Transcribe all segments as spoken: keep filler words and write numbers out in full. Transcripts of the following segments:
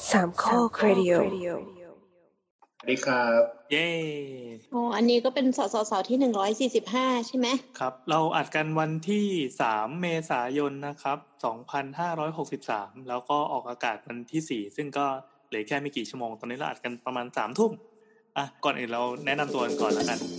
สามข้อครดิโอสวัสดีครับเย้อ๋ออันนี้ก็เป็นสสสที่หนึ่งร้อยสี่สิบห้าใช่ไหมครับเราอัดกันวันที่สามเมษายนนะครับสองพันห้าร้อยหกสิบสามแล้วก็ออกอากาศวันที่สี่ซึ่งก็เหลือแค่ไม่กี่ชั่วโมงตอนนี้เราอัดกันประมาณ สามทุ่มอ่ะก่อนอื่นเราแนะนำตัวกันก่อนแล้วกัน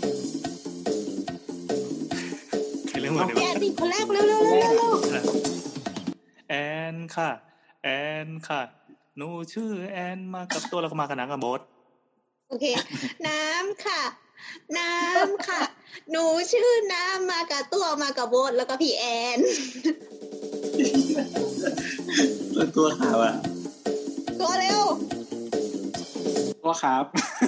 ใครเริ่มก่อนดีวะแกดิคนแรกเร็วๆๆแอนค่ะแอนค่ะหนูชื่อแอนมากับตัวแล้วก็มากับนางกับโบ๊ทโอเคน้ำค่ะน้ำค่ะหนูชื่อน้ำมากับตัวมากับโบ๊ทแล้วก็พี่แอนตัวตัวขาวอ่ะตัวเร็วตัวครับ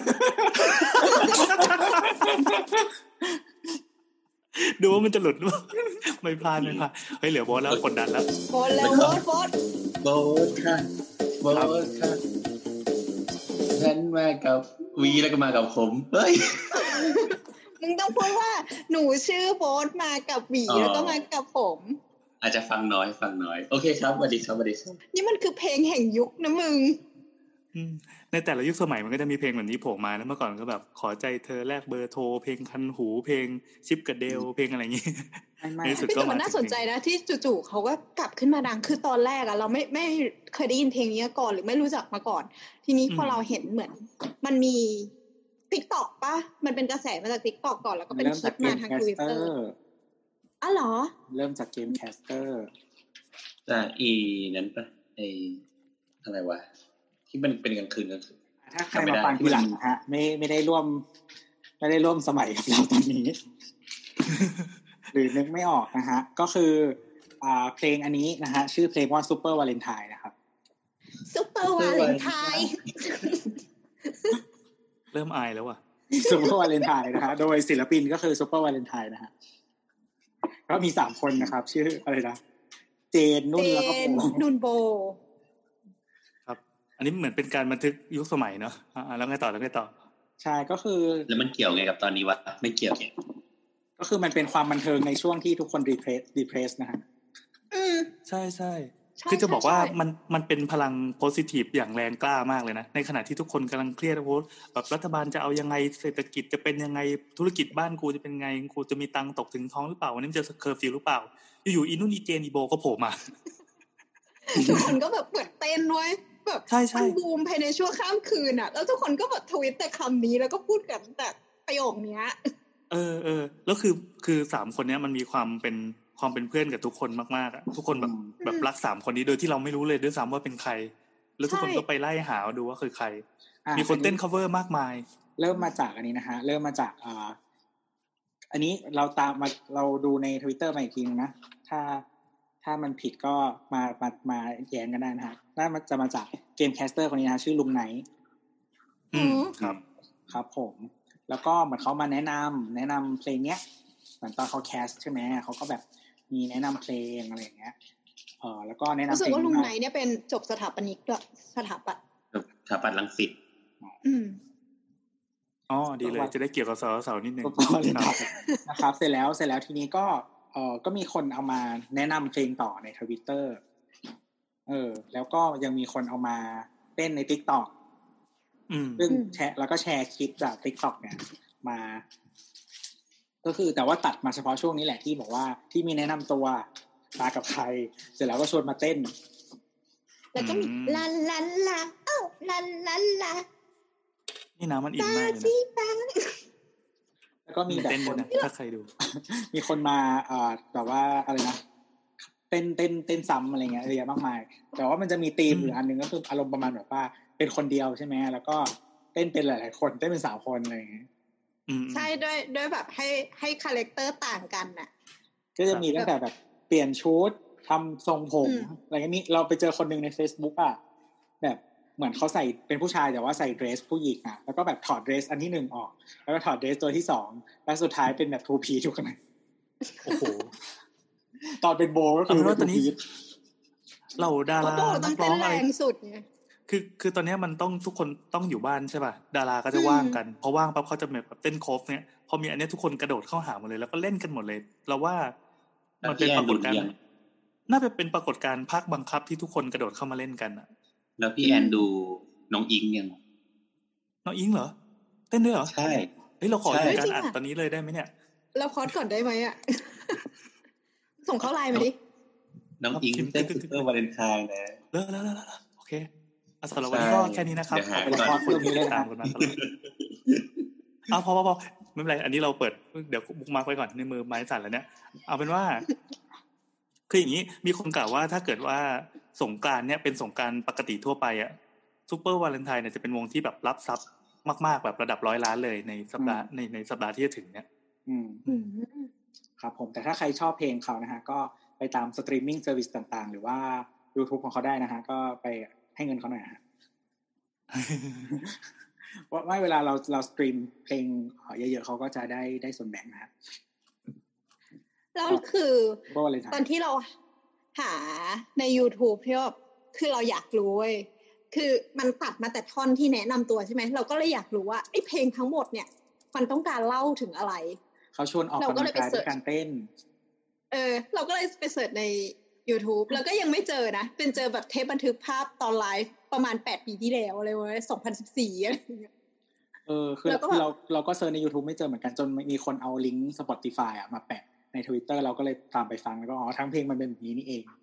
ดูว่ามันจะหลุดหรือเปล่าไม่พลาดไม่พลาดเฮ้ยเหลือโบ๊ทแล้วกดดันแล้วโบ๊ทแล้วโบ๊ทโบ๊ทโบ๊ทค่ะโบ๊ทค่ะแพนมากับวีแล้วก็มากับผมเฮ้ยมึงต้องพูดว่าหนูชื่อโบ๊ทมากับวีแล้วก็มากับผมอาจจะฟังน้อยฟังน้อยโอเคครับสวัสดีครับสวัสดีครับนี่มันคือเพลงแห่งยุคนะมึงในแต่ละยุคสมัยมันก็จะมีเพลงแบบนี้โผล่มาแล้วเมื่อก่อนก็แบบขอใจเธอแลกเบอร์โทรเพลงคันหูเพลงชิปกับเดลเพลงอะไรอย่างงี้ในสุดก็มันน่าสนใจนะที่จู่ๆเขาก็กลับขึ้นมาดังคือตอนแรกอะเราไม่ไม่เคยได้ยินเพลงนี้ก่อนหรือไม่รู้จักมาก่อนทีนี้พอเราเห็นเหมือนมันมี TikTok ป่ะมันเป็นกระแสมาจาก TikTok ก่อนแล้วก็เป็นคลิปมาทาง Twitter อ๋อเหรอเริ่มจากเกมแคสเตอร์จากอีนั้นป่ะไอ้อะไรวะที่มันเป็นกลางคืนกลางคืนถ้าใครมาฟังทีหลังฮะไม่ไม่ได้ร่วมไม่ได้ร่วมสมัยกับเราตอนนี้ หรือนึกไม่ออกนะฮะก็คืออ่าเพลงอันนี้นะฮะชื่อเพลงว่า Super Valentine นะครับ Super Valentine เริ่มอายแล้วว่ะ Super Valentine นะฮะโดยศิลปินก็คือ Super Valentine นะฮะก็มีสามคนนะครับชื่ออะไรนะเจนนุ่นแล้วก็โบนุ่นโบอันนี้เหมือนเป็นการบันทึกยุคสมัยเนาะอ่าแล้วไงต่อแล้วไงต่อใช่ก็คือแล้วมันเกี่ยวไงกับตอนนี้วะไม่เกี่ยวเนี่ยก็คือมันเป็นความบันเทิงในช่วงที่ทุกคนรีเพรสรีเพรสนะฮะอืมใช่ๆคือจะบอกว่ามันมันเป็นพลังโพสิทีฟอย่างแรงกล้ามากเลยนะในขณะที่ทุกคนกำลังเครียดว่าแบบรัฐบาลจะเอายังไงเศรษฐกิจจะเป็นยังไงธุรกิจบ้านกูจะเป็นไงกูจะมีตังค์ตกถึงท้องหรือเปล่าวันนี้มันจะเคอร์ฟิวหรือเปล่าอยู่ๆอีนุ่นอีเจนอีโบก็โผล่มาทุกคนก็แบบเปิดเต้นด้วยแบบมันบูมภายในชั่วข้ามคืนอ่ะแล้วทุกคนก็แบบทวิตแต่คำนี้แล้วก็พูดกันแต่ประโยคเนี้ยเออเออแล้วคือคือสามคนเนี้ยมันมีความเป็นความเป็นเพื่อนกับทุกคนมากๆอ่ะทุกคนแบบแบบรักสามคนนี้โดยที่เราไม่รู้เลยด้วยซ้ำว่าเป็นใครแล้วทุกคนก็ไปไล่หาดูว่าคือใครมีคนเต้น cover มากมายเริ่มมาจากอันนี้นะฮะเริ่มมาจากอ่าอันนี้เราตามมาเราดูใน Twitter มาอีกทีนึงนะถ้าถ้ามันผิดก็มามามาแย้งกันได้นะฮะน่าจะมาจากเกมแคสเตอร์คนนี้นะชื่อลุงไนท์อืมครับครับผมแล้วก็เหมือนเขามาแนะนำแนะนำเพลงเนี้ยเหมือนตอนเขาแคสใช่ไหมเขาก็แบบมีแนะนำเพลงอะไรอย่างเงี้ยเออแล้วก็แนะนำเพลงรู้สึกว่าลุงไนท์เนี่ยเป็นจบสถาปนิกด้วยสถาปัตย์สถาปัตย์รังสิตอืมอ๋อดีเลยจะได้เกี่ยวกับสาวๆนิดนึงนะครับเสร็จแล้วเสร็จแล้วทีนี้ก็เออก็มีคนเอามาแนะนำเพลงต่อใน Twitter เออแล้วก็ยังมีคนเอามาเต้นใน TikTok อืมซึ่งแชร์แล้วก็แชร์คลิปจาก TikTok เนี่ยมาก็คือแต่ว่าตัดมาเฉพาะช่วงนี้แหละที่บอกว่าที่มีแนะนำตัวมากับใครเสร็จแล้วก็ชวนมาเต้นแล้วก็มีลาลาลาเอ้าลาลาลานี่นะมันอินมากเลยนะแล้วก็มีแบบคนถ้าใครดูมีคนมาเอ่อแบบว่าอะไรนะเต้นเต้นเต้นซ้ำอะไรเงี้ยเยอะมากมายแต่ว่ามันจะมีธีมอยู่อันนึงก็คืออารมณ์ประมาณแบบว่าเป็นคนเดียวใช่ไหมแล้วก็เต้นเป็นหลายๆคนเต้นเป็นสามคนอะไรอย่างเงี้ยใช่ด้วยด้วยแบบให้ให้คาแรคเตอร์ต่างกันน่ะก็จะมีตั้งแต่แบบเปลี่ยนชุดทำทรงผมอะไรเงี้ยนี่เราไปเจอคนนึงใน Facebook อ่ะแบบเหมือนเขาใส่เป็นผู้ชายแต่ว่าใส่เดรสผู้หญิงอ่ะแล้วก็แบบถอดเดรสอันที่หนึ่งออกแล้วก็ถอดเดรสตัวที่สองแล้วสุดท้ายเป็นแบบทูพีทุกคนโอ้โหตอนเป็นโบก็คือว่าตอนนี้เราดารานักร้องอะไรสุดไงคือคือตอนนี้มันต้องทุกคนต้องอยู่บ้านใช่ป่ะดาราก็จะว่างกันพอว่างปั๊บเขาจะแบบเต้นโคฟเนี่ยพอมีอันนี้ทุกคนกระโดดเข้าหาหมดเลยแล้วก็เล่นกันหมดเลยเราว่ามันเป็นปรากฏการณ์น่าจะเป็นปรากฏการณ์ภาคบังคับที่ทุกคนกระโดดเข้ามาเล่นกันอ่ะแล้วพี่แอนดูน้องอิงยังน้องอิงเหรอเต้นด้วยเหรอใช่เฮ้ยเราขอดูการอัดตอนนี้เลยได้ไหมเนี่ยเราพอดก่อนได้ไหมอ่ะส่งเข้าไลน์มาดิน้องอิงเต้นซุปเปอร์วาเลนไทน์นะเลิกแล้วๆโอเคอ่ะสำหรับวันนี้ก็แค่นี้นะครับขอบคุณครับคนที่ตามกันมาตลอดเอาพอๆๆไม่เป็นไรอันนี้เราเปิดเดี๋ยวบุ๊กมาร์คไว้ก่อนในมือไม้สั่นแล้วเนี่ยเอาเป็นว่าคืออย่างนี้มีคนกล่าวว่าถ้าเกิดว่าสงกรานต์เนี่ยเป็นสงกรานต์ปกติทั่วไปอ่ะซุปเปอร์วาเลนไทน์เนี่ยจะเป็นวงที่แบบรับทรัพย์มากๆแบบระดับร้อยล้านเลยในสัปดาห์ในในสัปดาห์ที่จะถึงเนี่ยอืมครับผมแต่ถ้าใครชอบเพลงเขานะฮะก็ไปตามสตรีมมิ่งเซอร์วิสต่างๆหรือว่า YouTube ของเขาได้นะฮะก็ไปให้เงินเขาหน่อยฮะว่าไม่เวลาเราเราสตรีมเพลงเยอะๆเขาก็จะได้ได้ส่วนแบ่งนะฮะแล้วคือตอนที่เราหาใน YouTube ที่ว่าคือเราอยากรู้เว้ยคือมันตัดมาแต่ท่อนที่แนะนำตัวใช่ไหมเราก็เลยอยากรู้ว่าไอ้เพลงทั้งหมดเนี่ยมันต้องการเล่าถึงอะไรเขาชวนออกกำลังกายด้วยการเต้นเออเราก็เลยไปเสิร์ชใน YouTube แล้วก็ยังไม่เจอนะเป็นเจอแบบเทปบันทึกภาพตอนไลฟ์ประมาณแปดปีที่แล้วอะไรวะสองพันสิบสี่อะไรอย่างเงี้ยเออคือเราเราก็เสิร์ชใน YouTube ไม่เจอเหมือนกันจนมีคนเอาลิงก์ Spotify อ่ะมาแปะใน Twitter เราก็เลยตามไปฟังแล้วก็อ๋อทั้งเพลงมันเป็นแบบนี้นี่เอง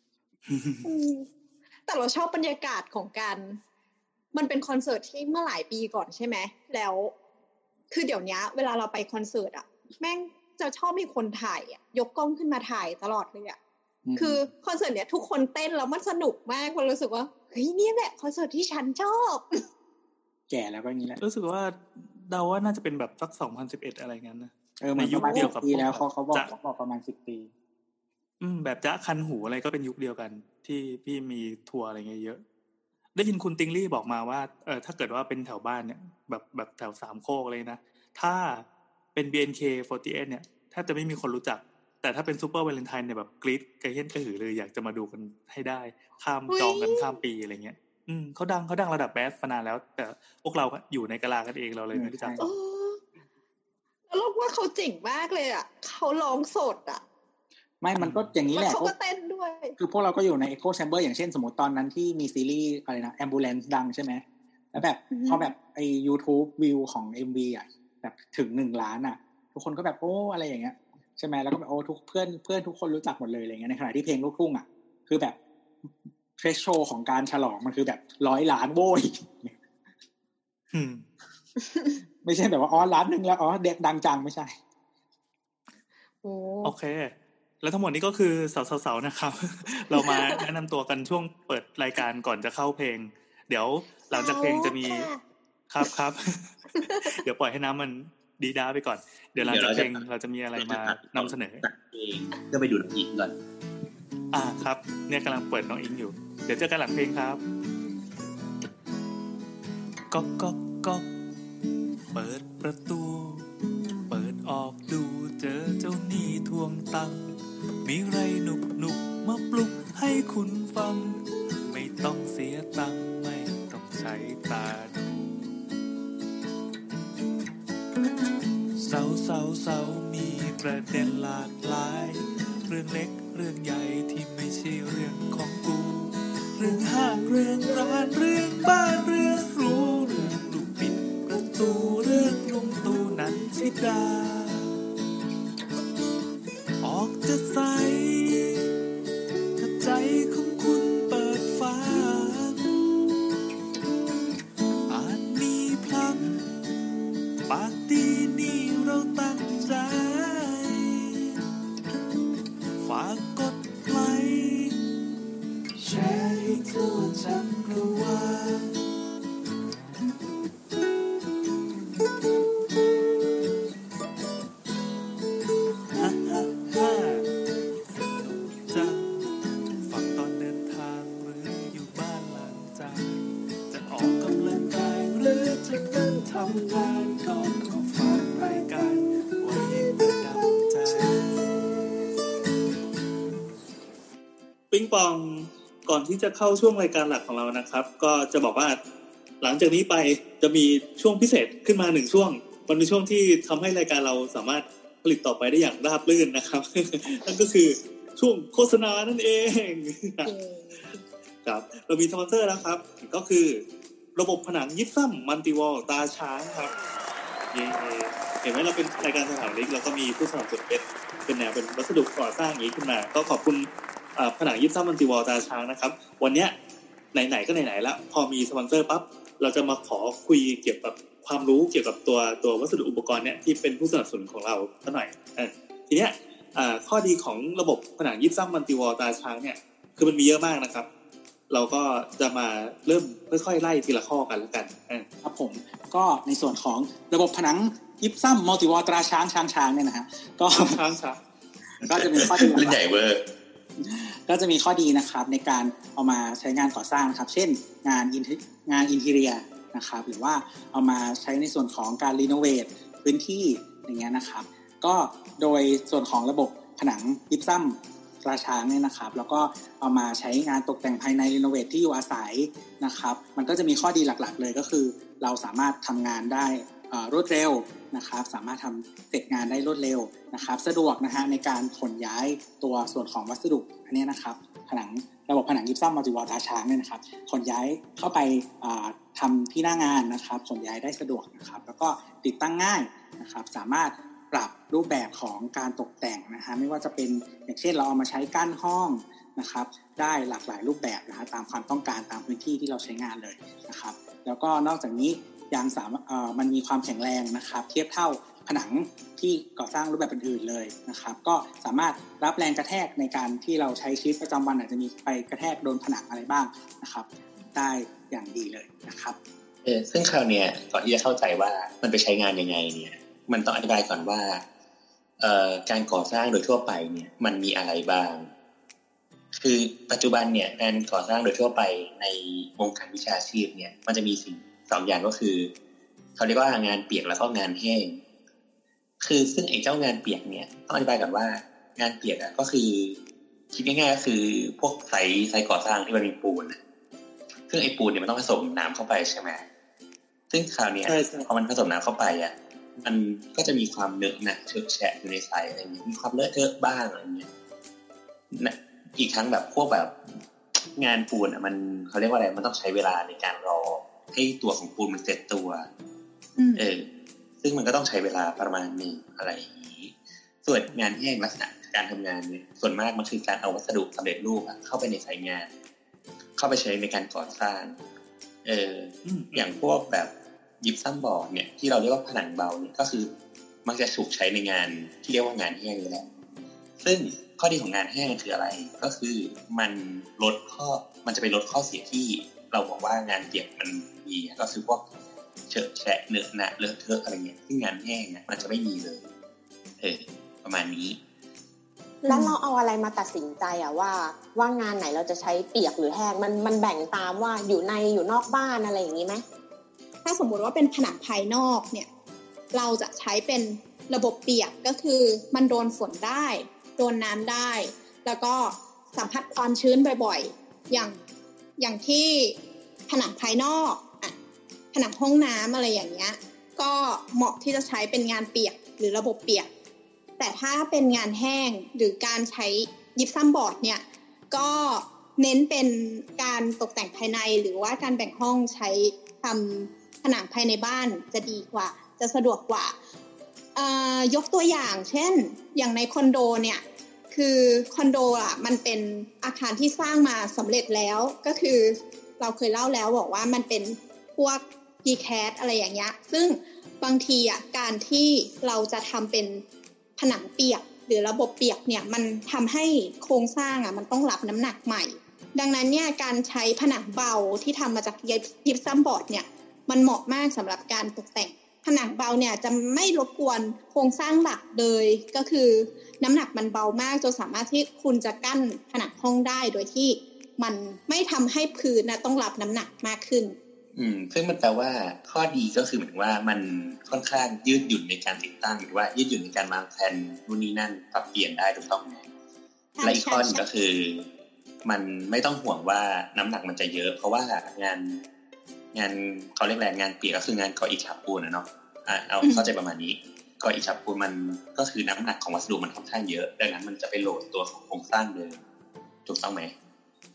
แต่เราชอบบรรยากาศของการมันเป็นคอนเสิร์ตที่เมื่อหลายปีก่อนใช่ไหมแล้วคือเดี๋ยวนี้เวลาเราไปคอนเสิร์ตอ่ะแม่งจะชอบมีคนถ่ายอ่ะยกกล้องขึ้นมาถ่ายตลอดเลยอ่ะคือคอนเสิร์ตเนี้ยทุกคนเต้นแล้วมันสนุกมากมันรู้สึกว่าเฮ้ยนี่แหละคอนเสิร์ตที่ฉันชอบแก่แล้วก็อย่างนี้แหละรู้สึกว่าเดาว่าน่าจะเป็นแบบสักสองพันสิบเอ็ดอะไรงั้นนะเออในยุคเดียวกับปีแล้วเขาเขาบอกเขาบอกประมาณสิบปีอืมแบบจ๊ะคันหูอะไรก็เป็นยุคเดียวกันที่พี่มีทัวร์อะไรเงี้ยเยอะได้ยินคุณติงลี่บอกมาว่าเออถ้าเกิดว่าเป็นแถวบ้านเนี่ยแบบแบบแถวสามโคกเลยนะถ้าเป็น บี เอ็น เค สี่สิบเอ็ดเนี่ยแทบจะไม่มีคนรู้จักแต่ถ้าเป็นซุปเปอร์วาเลนไทน์เนี่ยแบบกรี๊ดกระเฮี้ยนกระหือเลยอยากจะมาดูกันให้ได้ข้ามจองกันข้ามปีอะไรเงี้ยอืมเขาดังเขาดังระดับแบสมานานแล้วแต่พวกเราอยู่ในกะลากันเองเราเลยไม่รู้จักแล้วเราว่าเขาเจ๋งมากเลยอ่ะเขาร้องสดอ่ะไม่มันก็อย่างนี้แหละเขาก็เต้นด้วยคือพวกเราก็อยู่ใน Echo Chamber อย่างเช่นสมมติตอนนั้นที่มีซีรีส์อะไรนะ Ambulance ดังใช่ไหมแล้วแบบพอแบบไอ้ YouTube วิวของ เอ็ม วี อ่ะแบบถึงหนึ่งล้านอ่ะทุกคนก็แบบโอ้อะไรอย่างเงี้ยใช่ไหมแล้วก็แบบโอ้ทุกเพื่อนเพื่อนทุกคนรู้จักหมดเลยอะไรเงี้ยในขณะที่เพลงลูกทุ่งอ่ะคือแบบเทรชโชของการฉลองมันคือแบบร้อยล้านโว้ยไม่ใช่แบบว่าอ๋อล้านหนึ่งแล้วอ๋อเด็กดังจังไม่ใช่โอเคแล้วทั้งหมดนี้ก็คือสาวๆนะครับเรามาแนะนำตัวกันช่วงเปิดรายการก่อนจะเข้าเพลงเดี๋ยวหลังจากเพลงจะมีครับครับเดี๋ยวปล่อยให้น้ำมันดีด้าไปก่อนเดี๋ยวหลังจากเพลงเราจะมีอะไรมานำเสนอเองก็ไปดูน้องอิงก่อนอ่าครับเนี่ยกำลังเปิดน้องอิงอยู่เดี๋ยวเจอกันหลังเพลงครับก๊อกก๊อกก๊อกเปิดประตูเปิดออกดูเจอเจ้าหนี้ทวงตังค์มีไรหนุกหนุกมาปลุกให้คุณฟังไม่ต้องเสียตังค์ไม่ต้องใช้ตาดูเสาเสาเสามีประเด็นหลากหลายเรื่องเล็กเรื่องใหญ่ที่ไม่ใช่เรื่องของกูเรื่องห้างเรื่องร้านเรื่องบ้านเรื่องรู้เรื่องลูกปิดประตูเรื่องลุงตู่นันทิดาออกจะใสถ้าใจของคุณเปิดฟังอาจมีพลังปากดีนี่เราตั้งใจฝากกดไลค์แชร์ให้ทั่วจักรวาลฮ่าฮ่าฮ่าสนุกจังฟังตอนเดินทางหรืออยู่บ้านหลังจากจะออกกำลังกายหรือจะนั่งทำงานก็ขอฝากรายการไว้ประดับใจปิ๊งปองก่อนที่จะเข้าช่วงรายการหลักของเรานะครับก็จะบอกว่าหลังจากนี้ไปจะมีช่วงพิเศษขึ้นมาหนึ่งช่วงมันเป็นช่วงที่ทำให้รายการเราสามารถผลิตต่อไปได้อย่างราบรื่นนะครับ นั่นก็คือช่วงโฆษณานั่นเองครับเรามีสปอนเซอร์แล้วครับก็คือระบบผนังยิปซัมมัลติวอลตาช้างครับเย้เห็นไหมเราเป็นรายการสถาปนิกเราก็มีผู้สนับสนุนเป็นเป็นแนวเป็นวัสดุก่อสร้างอย่างนี้ขึ้นมาก็ขอบคุณผนังยิปซัมมัลติวอลตาช้างนะครับวันนี้ไหนๆก็ไหนๆแล้วพอมีสปอนเซอร์ปั๊บเราจะมาขอคุยเกี่ยวกับความรู้เกี่ยวกับตัวตัววัสดุอุปกรณ์เนี่ยที่เป็นผู้สนับสนุนของเราสักหน่อยเออทีเนี้ยข้อดีของระบบผนังยิปซัมมัลติวอลตาช้างเนี่ยคือมันมีเยอะมากนะครับเราก็จะมาเริ่มค่อยๆไล่ทีละข้อกันแล้วกันครับผมก็ในส่วนของระบบผนังยิปซัมมัลติวอลตราช้างช้างช้างเนี่ยนะฮะก็ช้างช้างก็จะมีข้อดีเล่นใหญ่เวอร์ก็จะมีข้อดีนะครับในการเอามาใช้งานก่อสร้างนะครับเช่นงานงานอินทีเรียนะครับหรือว่าเอามาใช้ในส่วนของการรีโนเวทพื้นที่อย่างเงี้ยนะครับก็โดยส่วนของระบบผนังยิปซัมตราช้างเนี่ยนะครับแล้วก็เอามาใช้งานตกแต่งภายในรีโนเวทที่อยู่อาศัยนะครับมันก็จะมีข้อดีหลักๆเลยก็คือเราสามารถทำงานได้รวดเร็วนะครับสามารถทำเสร็จงานได้รวดเร็วนะครับสะดวกนะฮะในการขนย้ายตัวส่วนของวัสดุอันนี้นะครับผนังระบบผนังยิปซัมมัลติวอลตาช้างเนี่ยนะครับขนย้ายเข้าไปทำที่หน้างานนะครับขนย้ายได้สะดวกนะครับแล้วก็ติดตั้งง่ายนะครับสามารถปรับรูปแบบของการตกแต่งนะฮะไม่ว่าจะเป็นอย่างเช่นเราเอามาใช้กั้นห้องนะครับได้หลากหลายรูปแบบนะฮะตามความต้องการตามพื้นที่ที่เราใช้งานเลยนะครับแล้วก็นอกจากนี้ยังสามารถมันมีความแข็งแรงนะครับเทียบเท่าผนังที่ก่อสร้างรูปแบบอื่นๆเลยนะครับก็สามารถรับแรงกระแทกในการที่เราใช้ชีวิตประจำวันอาจจะมีไปกระแทกโดนผนังอะไรบ้างนะครับได้อย่างดีเลยนะครับเออซึ่งคราวเนี้ยก่อนที่จะเข้าใจว่ามันไปใช้งานยังไงเนี่ยมันต้องอธิบายก่อนว่าเอ่อการก่อสร้างโดยทั่วไปเนี่ยมันมีอะไรบ้างคือปัจจุบันเนี่ยงานก่อสร้างโดยทั่วไปในวงการวิชาชีพเนี่ยมันจะมีสิ่งสองอย่างก็คือเขาเรียกว่างานเปียกแล้วก็งานแห้งคือซึ่งไอ้เจ้างานเปียกเนี่ยต้องอธิบายก่อนว่างานเปียกอ่ะก็คือคิดง่ายๆก็คือพวกไซต์ไซต์ก่อสร้างที่มันมีปูนซึ่งไอ้ปูนเนี่ยมันต้องผสมน้ำเข้าไปใช่ไหมซึ่งคราวนี้พอมันผสมน้ำเข้าไปอ่ะมันก็จะมีความเนอะหนะเฉอะแฉะอยู่ในไซต์อะไรอย่างเงี้ยมีความเลอะเทอะบ้างอะไรอย่างเงี้ยนะอีกทั้งแบบพวกแบบงานปูนอ่ะมันเขาเรียกว่าอะไรมันต้องใช้เวลาในการรอให้ตัวของปูนมันเสร็จตัวเออซึ่งมันก็ต้องใช้เวลาประมาณนึงอะไรอย่างนี้ส่วนงานแห้งลักษณะการทำงานเนี่ยส่วนมากมันคือการเอาวัสดุสำเร็จรูปเข้าไปในไซต์งานเข้าไปใช้ในการก่อสร้างเอออย่างพวกแบบยิปซัมบอร์ดเนี่ยที่เราเรียกว่าผนังเบาเนี่ยก็คือมักจะถูกใช้ในงานที่เรียกว่างานแห้งนี่แหละซึ่งข้อดีของงานแห้งคืออะไรก็คือมันลดข้อมันจะไปลดข้อเสียที่เราบอกว่างานเปียกมันมีก็คือพวกเฉอะแฉะเนอะหนะเลอะเทอะอะไรเงี้ยที่งานแห้งเนี่ยมันจะไม่มีเลยเออประมาณนี้แล้วเราเอาอะไรมาตัดสินใจอะว่าว่างานไหนเราจะใช้เปียกหรือแห้งมันมันแบ่งตามว่าอยู่ในอยู่นอกบ้านอะไรอย่างนี้ไหมถ้าสมมติว่าเป็นผนังภายนอกเนี่ยเราจะใช้เป็นระบบเปียกก็คือมันโดนฝนได้โดนน้ำได้แล้วก็สัมผัสความชื้นบ่อยๆอย่างอย่างที่ผนังภายนอกอ่ะผนังห้องน้ำอะไรอย่างเงี้ยก็เหมาะที่จะใช้เป็นงานเปียกหรือระบบเปียกแต่ถ้าเป็นงานแห้งหรือการใช้ยิปซัมบอร์ดเนี่ยก็เน้นเป็นการตกแต่งภายในหรือว่าการแบ่งห้องใช้ทำผนังภายในบ้านจะดีกว่าจะสะดวกกว่ายกตัวอย่างเช่นอย่างในคอนโดเนี่ยคือคอนโดอ่ะมันเป็นอาคารที่สร้างมาสำเร็จแล้วก็คือเราเคยเล่าแล้วบอกว่ามันเป็นพวก พี แคท อะไรอย่างเงี้ยซึ่งบางทีอ่ะการที่เราจะทำเป็นผนังเปียกหรือระบบเปียกเนี่ยมันทำให้โครงสร้างอ่ะมันต้องรับน้ำหนักใหม่ดังนั้นเนี่ยการใช้ผนังเบาที่ทำมาจากยิปซัมบอร์ดเนี่ยมันเหมาะมากสำหรับการตกแต่งผนังเบาเนี่ยจะไม่รบกวนโครงสร้างหลักเลยก็คือน้ำหนักมันเบามากจนสามารถที่คุณจะกั้นผนังห้องได้โดยที่มันไม่ทำให้พื้นนะต้องรับน้ำหนักมากขึ้นอืมซึ่งมันแปลว่าข้อดีก็คือเหมือนว่ามันค่อนข้างยืดหยุ่นในการติดตั้งหรือว่ายืดหยุ่นในการวางแผนนู่นนี่นั่นปรับเปลี่ยนได้ถูกต้องไหมและอีกข้อนึงก็คือมันไม่ต้องห่วงว่าน้ำหนักมันจะเยอะเพราะว่างานงานเขาเรียกแรงงานเปียกก็คืองานก่ออิฐฉาบปูนนะเนาะอ่ะเอาเข้าใจประมาณนี้ก่ออิฐฉาบปูนมันก็คือน้ำหนักของวัสดุมันค่อนข้างเยอะดังนั้นมันจะไปโหลดตัวของโครงสร้างเดิมถูกต้องไหม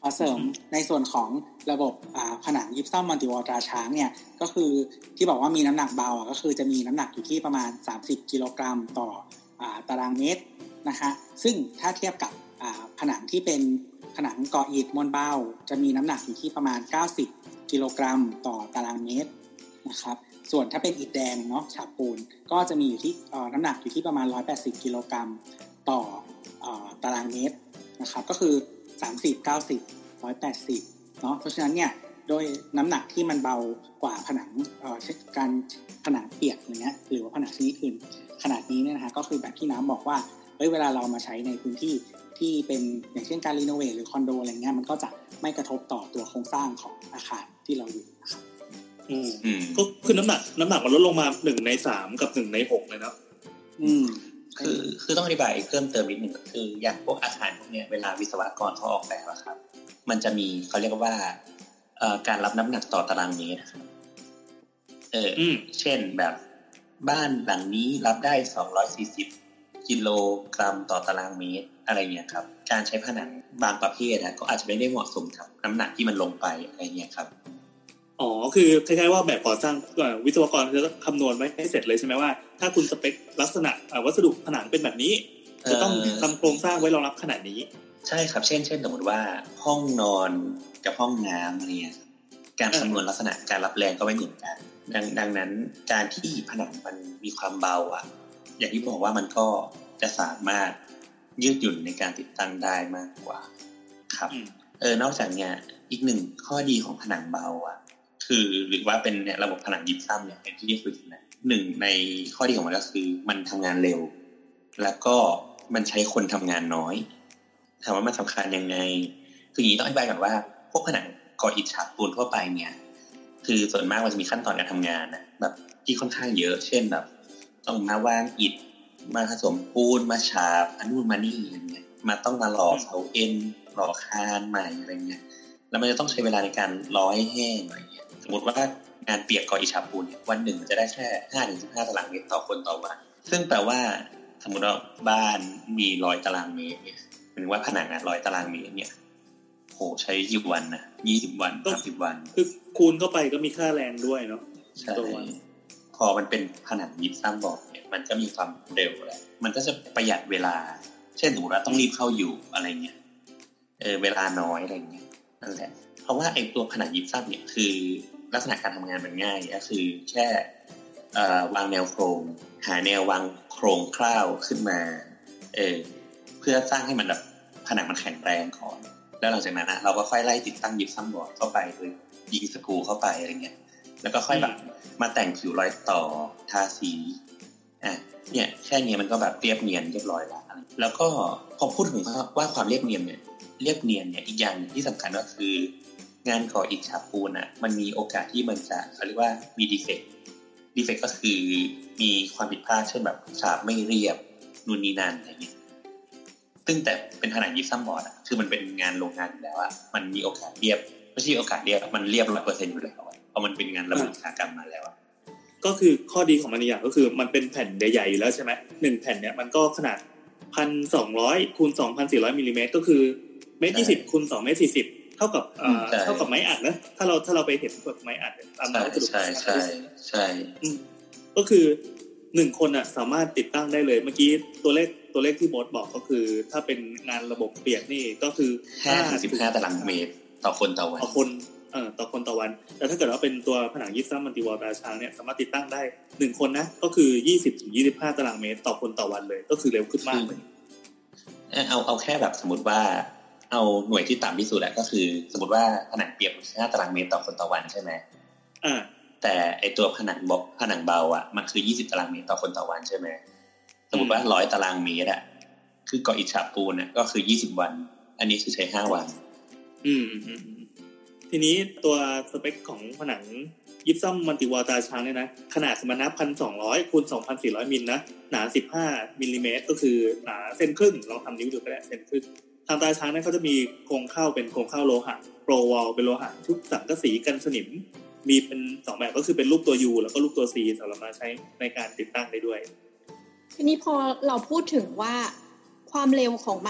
ขอเสริมในส่วนของระบบผนังยิปซัมมัลติวอลตราช้างเนี่ยก็คือที่บอกว่ามีน้ำหนักเบาก็คือจะมีน้ำหนักอยู่ที่ประมาณสามสิบกิโลกรัมต่อตารางเมตรนะคะซึ่งถ้าเทียบกับผนังที่เป็นผนังก่ออิฐมวลเบาจะมีน้ำหนักอยู่ที่ประมาณเก้าสิบกิโลกรัมต่อตารางเมตรนะครับส่วนถ้าเป็นอิฐแดงเนาะฉาบปูนก็จะมีอยู่ที่น้ำหนักอยู่ที่ประมาณหนึ่งร้อยแปดสิบกิโลกรัมต่อตารางเมตรนะครับก็คือสามสิบ เก้าสิบ หนึ่งร้อยแปดสิบเนาะเพราะฉะนั้นเนี่ยโดยน้ำหนักที่มันเบากว่าผนังเอ่อการผนังเปียกอย่างเงี้ยหรือว่าผนังชนิดอื่นขนาดนี้เนี่ยนะฮะก็คือแบบที่น้ำบอกว่าเฮ้ยเวลาเรามาใช้ในพื้นที่ที่เป็นอย่างเช่นการรีโนเวทหรือคอนโดอะไรเงี้ยมันก็จะไม่กระทบต่อตัวโครงสร้างของอาคารที่เราอยู่นะครับอืมก็คือน้ำหนักน้ำหนักมันลดลงมาหนึ่งในสามกับหนึ่งในหกเลยเนาะอืมคือคือต้องอธิบายเพิ่มเติมนิดนึงก็คืออย่างพวกอาคารพวกเนี้ยเวลาวิศวกรเขาออกแบบอะครับมันจะมีเขาเรียกว่าเอ่อการรับน้ำหนักต่อตารางเมตรครับเออเช่นแบบบ้านหลังนี้รับได้สองร้อยสี่สิบกิโลกรัมต่อตารางเมตรอะไรเงี้ยครับการใช้ผนังบางประเภทนะก็อาจจะไม่ได้เหมาะสมกับน้ำหนักที่มันลงไปอะไรเงี้ยครับอ๋อคือคล้ายๆว่าแบบก่อสร้างวิศวกรจะคำนวณไว้ให้เสร็จเลยใช่ไหมว่าถ้าคุณสเปคลักษณะวัสดุผนังเป็นแบบนี้จะต้องทำโครงสร้างไว้รองรับขนาดนี้ใช่ครับเช่นเช่นสมมติว่าห้องนอนกับห้องน้ำเนี่ยการคำนวณลักษณะการรับแรงก็ไม่เหมือนกันดังดังนั้นการที่ผนังมันมีความเบาอ่ะอย่างที่บอกว่ามันก็จะสามารถยืดหยุ่นในการติดตั้งได้มากกว่าครับเออนอกจากเนี้ยอีกหนึ่งข้อดีของผนังเบาอ่ะคือหรือว่าเป็นเนี่ยระบบผนังยิปซัมเนี่ยเป็นที่คุยกันนะหนึ่งในข้อดีของมันก็คือมันทำงานเร็วแล้วก็มันใช้คนทำงานน้อยถามว่ามันสำคัญยังไงคืออย่างนี้ต้องอธิบายก่อนว่าพวกผนังก่ออิฐฉาบปูนทั่วไปเนี่ยคือส่วนมากมันจะมีขั้นตอนการทำงานนะแบบที่ค่อนข้างเยอะเช่นแบบต้องมาวางอิฐมาผสมปูนมาฉาบอันนู้นมานี่อย่างเงี้ยมาต้องมาหล่อเสาเอ็นหล่อคานใหม่อะไรเงี้ยแล้วมันจะต้องใช้เวลาในการรอให้แห้งอะไรเงี้ยสมมติว่างานเปียกก่ออิฐฉาบปูนวันหนึ่งมันจะได้แค่ ห้าถึงสิบห้า ตารางเมตรต่อคนต่อวันซึ่งแปลว่าสมมติว่าบ้านมีหนึ่งร้อยตารางเมตรเนี่ยหมายถึงว่าผนังอ่ะหนึ่งร้อยตารางเมตรเนี่ยโหใช้กี่วันนะยี่สิบวันสามสิบวันคือคูณเข้าไปก็มีค่าแรงด้วยเนาะใช่พอมันเป็นผนังยิปซัมบอร์ดเนี่ยมันก็มีความเร็วแหละมันก็จะประหยัดเวลาเช่นสมมติว่าต้องรีบเข้าอยู่อะไรเงี้ยเออเวลาน้อยอะไรเงี้ยนั่นแหละเพราะว่าไอ้ตัวผนังยิปซัมเนี่ยคือลักษณะการทำงานมันง่ายก็คือแค่เอ่อวางแนวโครงหาแนววางโครงคร่าวขึ้นมาเออเพื่อสร้างให้มันแบบผนังมันแข็งแรงก่อนแล้วหลังจากนั้นนะเราก็ค่อยไล่ติดตั้งยิปซัมบอร์ดเข้าไปโดยยิงสกรูเข้าไปอะไรเงี้ยแล้วก็ค่อยแบบมาแต่งผิวรอยต่อทาสีอ่ะเนี่ยแค่นี้มันก็แบบเรียบเนียนเรียบร้อยแล้วแล้วก็พอพูดถึงว่าความเรียบเนียนเนี่ยเรียบเนียนเนี่ยอีกอย่างที่สำคัญก็คืองานก่ออิฐฉาบปูนอ่ะมันมีโอกาสที่มันจะเขาเรียกว่ามีดีเฟกต์ดีเฟกต์ก็คือมีความผิดพลาดเช่นแบบฉาบไม่เรียบนู่นนี่นั่นอะไรเงี้ยซึ่งแต่เป็นผนังยิปซัมบอร์ดอ่ะคือมันเป็นงานโรงงานอยู่แล้วอ่ะมันมีโอกาสเรียบไม่ใช่โอกาสเรียบมันเรียบ ร้อยเปอร์เซ็นต์ อยู่แล้วเพราะมันเป็นงานระบบอุตสาหกรรมมาแล้วอ่ะก็คือข้อดีของมันอย่างก็คือมันเป็นแผ่นใหญ่ๆอยู่แล้วใช่ไหมหนึ่งแผ่นเนี่ยมันก็ขนาด หนึ่งพันสองร้อย คูณ สองพันสี่ร้อย มิลลิเมตรก็คือเมตรยี่สิบคูณสองเมตรสี่สิบเท่ากับเอ่อเท่ากับไม้อัดนะถ้าเราถ้าเราไปเห็นแบบไม้อัดตามร้านวัสดุใช่ใช่ใช่ก็คือหนึ่งคนอ่ะสามารถติดตั้งได้เลยเมื่อกี้ตัวเลขตัวเลขที่โบ๊ทบอกก็คือถ้าเป็นงานระบบเปียกนี่ก็คือห้าถึงสิบห้า ตารางเมตรต่อคนต่อวันต่อคนเอ่อต่อคนต่อวันแต่ถ้าเกิดว่าเป็นตัวผนังยิปซัมมัลติวอลตราช้างเนี่ยสามารถติดตั้งได้หนึ่งคนนะก็คือ ยี่สิบถึงยี่สิบห้า ตารางเมตรต่อคนต่อวันเลยก็คือเร็วขึ้นมากเลยเอาเอาแค่แบบสมมุติว่าเอาหน่วยที่ต่ำที่สุดแหละก็คือสมมติว่าผนังเปียกห้าตารางเมตรต่อคนต่อวันใช่ไหมอ่าแต่ไอตัวผนังบกผนังเบาอ่ะมันคือยี่สิบตารางเมตรต่อคนต่อวันใช่ไหมสมมติว่าร้อยตารางเมตรอ่ะคือก่ออิฐฉาบปูนอ่ะก็คือยี่สิบวันอันนี้คือใช้ห้าวันอืมทีนี้ตัวสเปคของผนังยิปซัมมัลติวอลตราช้างเนี่ยนะขนาดสมรรถนะ หนึ่งพันสองร้อย คูณ สองพันสี่ร้อย มิลนะหนาสิบห้ามิลลิเมตรก็คือหนาเซนครึ่งลองทำนิ้วดูก็ได้เซนครึ่งทางตราช้างเนี่ยเขาจะมีโครงเข้าเป็นโครงเข้าโลหะโปรวอลเป็นโลหะชุบสังกะสีกันสนิมมีเป็นสองแบบก็คือเป็นรูปตัว U แล้วก็รูปตัว C สำหรับมาใช้ในการติดตั้งได้ด้วยทีนี้พอเราพูดถึงว่าความเร็วของมันเนี่ย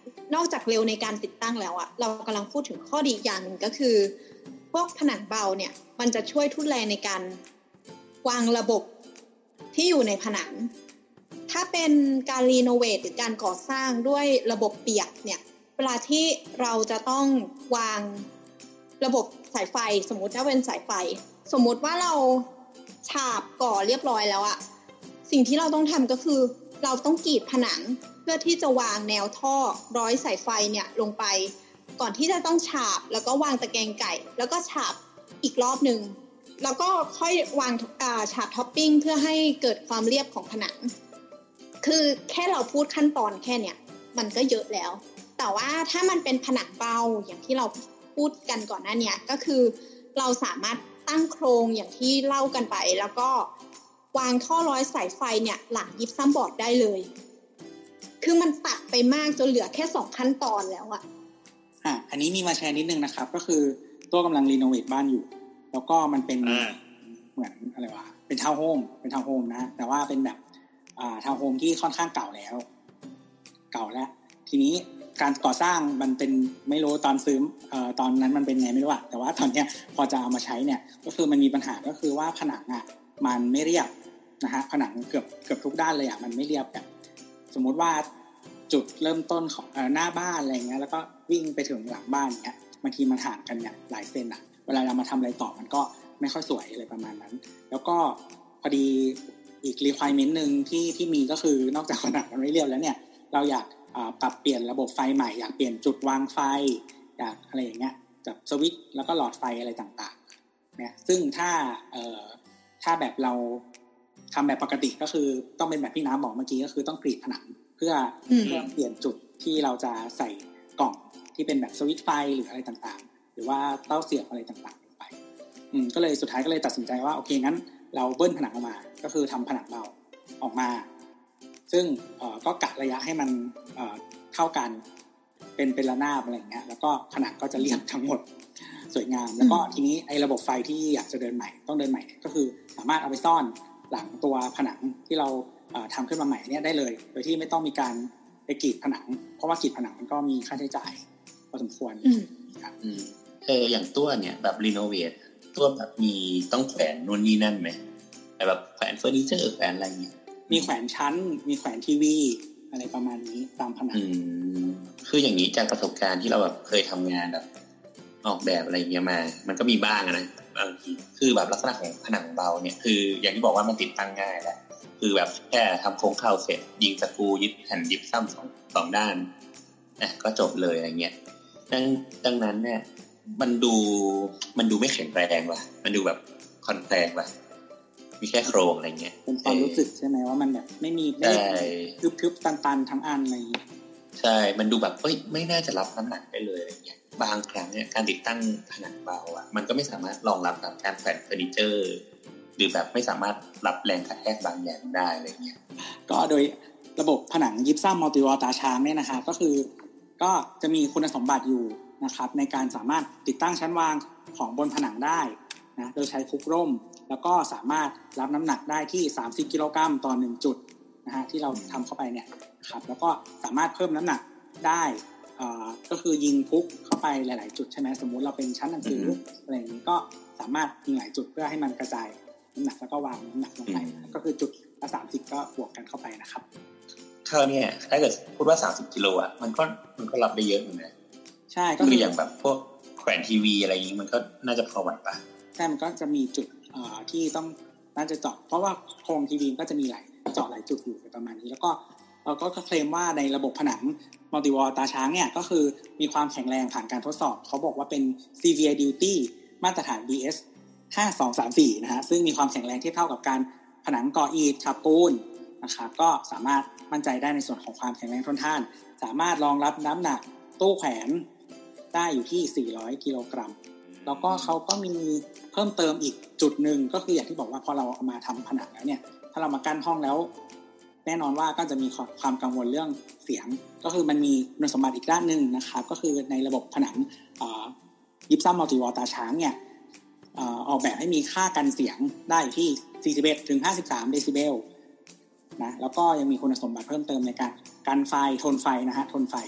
นอกจากเร็วในการติดตั้งแล้วอะเรากำลังพูดถึงข้อดีอีกอย่างหนึ่งก็คือพวกผนังเบาเนี่ยมันจะช่วยทุนแรงในการวางระบบที่อยู่ในผนังถ้าเป็นการรีโนเวทหรือการก่อสร้างด้วยระบบเปียกเนี่ยเวลาที่เราจะต้องวางระบบสายไฟสมมุติถ้าเป็นสายไฟสมมุติว่าเราฉาบก่อเรียบร้อยแล้วอะสิ่งที่เราต้องทำก็คือเราต้องกรีดผนังเพื่อที่จะวางแนวท่อร้อยสายไฟเนี่ยลงไปก่อนที่จะต้องฉาบแล้วก็วางตะแกรงไก่แล้วก็ฉาบอีกรอบนึงแล้วก็ค่อยวางฉาบท็อปปิ้งเพื่อให้เกิดความเรียบของผนังคือแค่เราพูดขั้นตอนแค่เนี้ยมันก็เยอะแล้วแต่ว่าถ้ามันเป็นผนังเบาอย่างที่เราพูดกันก่อนหน้านี้ก็คือเราสามารถตั้งโครงอย่างที่เล่ากันไปแล้วก็วางท่อร้อยสายไฟเนี่ยหลังยิปซัมบอร์ดได้เลยคือมันตัดไปมากจนเหลือแค่สองขั้นตอนแล้วอะอ่ะอันนี้มีมาแชร์นิดนึงนะครับก็คือตัวกำลังรีโนเวทบ้านอยู่แล้วก็มันเป็นเหมือนอะไรวะเป็นทาวน์โฮมเป็นทาวน์โฮมนะแต่ว่าเป็นแบบอ่าทาวน์โฮมที่ค่อนข้างเก่าแล้วเก่าแล้วทีนี้การก่อสร้างมันเป็นไม่รู้ตอนซื้อเอ่อตอนนั้นมันเป็นไงไม่รู้อะแต่ว่าตอนเนี้ยพอจะเอามาใช้เนี่ยก็คือมันมีปัญหาก็คือว่าผนังอะมันไม่เรียบนะฮะผนังเกือบเกือบทุกด้านเลยอะมันไม่เรียบแบบสมมุติว่าจุดเริ่มต้นของเอ่อหน้าบ้านอะไรเงี้ยแล้วก็วิ่งไปถึงหลังบ้านเงี้ยบางทีมันห่างกันเนี่ยหลายเซนอะเวลาเรามาทำอะไรต่อมันก็ไม่ค่อยสวยอะไรประมาณนั้นแล้วก็พอดีอีก requirement นึงที่ที่มีก็คือนอกจากผนังมันไม่เรียบแล้วเนี่ยเราอยากปรับเปลี่ยนระบบไฟใหม่อยากเปลี่ยนจุดวางไฟอยากอะไรอย่างเงี้ยจากสวิตช์แล้วก็หลอดไฟอะไรต่างๆเนี่ยซึ่งถ้าเอ่อถ้าแบบเราทำแบบปกติก็คือต้องเป็นแบบที่น้ำบอกเมื่อกี้ก็คือต้องกรีดผนังเพื่อเพื่อเปลี่ยนจุดที่เราจะใส่กล่องที่เป็นแบบสวิตช์ไฟหรืออะไรต่างๆหรือว่าเต้าเสียบอะไรต่างๆลงไปอืมก็เลยสุดท้ายก็เลยตัดสินใจว่าโอเคงั้นเราเบิ้ลผนังออกมาก็คือทำผนังเบาออกมาซึ่งเอ่อก็กะระยะให้มันเอ่อเท่ากันเป็นเป็นระนาบอะไรอย่างเงี้ยแล้วก็ผนังก็จะเรียบทั้งหมดสวยงามแล้วก็ทีนี้ไอ้ระบบไฟที่อยากจะเดินใหม่ต้องเดินใหม่ก็คือสามารถเอาไปซ่อนหลังตัวผนังที่เราเอ่อทำขึ้นมาใหม่เนี่ยได้เลยโดยที่ไม่ต้องมีการไปกรีดผนังเพราะว่ากรีดผนังมันก็มีค่าใช้จ่ายพอสมควรครับอืมเอออย่างตัวเนี่ยแบบรีโนเวทตัวแบบมีต้องแขวนนู่นนี่นั่นไหมแบบแขวนเฟอร์นิเจอร์แขวนอะไรเงี้ยมีแขวนชั้นมีแขวนทีวีอะไรประมาณนี้ตามผนังอืมคืออย่างนี้จากประสบการณ์ที่เราแบบเคยทำงานแบบออกแบบอะไรเงี้ยมามันก็มีบ้างนะบางทีคือแบบลักษณะของผนังเบาเนี่ยคืออย่างที่บอกว่ามันติดตั้งง่ายแหละคือแบบแค่ทำโครงเข้าเสร็จยิงสกรูยึดแผ่นยิปซัมสองสองด้านนะก็จบเลยอะไรเงี้ยดังดังนั้นเนี่ยมันดูมันดูไม่แข็งแรงว่ะมันดูแบบคอนแทรคว่ะมีแค่โครงอะไรเงี้ยเป็นความรู้สึกใช่ไหมว่ามันแบบไม่มีไม่ได้ทึบๆตันๆทั้งอันอะไรอย่างเงี้ยใช่มันดูแบบเอ้ยไม่น่าจะรับน้ำหนักได้เลยอะไรเงี้ยบางครั้งเนี่ยการติดตั้งผนังเบาอ่ะมันก็ไม่สามารถรองรับกับการแขวนเฟอร์นิเจอร์หรือแบบไม่สามารถรับแรงกระแทกบางอย่างได้อะไรเงี้ยก็โดยระบบผนังยิปซัมมัลติวอลตาชาร์มเนี่ยนะคะก็คือก็จะมีคุณสมบัติอยู่นะครับในการสามารถติดตั้งชั้นวางของบนผนังได้นะโดยใช้คุกร่มแล้วก็สามารถรับน้ำหนักได้ที่สามสิบกิโลกรัมต่อหนึ่งจุดนะฮะที่เราทำเข้าไปเนี่ยนะครับแล้วก็สามารถเพิ่มน้ำหนักได้อ่าก็คือยิงพุกเข้าไปหลายๆจุดใช่ไหมสมมุติเราเป็นชั้นหนังสืออะไรอย่างนี้ก็สามารถยิงหลายจุดเพื่อให้มันกระจายน้ำหนักแล้วก็วางน้ำหนักลงไปก็คือจุดละสามสิบก็บวกกันเข้าไปนะครับคราวนี้ถ้าเกิดพูดว่าสามสิบกิโลอ่ะมันก็มันก็รับได้เยอะอยู่นะใช่ก็คืออย่างแบบพวกแขวนทีวีอะไรอย่างนี้มันก็น่าจะพอไหวป่ะใช่มันก็จะมีจุดที่ต้องน่าจะเจาะเพราะว่าโครงทีวีก็จะมีหลายเจาะหลายจุดอยู่ประมาณนี้แล้วก็เราก็เคลมว่าในระบบผนังมัลติวอลตาช้างเนี่ยก็คือมีความแข็งแรงผ่านการทดสอบเขาบอกว่าเป็น Severe Duty มาตรฐาน บี เอส ห้าสองสามสี่นะฮะซึ่งมีความแข็งแรงเทียบเท่ากับการผนังก่ออิฐฉาบปูนนะครับก็สามารถมั่นใจได้ในส่วนของความแข็งแรงทนทานสามารถรองรับน้ำหนักตู้แขวนได้อยู่ที่สี่ร้อยกิโลกรัมแล้วก็เขาก็มีเพิ่มเติมอีกจุดหนึ่งก็คืออย่างที่บอกว่าพอเราเอามาทำผนังแล้วเนี่ยถ้าเรามากั้นห้องแล้วแน่นอนว่าก็จะมีความกังวลเรื่องเสียงก็คือมันมีคุณสมบัติอีกด้านหนึ่งนะครับก็คือในระบบผนังยิปซัมมัลติวอลตาช้างเนี่ยออกแบบให้มีค่ากันเสียงได้ที่สี่สิบเอ็ดถึงห้าสิบสามเดซิเบลนะแล้วก็ยังมีคุณสมบัติเพิ่มเติมในการกันไฟทนไฟนะฮะทนไฟ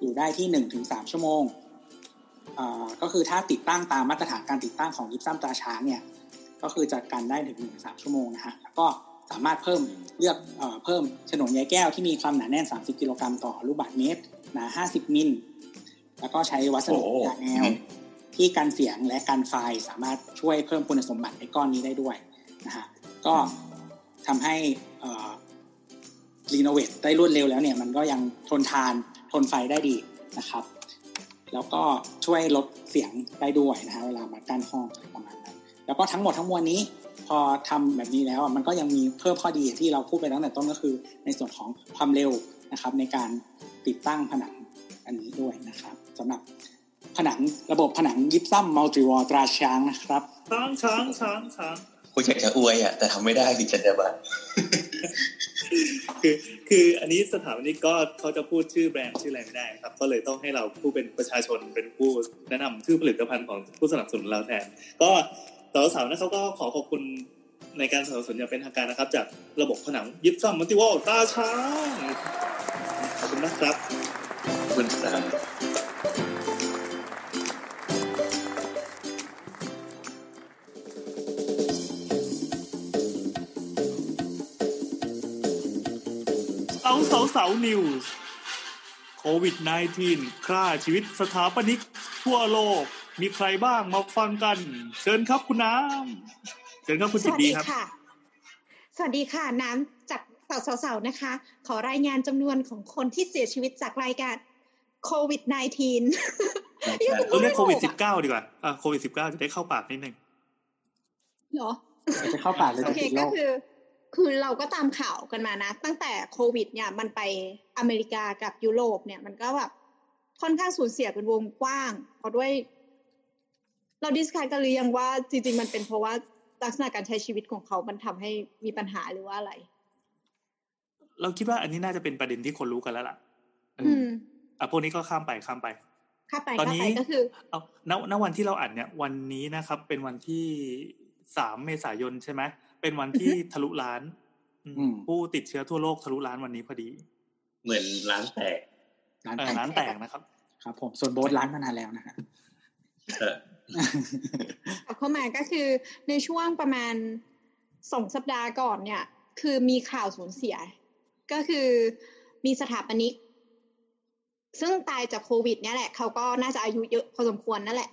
อยู่ได้ที่ หนึ่งถึงสาม ชั่วโมงอ่าก็คือถ้าติดตั้งตามมาตรฐานการติดตั้งของยิปซัมตราช้างเนี่ยก็คือจะกันได้ถึง หนึ่งถึงสาม ชั่วโมงนะฮะแล้วก็สามารถเพิ่มเลือกเอ่อเพิ่มฉนวนใยแก้วที่มีความหนาแน่นสามสิบกิโลกรัมต่อลูกบาศก์เมตรหนาห้าสิบมิลแล้วก็ใช้วัสดุยางแนวที่กันเสียงและกันไฟสามารถช่วยเพิ่มคุณสมบัติในก้อนนี้ได้ด้วยนะฮะก็ทำให้เอ่อรีโนเวทได้รวดเร็วแล้วเนี่ยมันก็ยังทนทานทนไฟได้ดีนะครับแล้วก็ช่วยลดเสียงได้ด้วยนะฮะเวลามากั้นห้องประมาณนั้นแล้วก็ทั้งหมดทั้งมวลนี้พอทำแบบนี้แล้วมันก็ยังมีเพิ่มข้อดีที่เราพูดไปตั้งแต่ต้นก็คือในส่วนของความเร็วนะครับในการติดตั้งผนังอันนี้ด้วยนะครับสำหรับผนังระบบผนังยิปซัมมัลติวอลตราช้างนะครับช้างช้างช้างช้างกูอยากจะอวยอ่ะแต่ทำไม่ได้สิจันทบัตคือคืออันนี้สถาปนิกก็เขาจะพูดชื่อแบรนด์ชื่ออะไรไม่ได้ครับก็เลยต้องให้เราผู้เป็นประชาชนเป็นผู้แนะนำชื่อผลิตภัณฑ์ของผู้สนับสนุนเราแทนก็สาวๆนะเขาก็ขอขอบคุณในการสนับสนุนอย่างเป็นทางการนะครับจากระบบผนังยิปซัมมัลติวอลตราช้างขอบคุณนะครับขอบคุณครับเสาเสาเสานิวส์โควิด สิบเก้า ฆ่าชีวิตสถาปนิกทั่วโลกมีใครบ้างมาฟังกันเชิญครับคุณน้ำเชิญครับคุณจิตดีครับสวัสดีค่ะน้ำจากเสาเสาๆนะคะขอรายงานจำนวนของคนที่เสียชีวิตจากรายการโควิด สิบเก้าเราเรียกโควิด สิบเก้า ดีกว่าอ่าโควิด สิบเก้า จะได้เข้าปากนิดนึงเหรอจะเข้าปากเลยโอเคก็คือคือเราก็ตามข่าวกันมานะตั้งแต่โควิดเนี่ยมันไปอเมริกากับยุโรปเนี่ยมันก็แบบค่อนข้างสูญเสียเป็นวงกว้างเพราะด้วยเราดิสคัสกันหรือยังว่าจริงๆมันเป็นเพราะว่าลักษณะการใช้ชีวิตของเขามันทำให้มีปัญหาหรือว่าอะไรเราคิดว่าอันนี้น่าจะเป็นประเด็นที่คนรู้กันแล้วล่ะอืมอ่ะพวกนี้ก็ข้ามไปข้ามไปข้ามไปตอนนี้ก็คือเอาณณวันที่เราอัดเนี่ยวันนี้นะครับเป็นวันที่สามเมษายนใช่ไหมเป็นวันที่ทะลุล้านผู้ติดเชื้อทั่วโลกทะลุล้านวันนี้พอดีเหมือนล้านแตกล้านแตกล้านแตกนะครับครับผมส่วนโบ๊ทล้านมานานแล้วนะฮะเอาเข้ามาก็คือในช่วงประมาณสองสัปดาห์ก่อนเนี่ยคือมีข่าวสูญเสียก็คือมีสถาปนิกซึ่งตายจากโควิดเนี่ยแหละเขาก็น่าจะอายุเยอะพอสมควรนั่นแหละ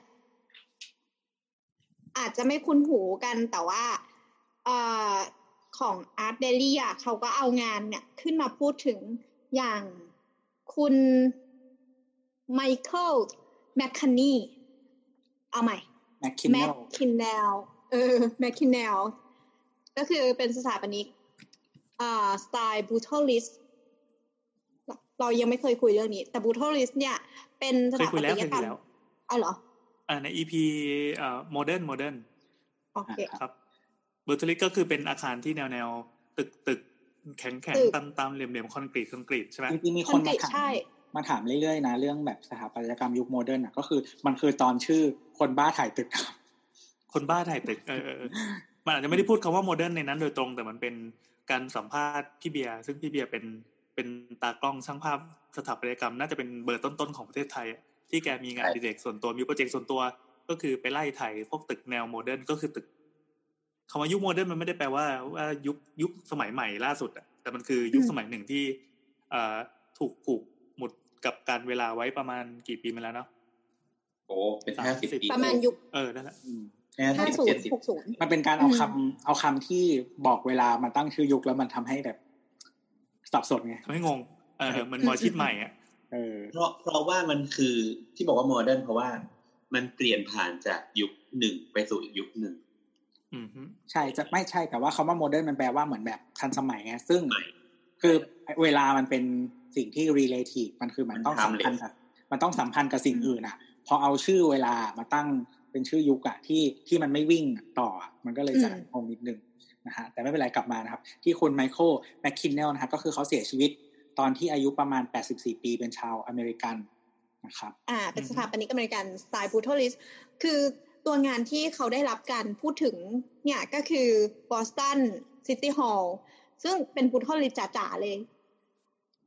อาจจะไม่คุ้นหูกันแต่ว่าเอ่อของ Art Daily อ่ะเขาก็เอางานเนี่ยขึ้นมาพูดถึงอย่างคุณไมเคิลแมคคานีเอาใหม่แมคคินเนลแมคคินเนลเออแมคคินเนลก็คือเป็นสถาปนิกอ่าสไตล์บรูทัลลิสต์เรายังไม่เคยคุยเรื่องนี้แต่บรูทัลลิสต์เนี่ยเป็นสถาปัตยกรรมอ๋อเหรออ่าใน อี พี อ่า Modern Modern โอเคครับบรูทัลลิสต์ก็คือเป็นอาคารที่แนวๆตึกตึกแข็งๆตามๆเหลี่ยมๆคอนกรีตคอนกรีตใช่มั้ยจริงๆมีคนมาถามมาถามเรื่อยๆนะเรื่องแบบสถาปัตยกรรมยุคโมเดิร์นน่ะก็คือมันคือตอนชื่อคนบ้าถ่ายตึกคนบ้าถ่ายตึกเออๆมันอาจจะไม่ได้พูดคำว่าโมเดิร์นในนั้นโดยตรงแต่มันเป็นการสัมภาษณ์พี่เบียร์ซึ่งพี่เบียร์เป็นเป็นตากล้องช่างภาพสถาปัตยกรรมน่าจะเป็นเบอร์ต้นๆของประเทศไทยที่แกมีงานอดิเรกส่วนตัวมีโปรเจกต์ส่วนตัวก็คือไปไล่ถ่ายพวกตึกแนวโมเดิร์นก็คือตึกคำว่ายุคโมเดิร์นมันไม่ได้แปลว่าว่ายุคยุคสมัยใหม่ล่าสุดอ่ะแต่มันคือยุคสมัยหนึ่งที่เอ่อถูกผูกหมุดกับการเวลาไว้ประมาณกี่ปีมาแล้วเนาะโอ้เป็นห้าสิบปีประมาณยุคเออนั่นแหละห้าสิบ หกสิบมันเป็นการเอาคำเอาคำที่บอกเวลามาตั้งชื่อยุคแล้วมันทำให้แบบสับสนไงทำให้งงเออมันมอชิดใหม่อ่ะเออเพราะเพราะว่ามันคือที่บอกว่าโมเดิร์นเพราะว่ามันเปลี่ยนผ่านจากยุคหนึ่งไปสู่อีกยุคหนึ่งอืมใช่จะไม่ใช่แต่ว่าคำว่าโมเดิร์นมันแปลว่าเหมือนแบบทันสมัยไงซึ่งคือเวลามันเป็นสิ่งที่ relative มันคือมันต้องสัมพันธ์กับมันต้องสัมพันธ์กับสิ่งอื่นอ่ะพอเอาชื่อเวลามาตั้งเป็นชื่อยุคอ่ะที่ที่มันไม่วิ่งต่อมันก็เลยจะงงนิดนึงนะฮะแต่ไม่เป็นไรกลับมานะครับที่คุณไมเคิลแมคคินเนลนะฮะก็คือเขาเสียชีวิตตอนที่อายุประมาณแปดสิบสี่ปีเป็นชาวอเมริกันนะครับอ่าเป็นสถาปนิกอเมริกันสไตล์บรูทัลลิสต์คือตัวงานที่เขาได้รับการพูดถึงเนี่ยก็คือ Boston City Hall ซึ่งเป็นบรูทัลลิสต์จ๋าๆเลย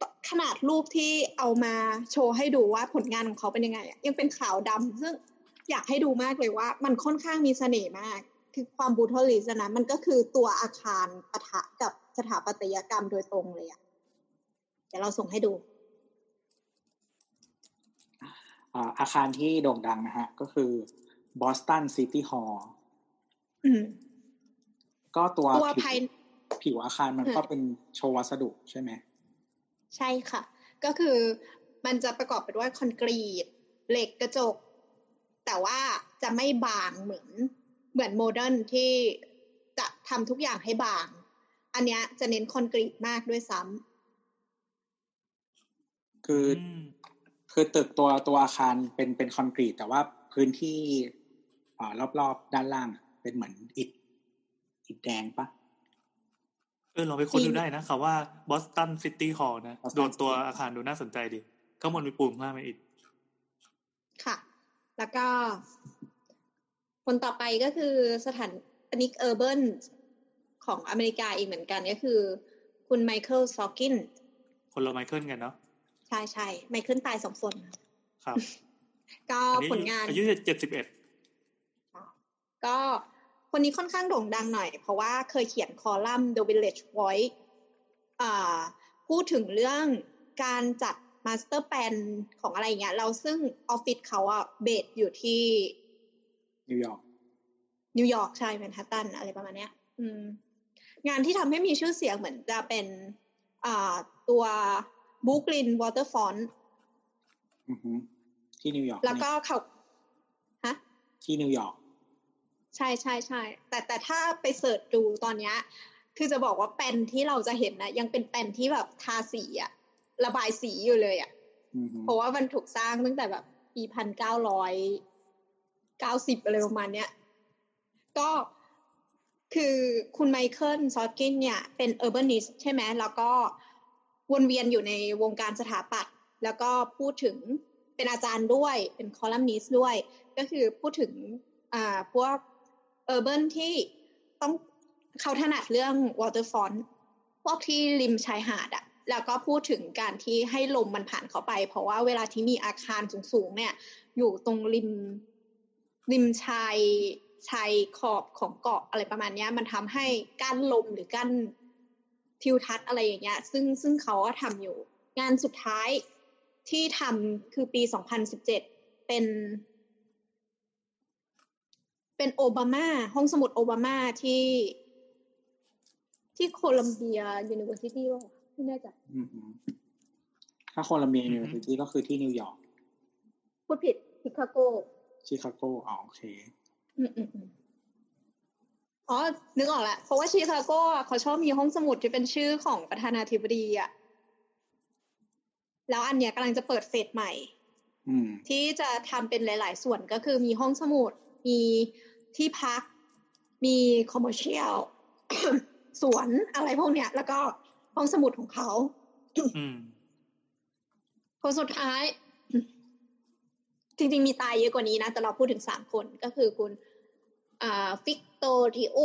ขนาดรูปที่เอามาโชว์ให้ดูว่าผลงานของเขาเป็นยังไงยังเป็นขาวดำซึ่งอยากให้ดูมากเลยว่ามันค่อนข้างมีเสน่ห์มากคือความบูทอลิสนะมันก็คือตัวอาคารปะทะกับสถาปัตยกรรมโดยตรงเลยอ่ะเดี๋ยวเราส่งให้ดูอาคารที่โด่งดังนะฮะก็คือ Boston City Hall อืมก็ตัวตัวภายผิวอาคารมันก็เป็นโชว์วัสดุใช่ไหมใช่ค่ะก็คือมันจะประกอบไปด้วยคอนกรีตเหล็กกระจกแต่ว่าจะไม่บางเหมือนเหมือนโมเดิร์นที่จะทำทุกอย่างให้บางอันเนี้ยจะเน้นคอนกรีตมากด้วยซ้ำคือคือตึกตัวตัวอาคารเป็นเป็นคอนกรีตแต่ว่าพื้นที่อ่ารอบๆด้านล่างเป็นเหมือนอิฐอิฐแดงปะเออลองไปค้นดูได้นะคำว่า Boston City Hall นะโดนตัวอาคารดูน่าสนใจดีข้างบนมีปูนข้างล่างมีอิฐค่ะแล้วก็คนต่อไปก็คือสถานปนิกเออร์เบิร์นของอเมริกาอีกเหมือนกันก็คือคุณไมเคิลซอกินคนเราไมเคิลกันเนาะใช่ใช่ไมเคิลตายสองคนครับก็ผลงานอายุเจ็ดสิบเอ็ดก็คนนี้ค่อนข้างโด่งดังหน่อยเพราะว่าเคยเขียนคอลัมน์ The Village Voice อ่าพูดถึงเรื่องการจัดมาสเตอร์แพลนของอะไรอย่างเงี้ยเราซึ่งออฟฟิศเขาอะเบสอยู่ที่นิวยอร์กนิวยอร์กใช่แมนฮัตตันอะไรประมาณเนี้ยอืมงานที่ทำให้มีชื่อเสียงเหมือนจะเป็นอ่าตัวบรูคลินวอเตอร์ฟรอนต์อือฮึที่นิวยอร์กแล้วก็เขาฮะที่นิวยอร์กใช่ใช่ใช่แต่แต่ถ้าไปเสิร์ชดูตอนเนี้ยคือจะบอกว่าแปนที่เราจะเห็นนะยังเป็นแปนที่แบบทาสีอะระบายสีอยู่เลยอะเพราะว่ามันถูกสร้างตั้งแต่แบบปีพันเก้าร้อยเก้าสิบอะไรประมาณเนี้ยก็คือคุณไมเคิลซอตกินเนี่ยเป็นเออร์เบอร์นิสใช่ไหมแล้วก็วนเวียนอยู่ในวงการสถาปัตย์แล้วก็พูดถึงเป็นอาจารย์ด้วยเป็นคอลัมนิสต์ด้วยก็คือพูดถึงอ่าพวกเออร์เบิร์นที่ต้องเขาถนัดเรื่องวอเตอร์ฟรอนต์พวกที่ริมชายหาดอะแล้วก็พูดถึงการที่ให้ลมมันผ่านเข้าไปเพราะว่าเวลาที่มีอาคารสูงๆเนี่ยอยู่ตรงริมริมชายชายขอบของเกาะอะไรประมาณนี้มันทำให้กั้นลมหรือกั้นทิวทัศน์อะไรอย่างเงี้ยซึ่งซึ่งเขาก็ทำอยู่งานสุดท้ายที่ทำคือปีสองพันสิบเจ็ดเป็นเป็นโอบามาห้องสมุดโอบามาที่ที่โคลัมเบียยูนิเวอร์ซิตี้ว่าไม่แน่ใจถ้าโคลัมเบียยูนิเวอร์ซิตี้ก็คือที่นิวยอร์กพูดผิดชิคาโกชิคาโกอ๋อโอเคอืมๆอ๋อนึกออกแล้วเพราะว่าชิคาโกเขาชอบมีห้องสมุดที่เป็นชื่อของประธานาธิบดีอ่ะแล้วอันเนี้ยกำลังจะเปิดเฟสใหม่ที่จะทำเป็นหลายๆส่วนก็คือมีห้องสมุดมีที่พักมีคอมเมอร์เชียล สวนอะไรพวกเนี้ยแล้วก็ห้องสมุดของเขาคนสุดท้ายจริงๆมีตายเยอะกว่านี้นะแต่เราพูดถึงสามคนก็คือคุณอ่าฟิกโตริโอ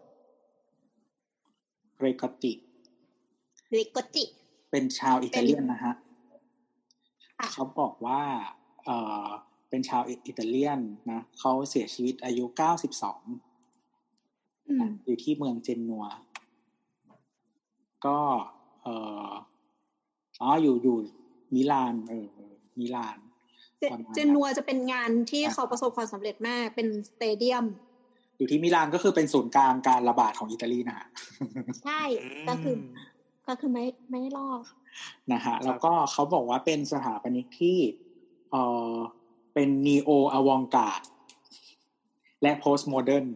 เรกอติเรกอติเป็นชาวอิตาเลียนนะฮะเขาบอกว่าเอ่อเป็นชาวอิตาเลียนนะเขาเสียชีวิตอายุเก้าสิบสองอยู่ที่เมืองเจนัวก็เอ่ออ๋ออยู่อยู่มิลานเออมิลานเจนัวจะเป็นงานที่เขาประสบความสำเร็จมากเป็นสเตเดียมอยู่ที่มิลานก็คือเป็นศูนย์กลางการระบาดของอิตาลีนะฮะใช่ก็คือก็คือไม่ไม่รอดนะฮะแล้วก็เขาบอกว่าเป็นสถาปนิกที่เอ่อเป็นนีโออวองการ์ดและโพสต์โมเดิร์น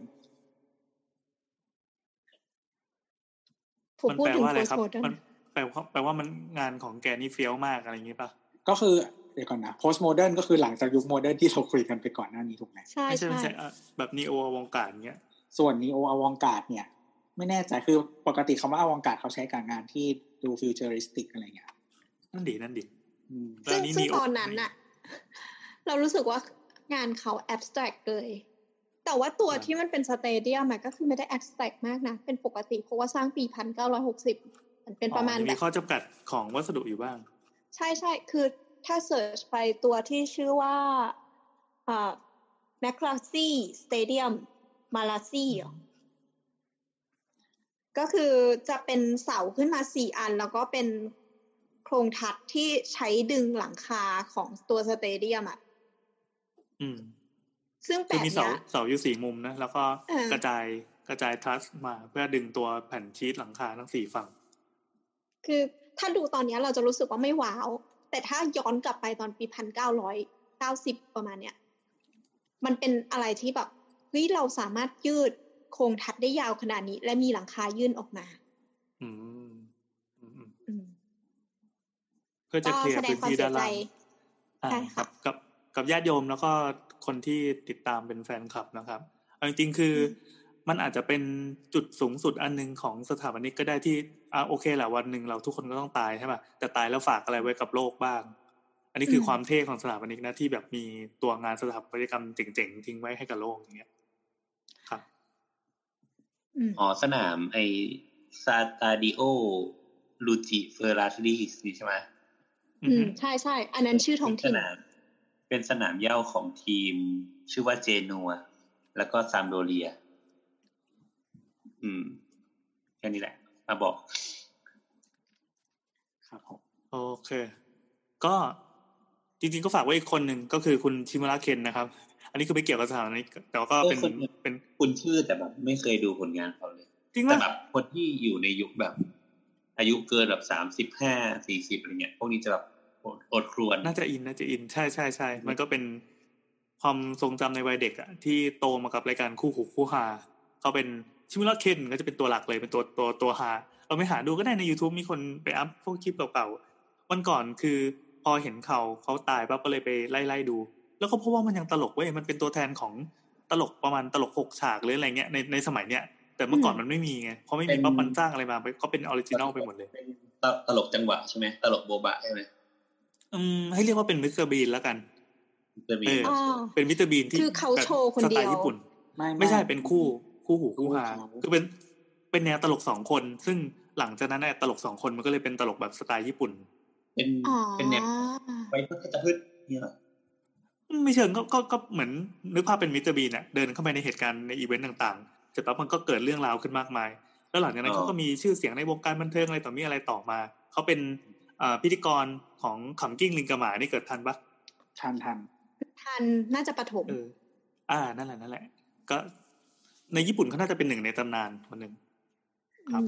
มันแปลว่าอะไรครับมันแปลว่าแปลว่ามันงานของแกนี่เฟี้ยวมากอะไรอย่างนี้ป่ะก็คือเดี๋ยวก่อนนะโพสต์โมเดิร์นก็คือหลังจากยุคโมเดิร์นที่เราคุยกันไปก่อนหน้านี้ถูกไหมใช่ใช่ไม่ใช่แบบนีโออวองการ์ดเงี้ยส่วนนีโออวองการ์ดเนี่ยไม่แน่ใจคือปกติคำว่าอวองการ์ดเขาใช้กับงานที่ดูฟิวเจอริสติกอะไรเงี้ยนั่นดีนั่นดีซึ่งซึ่งตอนนั้นน่ะเรารู้สึกว่างานเขาแอบสแตรกเลยแต่ว่าตัวที่มันเป็นสเตเดียมก็คือไม่ได้แอบสแตรกมากนะเป็นปกติเพราะว่าสร้างปีหนึ่งพันเก้าร้อยหกสิบมันเป็นประมาณแบบมีข้อจำกัดของวัสดุอยู่บ้างใช่ๆคือถ้าเสิร์ชไปตัวที่ชื่อว่าอ่า McClatchy Stadium Malassy ก็คือจะเป็นเสาขึ้นมาสี่อันแล้วก็เป็นโครงทัศน์ที่ใช้ดึงหลังคาของตัวสเตเดียมอ่ะอืมซึ่งแปลกมีเสาเสาอยู่สี่มุมนะแล้วก็กระจายกระจายทรัสมาเพื่อดึงตัวแผ่นชีทหลังคาทั้งสี่ฝั่งคือถ้าดูตอนนี้เราจะรู้สึกว่าไม่ว้าวแต่ถ้าย้อนกลับไปตอนปีหนึ่งพันเก้าร้อยเก้าสิบประมาณเนี้ยมันเป็นอะไรที่แบบเฮ้ยเราสามารถยืดโครงทัศน์ได้ยาวขนาดนี้และมีหลังคายื่นออกมาอืมอืมเพื่อจะเคลียร์พื้นที่ด้านล่างใช่ค่ะกับกับญาติโยมแล้วก็คนที่ติดตามเป็นแฟนคลับนะครับเอาจริงๆคือมันอาจจะเป็นจุดสูงสุดอันนึงของสถาปนิกก็ได้ที่อ่าโอเคแหละวันหนึ่งเราทุกคนก็ต้องตายใช่ป่ะแต่ตายแล้วฝากอะไรไว้กับโลกบ้างอันนี้คือความเท่ของสถาปนิกนะที่แบบมีตัวงานสถาปัตยกรรมเจ๋งๆทิ้งไว้ให้กับโลกอย่างเงี้ยครับอ๋อสนามไอซาตาดิโอลูจิเฟอร์รารีสนี่ใช่ไหมอืมใช่ใช่อันนั้นชื่อท้องถิ่นเป็นสนามเหย้าของทีมชื่อว่าเจนัวแล้วก็ซามโดเรียอืมแค่นี้แหละมาบอกครับผมโอเคก็จริงๆก็ฝากไว้อีกคนหนึ่งก็คือคุณชิมุระเคนนะครับอันนี้คือไม่เกี่ยวกับสถาปนิกแต่ก็เป็นเป็นคุณชื่อแต่แบบไม่เคยดูผลงานเขาเลยจริงแต่แบบคนที่อยู่ในยุคแบบอายุเกินแบบสามสิบห้า สี่สิบอะไรเงี้ยพวกนี้จะแบบอดครวญน่าจะอินน่าจะอินใช่ๆๆมันก็เป็นความทรงจำในวัยเด็กอ่ะที่โตมากับรายการคู่หูคู่หาเขาเป็นชิมุระเคนก็จะเป็นตัวหลักเลยเป็นตัวตัวตัวหาเราไม่หาดูก็ได้ใน YouTube มีคนไปอัพพวกคลิปเก่าๆวันก่อนคือพอเห็นเขาเขาตายปั๊บก็เลยไปไล่ๆดูแล้วก็พบว่ามันยังตลกเว้ยมันเป็นตัวแทนของตลกประมาณตลกหกฉากหรืออะไรเงี้ยในในสมัยเนี้ยแต่เมื่อก่อนมันไม่มีไงเพราะไม่มีปั๊บมันสร้างอะไรมาก็เป็นออริจินอลไปหมดเลยตลกจังหวะใช่ไหมตลกโบบะใช่ไหมอืมให้เรียกว่าเป็นมิสเตอร์บีนแล้วกันมิสเตอร์บีนเป็นมิสเตอร์บีนที่คือเขาโชว์คนเดียวสไตล์ญี่ปุ่นไม่ใช่เป็นคู่คู่หูคู่หาคือเป็นเป็นแนวตลกสองคนซึ่งหลังจากนั้นตลกสองคนมันก็เลยเป็นตลกแบบสไตล์ญี่ปุ่นเป็นเป็นแนวไว้เพื่อจะพึ่งเนี่ยหรอไม่เชิงก็ก็ก็เหมือนนึกภาพเป็นมิสเตอร์บีนน่ะเดินเข้าไปในเหตุการณ์ในอีเวนต์ต่างๆเสร็จปั๊บมันก็เกิดเรื่องราวขึ้นมากมายแล้วหลังจากนั้นเขาก็มีชื่อเสียงในวงการบันเทิงอะไรต่อมีอะไรต่อมาเขาเป็นพิธีกรของขำกิ้งลิงกะหมานี่เกิดทันปะทันทันทันน่าจะประถมเอออ่านั่นแหละนั่นแหละก็ในญี่ปุ่นเขาน่าจะเป็นหนึ่งในตำนานคนหนึ่งครับ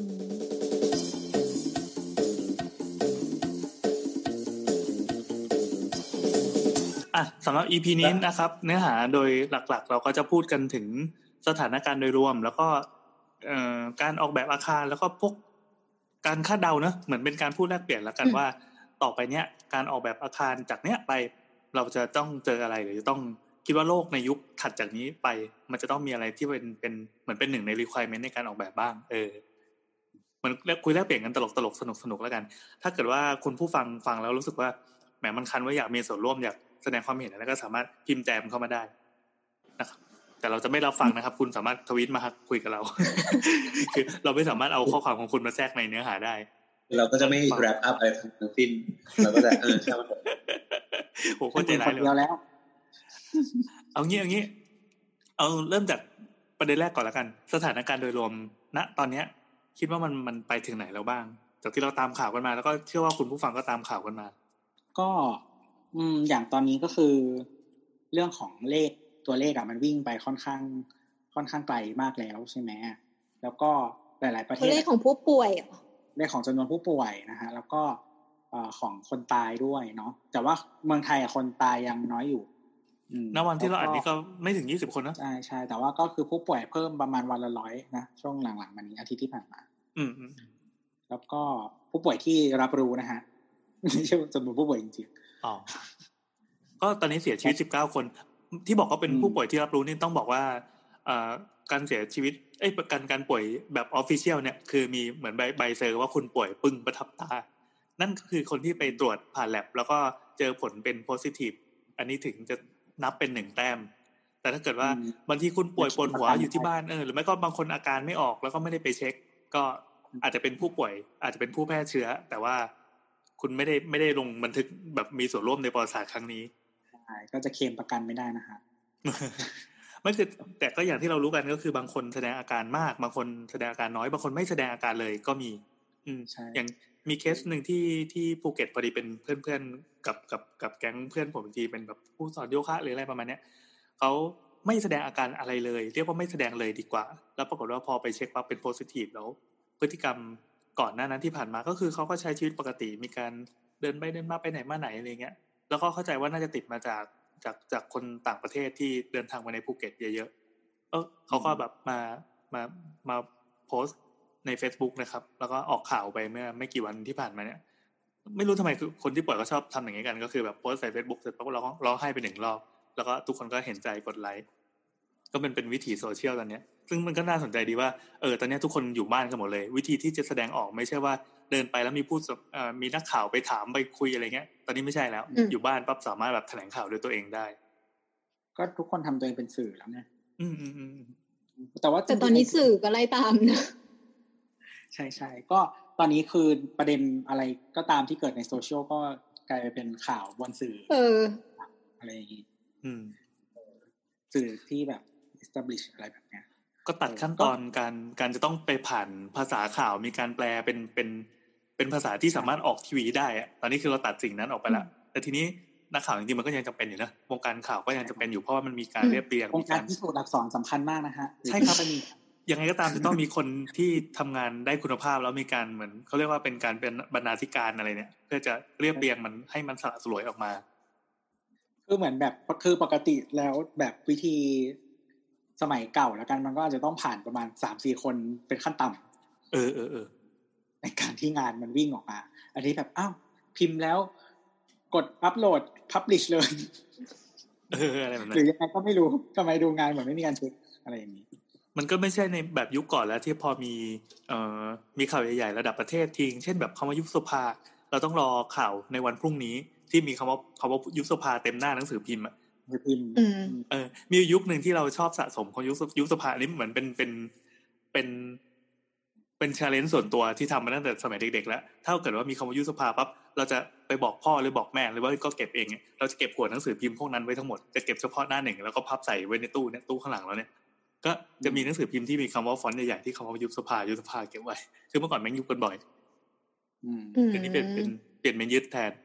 อ่ะสำหรับ อี พี นี้นะครับเนื้อหาโดยหลักๆเราก็จะพูดกันถึงสถานการณ์โดยรวมแล้วก็เอ่อการออกแบบอาคารแล้วก็พวกการคาดเดาเนอะเหมือนเป็นการพูดแลกเปลี่ยนแล้วกันว่าต่อไปเนี้ยการออกแบบอาคารจากเนี้ยไปเราจะต้องเจออะไรหรือจะต้องคิดว่าโลกในยุคถัดจากนี้ไปมันจะต้องมีอะไรที่เป็นเป็นเหมือนเป็นหนึ่งใน requirement ในการออกแบบบ้างเออมันคุยแลกเปลี่ยนกันตลกๆสนุกๆแล้วกันถ้าเกิดว่าคุณผู้ฟังฟังแล้วรู้สึกว่าแหมมันคันว่าอยากมีส่วนร่วมอยากแสดงความเห็นแล้วก็สามารถพิมพ์แจมเข้ามาได้นะครับแต่เราจะไม่รับฟังนะครับคุณสามารถทวีตมาคุยกับเรา คือเราไม่สามารถเอาข้อความของคุณมาแทรกในเนื้อหาได้เราก็จะไม่ wrap up อะไรทั้งสิ้นเราก็จะเออใช่มั้ยโหโคตรใจร้ายเลยแล้วเอางี้เอางี้เอาเริ่มจากประเด็นแรกก่อนแล้วกันสถานการณ์โดยรวมณตอนเนี้ยคิดว่ามันมันไปถึงไหนแล้วบ้างจากที่เราตามข่าวกันมาแล้วก็เชื่อว่าคุณผู้ฟังก็ตามข่าวกันมาก็อืมอย่างตอนนี้ก็คือเรื่องของเลขตัวเลขอะมันวิ่งไปค่อนข้างค่อนข้างไกลมากแล้วใช่ไหมแล้วก็หลายๆประเทศเลขของผู้ป่วยเลขของจำนวนผู้ป่วยนะฮะแล้วก็เอ่อของคนตายด้วยเนาะแต่ว่าเมืองไทยอะคนตายยังน้อยอยู่ณวันที่เราอัดนี้ก็ไม่ถึงยี่สิบคนนะใช่ๆแต่ว่าก็คือผู้ป่วยเพิ่มประมาณวันละร้อยนะช่วงหลังๆมานี้อาทิตย์ที่ผ่านมาอืมๆแล้วก็ผู้ป่วยที่รับรู้นะฮะไม่ใช่จำนวนผู้ป่วยจริงๆอ๋อก็ตอนนี้เสียชีวิตสิบเก้าคนที่บอกว่าเป็นผู้ป่วยที่รับรู้นี่ต้องบอกว่าเอ่อการเสียชีวิตเอ้ยประกันการป่วยแบบออฟฟิเชียลเนี่ยคือมีเหมือนใบใบเซอร์ว่าคุณป่วยปึ้งประทับตานั่นก็คือคนที่ไปตรวจผ่านแลบแล้วก็เจอผลเป็นโพซิทีฟอันนี้ถึงจะนับเป็นหนึ่งแต้มแต่ถ้าเกิดว่าบางทีคุณป่วยปวดหัวอยู่ที่บ้านเออหรือไม่ก็บางคนอาการไม่ออกแล้วก็ไม่ได้ไปเช็คก็อาจจะเป็นผู้ป่วยอาจจะเป็นผู้แพร่เชื้อแต่ว่าคุณไม่ได้ไม่ได้ลงบันทึกแบบมีส่วนร่วมในประวัติศาสตร์ครั้งนี้ใช่ก็จะเคลมประกันไม่ได้นะฮะไม่คือแต่ก็อย่างที่เรารู้กันก็คือบางคนแสดงอาการมากบางคนแสดงอาการน้อยบางคนไม่แสดงอาการเลยก็มีอืมอย่างมีเคสหนึ่งที่ที่ภูเก็ตพอดีเป็นเพื่อนๆกับกับกับแก๊งเพื่อนผมทีเป็นแบบผู้สอนโยคะหรืออะไรประมาณเนี้ยเขาไม่แสดงอาการอะไรเลยเรียกว่าไม่แสดงเลยดีกว่าแล้วปรากฏว่าพอไปเช็คว่าเป็นโพซิทีฟแล้วพฤติกรรมก่อนหน้านั้นที่ผ่านมาก็คือเขาก็ใช้ชีวิตปกติมีการเดินไปเดินมาไปไหนมาไหนอะไรเงี้ยแล้วก็เข้าใจว่าน่าจะติดมาจากจากจากคนต่างประเทศที่เดินทางมาในภูเก็ตเยอะๆเออเขาก็แบบมามามาโพสต์ใน Facebook นะครับแล้วก็ออกข่าวไปเมื่อไม่กี่วันที่ผ่านมาเนี่ยไม่รู้ทำไมคือคนที่ป่วยก็ชอบทำอย่างนี้กันก็คือแบบโพสต์ใส่ Facebook เสร็จปั๊บเราก็ร้องไห้ไปหนึ่งรอบแล้วก็ทุกคนก็เห็นใจกดไลค์ก็เป็นเป็นวิถีโซเชียลตอนนี้ซึ่งมันก็น่าสนใจดีว่าเออตอนนี้ทุกคนอยู่บ้านกันหมดเลยวิธีที่จะแสดงออกไม่ใช่ว่าเดินไปแล้วมีผู้เอ่อมีนักข่าวไปถามไปคุยอะไรเงี้ยตอนนี้ไม่ใช่แล้วอยู่บ้านปั๊บสามารถแบบแถลงข่าวด้วยตัวเองได้ก็ทุกคนทำตัวเองเป็นสื่อแล้วไงอืมอืมอืมแต่ว่าแต่ตอนนี้สื่อก็ไล่ตามนะใช่ใช่ก็ตอนนี้คือประเด็นอะไรก็ตามที่เกิดในโซเชียลก็กลายเป็นข่าวบนสื่อเอออะไรอย่างงี้อืมสื่อที่แบบ establish อะไรแบบเนี้ยก็ตัดขั้นตอนการการจะต้องไปผ่านภาษาข่าวมีการแปลเป็นเป็นเป็นภาษาที่สามารถออกทีวีได้อะตอนนี้คือเราตัดสิ่งนั้นออกไปแล้วแต่ทีนี้นักข่าวจริงๆมันก็ยังจำเป็นอยู่นะวงการข่าวก็ยังจำเป็นอยู่เพราะว่ามันมีการเรียบเรียงวงการพิสูจน์อักษรสำคัญมากนะฮะใช่ครับยังไงก็ตามจะต้องมีคนที่ทำงานได้คุณภาพแล้วมีการเหมือนเขาเรียกว่าเป็นการเป็นบรรณาธิการอะไรเนี่ยเพื่อจะเรียบเรียงมันให้มันสละสลวยออกมาคือเหมือนแบบคือปกติแล้วแบบวิธีสมัยเก่าแล้วกันมันก็จะต้องผ่านประมาณ สามถึงสี่ คนเป็นขั้นต่ำเออเออเออในการที่งานมันวิ่งออกมาอันนี้แบบอ้าวพิมพ์แล้วกดอัปโหลดพับลิชเลยเอออะไรแบบนั้นหรือยังไงก็ไม่รู้ทำไมดูงานเหมือนไม่มีการเช็คอะไรอย่างนี้มันก็ไม่ใช่ในแบบยุคก่อนแล้วที่พอมีเอ่อมีข่าวใหญ่ๆระดับประเทศทิ้งเช่นแบบคำว่ายุบสภาเราต้องรอข่าวในวันพรุ่งนี้ที่มีคำว่าคำว่ายุบสภาเต็มหน้าหนังสือพิมพ์อ่ะพิมพ์เออมียุคนึงที่เราชอบสะสมของยุบยุบสภาอันนี้เหมือนเป็นเป็นเป็นเป็น challenge ส่วนตัวที่ทำมาตั้งแต่สมัยเด็กๆแล้วถ้าเกิดว่ามีคำว่ายุบสภาปั๊บเราจะไปบอกพ่อหรือบอกแม่หรือว่าก็เก็บเองเราจะเก็บหัวหนังสือพิมพ์พวกนั้นไว้ทั้งหมดจะเก็บเฉพาะหน้าหนึ่งแล้วก็พับใส่ไว้ในตู้เนี่ยตู้ข้างหลังแล้วเนี่ยก็จะมีหนังสือพิมพ์ที่มีคำว่าฟอนต์ใหญ่ๆที่คำว่ายุบสภายุบสภาเก็บไว้คือเมื่อก่อนแม่งยุบกันบ่อยเดี๋ยวนี้เปลี่ยนเป็นเปลี่ยนเป็นยึดแทน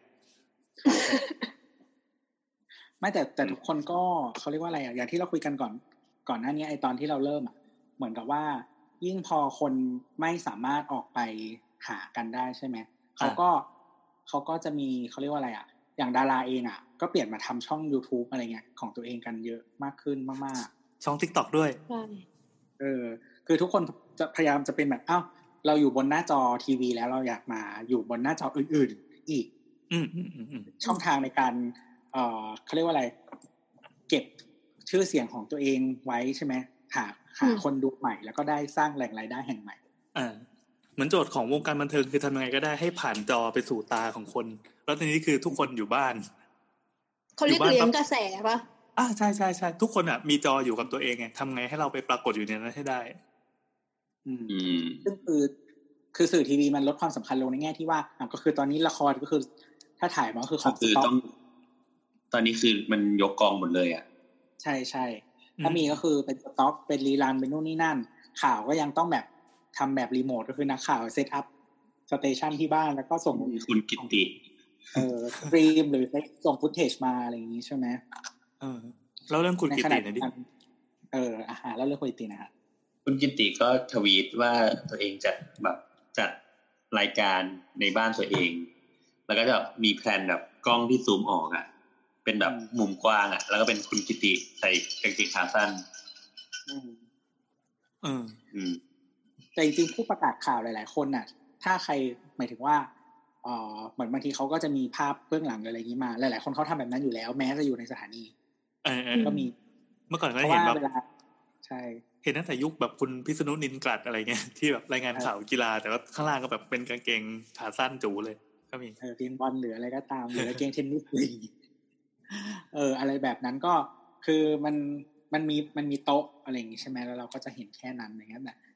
ไม่แต่แต่ทุกคนก็เขาเรียกว่าอะไรอ่ะอย่างที่เราคุยกันก่อนก่อนหน้านี้ไอตอนที่เราเริ่มอ่ะเหมือนกับว่ายิ่งพอคนไม่สามารถออกไปหากันได้ใช่ไหมเขาก็เขาก็จะมีเขาเรียกว่าอะไรอ่ะอย่างดาราเองอ่ะก็เปลี่ยนมาทำช่อง YouTube อะไรเงี้ยของตัวเองกันเยอะมากขึ้นมากๆช่อง TikTok ด้วยใช่เออคือทุกคนจะพยายามจะเป็นแบบอ้าวเราอยู่บนหน้าจอทีวีแล้วเราอยากมาอยู่บนหน้าจออื่นๆอีกอืมๆๆช่องทางในการเอ่อเขาเรียกว่าอะไรเก็บชื่อเสียงของตัวเองไว้ใช่ไหมหาหาคนดูใหม่แล้วก็ได้สร้างแหล่งรายได้แห่งใหม่อ่าเหมือนโจทย์ของวงการบันเทิงคือทำยังไงก็ได้ให้ผ่านจอไปสู่ตาของคนแล้วทีนี้คือทุกคนอยู่บ้านเขาเรียกเลี้ยงกระแสป่ะอ่าใช่ใช่ใช่ทุกคนอ่ะมีจออยู่กับตัวเองไงทำไงให้เราไปปรากฏอยู่ในนั้นให้ได้อืมซึ่งคือคือสื่อทีวีมันลดความสำคัญลงในแง่ที่ว่าอ่ะก็คือตอนนี้ละครก็คือถ้าถ่ายมาก็คือของสต็อกตอนนี้คือมันยกกองหมดเลยอ่ะใช่ใช่ถ้ามีก็คือเป็นสต็อกเป็นรีรันเป็นนู่นนี่นั่นข่าวก็ยังต้องแบบทำแบบรีโมทก็คือนักข่าวเซตอัพสเตชันที่บ้านแล้วก็ส่งคุณกิตติเออสตรีมหรือส่งฟุตเทจมาอะไรอย่างนี้ใช่ไหมเออแล้วเรื่องคุณกิตติเนี่ยดิเอออาหารแล้วเรื่องคุณกิตตินะฮะคุณกิตติก็ทวีตว่าตัวเองจะแบบจัดรายการในบ้านตัวเองแล้วก็จะมีแพลนแบบกล้องที่ซูมออกอ่ะเป็นแบบมุมกว้างอ่ะแล้วก็เป็นคุณกิตติใส่กางเกงขาสั้นอืมอืมอืมแต่จริงๆผู้ประกาศข่าวหลายๆคนน่ะถ้าใครหมายถึงว่าเอ่อเหมือนบางทีเขาก็จะมีภาพเบื้องหลังอะไรอย่างนี้มาหลายๆคนเขาทำแบบนั้นอยู่แล้วแม้จะอยู่ในสถานีเออก็มีเมื่อก่อนก็เห็นแบบใช่เห็นตั้งแต่ยุคแบบคุณพิษณุนินกลัดอะไรเงี้ยที่แบบรายงานข่าวกีฬาแต่ว่าข้างล่างก็แบบเป็นกางเกงขาสั้นจูเลยก็มีเออเกมบอลหรืออะไรก็ตามหรือกางเกงเทนนิสอะไรเอออะไรแบบนั้นก็คือมันมันมีมันมีโต๊ะอะไรอย่างงี้ใช่ไหมแล้วเราก็จะเห็นแค่นั้นอย่างเงี้ยแต่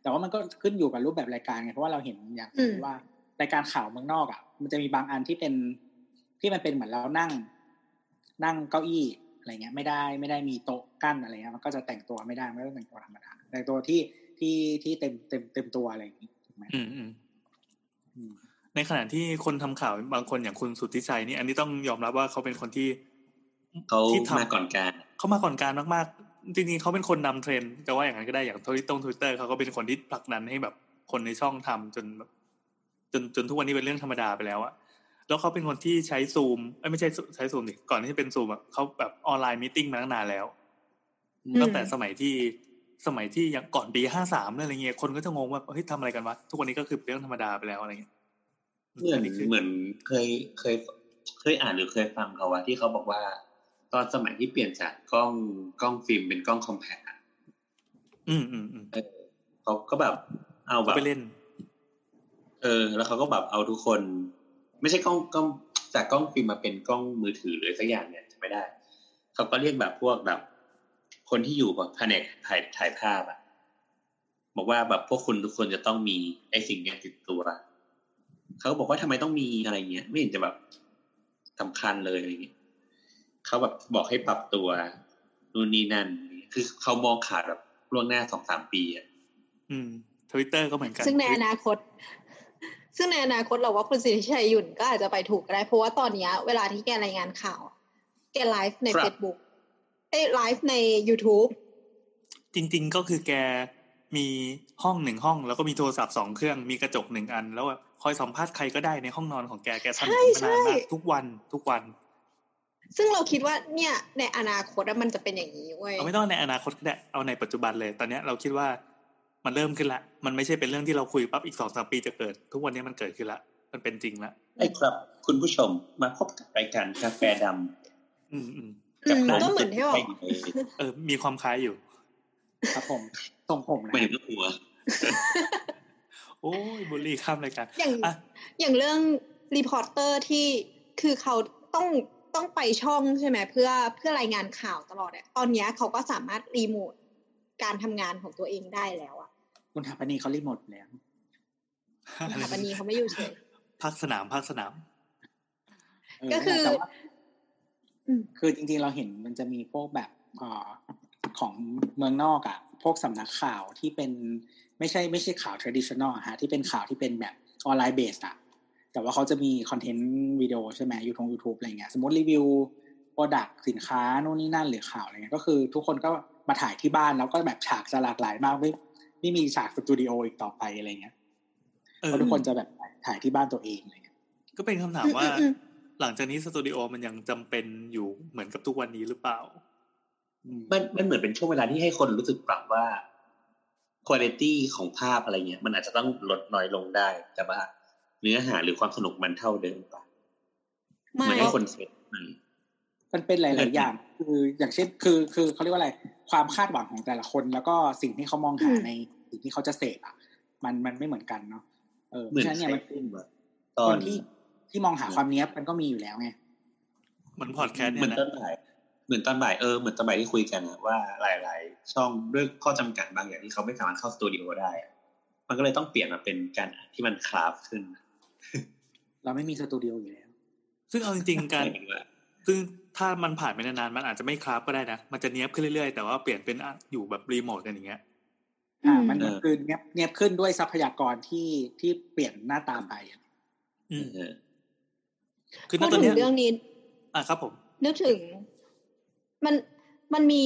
แต่ว่ามันก็ขึ้นอยู่กับรูปแบบรายการไงเพราะว่าเราเห็นอย่างว่ารายการข่าวเมืองนอกอ่ะมันจะมีบางอันที่เป็นที่มันเป็นเหมือนเรานั่งนั่งเก้าอี้อะไรเงี้ยไม่ได้ไม่ได้มีโต๊ะกั้นอะไรเงี้ยมันก็จะแต่งตัวไม่ได้ไม่ต้องแต่งตัวธรรมดาแต่งตัวที่ที่ที่เต็มเต็มเต็มตัวอะไรอย่างงี้ถูกไหมอืมอืมในขณะที่คนทำข่าวบางคนอย่างคุณสุทธิชัยนี่อันนี้ต้องยอมรับว่าเขาเป็นคนที่เขามาก่อนการเขามาก่อนการมากๆจริงๆเขาเป็นคนนำเทรนด์แต่ว่าอย่างนั้นก็ได้อย่างทวิตตรง Twitter เขาก็เป็นคนที่ผลักดันให้แบบคนในช่องทำจนจนจนทุกวันนี้เป็นเรื่องธรรมดาไปแล้วอะแล้วเขาเป็นคนที่ใช้ซูมเอ้ยไม่ใช่ใช้ซูมดิก่อนที่จะเป็นซูมอ่ะเขาแบบออนไลน์มีตติ้งมาตั้งนานแล้วตั้งแต่สมัยที่สมัยที่ยังก่อนปีห้าสามอะไรเงี้ยคนก็จะงงว่าเฮ้ยทำอะไรกันวะทุกวันนี้ก็คือเรื่องธรรมดาไปแล้วอะไรเงี้ยเหมือนเหมือนเคยเคยเคยอ่านหรือเคยฟังเขาว่าที่เขาบอกว่าตอนสมัยที่เปลี่ยนจากกล้องกล้องฟิล์มเป็นกล้องคอมแพคอ่ะอืมอืมอืมเขาก็แบบเอาแบบไปเล่นเออแล้วเขาก็แบบเอาทุกคนไม่ใช่กล้องกล้องจากกล้องฟิล์มมาเป็นกล้องมือถือหรือสักอย่างเนี่ยไม่ได้เขาก็เรียกแบบพวกแบบคนที่อยู่แบบแผนกถ่ายถ่ายภาพอ่ะบอกว่าแบบพวกคุณทุกคนจะต้องมีไอ้สิ่งนี้ติดตัวเขาบอกว่าทำไมต้องมีอะไรเงี้ยไม่เห็นจะแบบสำคัญเลยอะไรเงี้ยเขาแบบบอกให้ปรับตัวนู่นนี่นั่นคือเขามองขาดแบบล่วงหน้า สองถึงสาม ปีอ่ะอืม Twitter ก็เหมือนกันซึ่งในอนาคตซึ่งในอนาคตเราว่าคุณสิทธิชัยหยุ่นก็อาจจะไปถูกก็ได้เพราะว่าตอนนี้เวลาที่แกรายงานข่าวแกไลฟ์ใน Facebook เอ้ยไลฟ์ใน YouTube จริงๆก็คือแกมีห้องหนึ่งห้องแล้วก็มีโทรศัพท์สองเครื่องมีกระจกหนึ่งอันแล้วคอยสัมภาษณ์ใครก็ได้ในห้องนอนของแกแกทำอย่างนี้มานานมากทุกวันทุกวันซึ่งเราคิดว่าเนี่ยในอนาคตมันจะเป็นอย่างนี้เว้ยเอาไม่ต้องในอนาคตก็ได้เอาในปัจจุบันเลยตอนนี้เราคิดว่ามันเริ่มขึ้นละมันไม่ใช่เป็นเรื่องที่เราคุยปั๊บอีก สองถึงสาม ปีจะเกิดทุกวันนี้มันเกิดขึ้นละมันเป็นจริงละไอ้ครับคุณผู้ชมมาพบกับรายการกาแฟดำอืมอืมก็เหมือนที่บอกเออมีความคล้ายอยู่ครับผมทรงผมนะไม่ถึงหัวโอ้ยบุลลี่ข้ามรายการอย่างอย่างเรื่องรีพอร์เตอร์ที่คือเขาต้องต้องไปช่องใช่ไหมเพื่อเพื่อรายงานข่าวตลอดเนี่ยตอนนี้เขาก็สามารถรีโมทการทำงานของตัวเองได้แล้วอ่ะคุณถาปนีเขารีโมทแล้วคุณถาปนีเขาไม่อยู่เฉยพักสนามพักสนามก็คือคือจริงๆเราเห็นมันจะมีพวกแบบอ่าของเมืองนอกอ่ะพวกสำนักข่าวที่เป็นไม่ใช่ไม่ใช่ข่าว traditional ฮะที่เป็นข่าวที่เป็นแบบออนไลน์เบสอ่ะแต่ว่าเขาจะมีคอนเทนต์วิดีโอใช่ไหมยูทง YouTube อะไรเงี้ยสมมติรีวิวโปรดักต์สินค้าโน่นนี่นั่นหรือข่าวอะไรเงี้ยก็คือทุกคนก็มาถ่ายที่บ้านแล้วก็แบบฉากจะหลากหลายมากไม่ไม่มีฉากสตูดิโออีกต่อไปอะไรเงี้ยเพราะทุกคนจะแบบถ่ายที่บ้านตัวเองอะไรเงี้ยก็เป็นคำถามว่าหลังจากนี้สตูดิโอมันยังจำเป็นอยู่เหมือนกับทุกวันนี้หรือเปล่ามันมันเหมือนเป็นช่วงเวลาที่ให้คนรู้สึกปรับว่าคุณภาพของภาพอะไรเงี้ยมันอาจจะต้องลดน้อยลงได้แต่ว่าเนื้อหาหรือความสนุกมันเท่าเดิมป่ะเหมือนให้คนเซ็ตมันเป็นหลายๆอย่างคืออย่างเช่นคือคือเขาเรียกว่าอะไรความคาดหวังของแต่ละคนแล้วก็สิ่งที่เขามองหาในสิ่งที่เขาจะเสพอ่ะมันมันไม่เหมือนกันเนาะเออเพราะฉะนั้นเนี่ยมันคนที่ที่มองหาความเนี้ยมันก็มีอยู่แล้วไงเหมือนพอดแคสต์เนี่ยนะเหมือนตอนบ่ายเหมือนตอนบ่ายเออเหมือนตอนบ่ายที่คุยกันนะว่าหลายๆช่องด้วยข้อจำกัดบางอย่างที่เขาไม่สามารถเข้าสตูดิโอได้มันก็เลยต้องเปลี่ยนมาเป็นการที่มันคราฟขึ้นเราไม่มีสตูดิโออยู่แล้วซึ่งเอาจริงๆการซึ่งถ้ามันผ่านไปนานๆมันอาจจะไม่คราฟก็ได้นะมันจะเนี้ยบขึ้นเรื่อยๆแต่ว่าเปลี่ยนเป็นอยู่แบบรีโมทกันอย่างเงี้ยอ่ามันคือเนี้ยบเนี้ยบขึ้นด้วยทรัพยากรที่ที่เปลี่ยนหน้าตาไปอืมคือพูดถึงเรื่องนี้อ่ะครับผมนึกถึงมันมันมี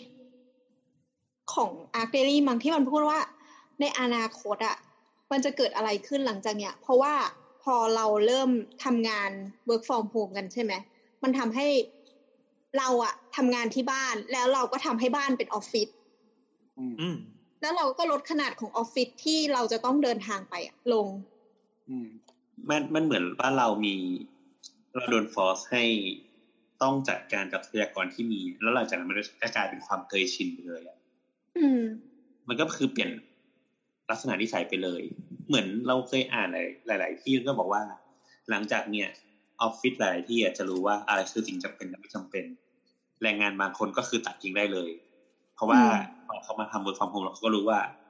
ของ Arc Daily มั้งที่มันพูดว่าในอนาคตอ่ะมันจะเกิดอะไรขึ้นหลังจากเนี้ยเพราะว่าพอเราเริ่มทำงาน work from home กันใช่ไหมมันทำให้เราอะทำงานที่บ้านแล้วเราก็ทำให้บ้านเป็นออฟฟิศแล้วเราก็ลดขนาดของออฟฟิศที่เราจะต้องเดินทางไปอะลงมันมันเหมือนว่าเรามีเราโดนฟอร์สให้ต้องจัดการกับทรัพยากรที่มีแล้วหลังจากนั้นมันก็กลายเป็นความเคยชินไปเลยอ่ะมันก็คือเปลี่ยนลักษณะนิสัยไปเลยเหมือนเราเคยอ่านหลายๆที่ก็บอกว่าหลังจากเนี่ยออฟฟิศหลายที่จะรู้ว่าอะไรคือสิ่งจำเป็นและไม่จำเป็นแรงงานบางคนก็คือตัดทิ้งได้เลยเพราะว่าพอเขามาทำ work from home เราก็รู้ว่า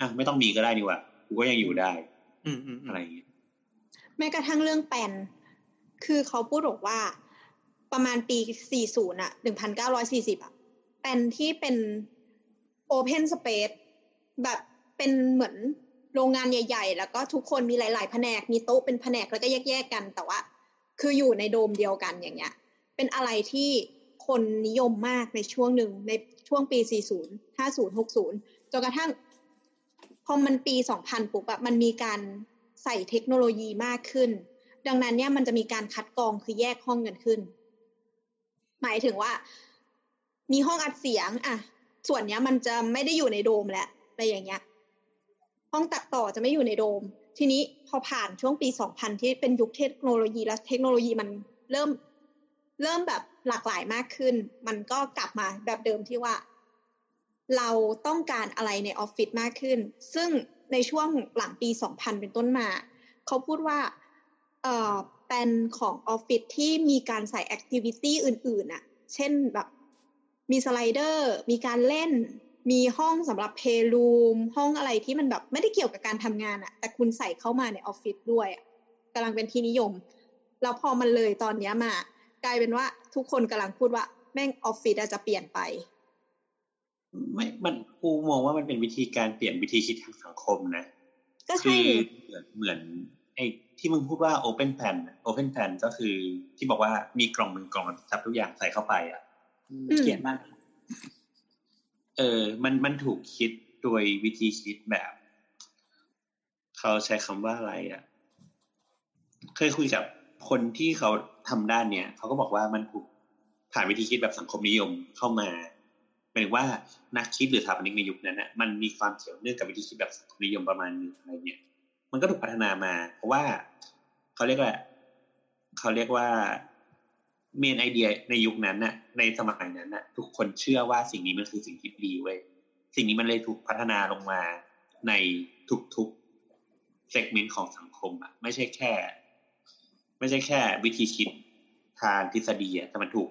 อ่ะไม่ต้องมีก็ได้นี่หว่ากูก็ยังอยู่ได้อืมอืมอะไรอย่างเงี้ยแม้กระทั่งเรื่องแปลนคือเขาพูดบอกว่าประมาณปีสี่สิบอ่ะหนึ่งพันเก้าร้อยสี่สิบอ่ะแปลนที่เป็นโอเพนสเปซแบบเป็นเหมือนโรงงานใหญ่ๆแล้วก็ทุกคนมีหลายๆแผนกมีโต๊ะเป็นแผนกแล้วก็แยกๆกันแต่ว่าคืออยู่ในโดมเดียวกันอย่างเงี้ยเป็นอะไรที่คนนิยมมากในช่วงหนึ่งในช่วงปีสี่สิบ ห้าสิบ หกสิบจนกระทั่งพอมันปีสองพันปุ๊บอะมันมีการใส่เทคโนโลยีมากขึ้นดังนั้นเนี่ยมันจะมีการคัดกรองคือแยกห้องกันขึ้นหมายถึงว่ามีห้องอัดเสียงอะส่วนเนี้ยมันจะไม่ได้อยู่ในโดมแล้วอะไรอย่างเงี้ยห้องตัดต่อจะไม่อยู่ในโดมทีนี้พอผ่านช่วงปีสองพันที่เป็นยุคเทคโนโลยีแล้วเทคโนโลยีมันเริ่มเริ่มแบบหลากหลายมากขึ้นมันก็กลับมาแบบเดิมที่ว่าเราต้องการอะไรในออฟฟิศมากขึ้นซึ่งในช่วงหลังปีสองพันเป็นต้นมาเขาพูดว่าเอ่อเป็นของออฟฟิศที่มีการใส่แอคทิวิตี้อื่นๆน่ะเช่นแบบมีสไลเดอร์มีการเล่นมีห้องสำหรับเพลย์รูมห้องอะไรที่มันแบบไม่ได้เกี่ยวกับการทำงานอะแต่คุณใส่เข้ามาในออฟฟิศด้วยกำลังเป็นที่นิยมแล้วพอมันเลยตอนนี้มากลายเป็นว่าทุกคนกำลังพูดว่าแม่งออฟฟิศจะเปลี่ยนไปไม่มันกูมองว่ามันเป็นวิธีการเปลี่ยนวิธีคิดทางสังคมนะก็ใช่เหมือนเหมือนไอ้ที่มึงพูดว่า open plan open plan ก็คือที่บอกว่ามีกล่องมึงกล่องจับทุกอย่างใส่เข้าไปอ่ะเขียนมากเออมันมันถูกคิดโดยวิธีคิดแบบเขาใช้คำว่าอะไรอ่ะเคยคุยกับคนที่เขาทำด้านเนี้ยเขาก็บอกว่ามันถูกผ่านวิธีคิดแบบสังคมนิยมเข้ามาหมายถึงว่านักคิดหรือสถาปนิกในยุคนั้นน่ะมันมีความเกี่ยวเนื่องกับวิธีคิดแบบสังคมนิยมประมาณนึงอะไรเงี้ยมันก็ถูกพัฒนามาเพราะว่าเขาเรียกว่าเขาเรียกว่าเมนไอเดียในยุคนั้นน่ะในสมัยนั้นน่ะทุกคนเชื่อว่าสิ่งนี้มันคือสิ่งที่ดีเว้ยสิ่งนี้มันเลยถูกพัฒนาลงมาในทุกๆเซกเมนต์ของสังคมอ่ะไม่ใช่แค่ไม่ใช่แค่วิธีคิดทางทฤษฎีอ่ะแต่มันถูก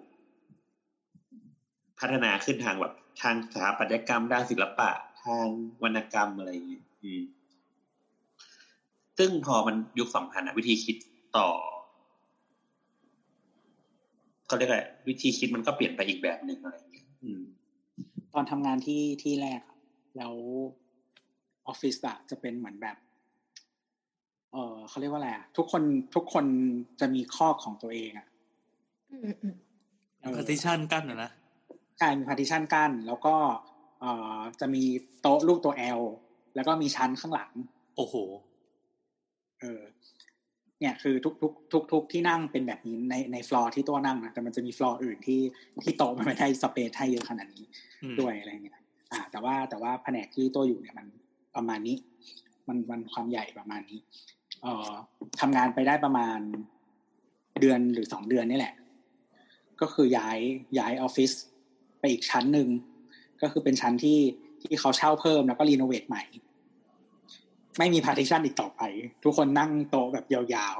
พัฒนาขึ้นทางแบบทางสถาปัตยกรรมด้านศิลปะทางวรรณกรรมอะไรอย่างเงี้ยซึ่งพอมันยุคสองพันอ่ะวิธีคิดต่อเขาเรียกอะไรวิธีคิดมันก็เปลี่ยนไปอีกแบบนึงอะไรอย่างเงี้ยตอนทำงานที่ที่แรกแล้วออฟฟิศอะจะเป็นเหมือนแบบเออเขาเรียกว่าอะไรอะทุกคนทุกคนจะมีคอกของตัวเองอะพาร์ติชันกั้นนะนะใช่มีพาร์ติชันกั้นแล้วก็เอ่อจะมีโต๊ะรูปตัว L แล้วก็มีชั้นข้างหลังโอ้โหเออเนี่ยคือทุกทุกทุกทุกที่นั่งเป็นแบบนี้ในในฟลอร์ที่ตัวนั่งนะแต่มันจะมีฟลอร์อื่นที่ที่โต๊ะมันไม่ได้สเปซให้เยอะขนาดนี้ด้วยอะไรเงี้ยอ่าแต่ว่าแต่ว่าแผนกที่ตัวอยู่เนี่ยมันประมาณนี้มันมันความใหญ่ประมาณนี้เอ่อทำงานไปได้ประมาณเดือนหรือสองเดือนนี่แหละก็คือย้ายย้ายออฟฟิศไปอีกชั้นหนึ่งก็คือเป็นชั้นที่ที่เขาเช่าเพิ่มแล้วก็รีโนเวทใหม่ไม่มีพาร์ติชันอีกต่อไปทุกคนนั่งโต๊ะแบบยาว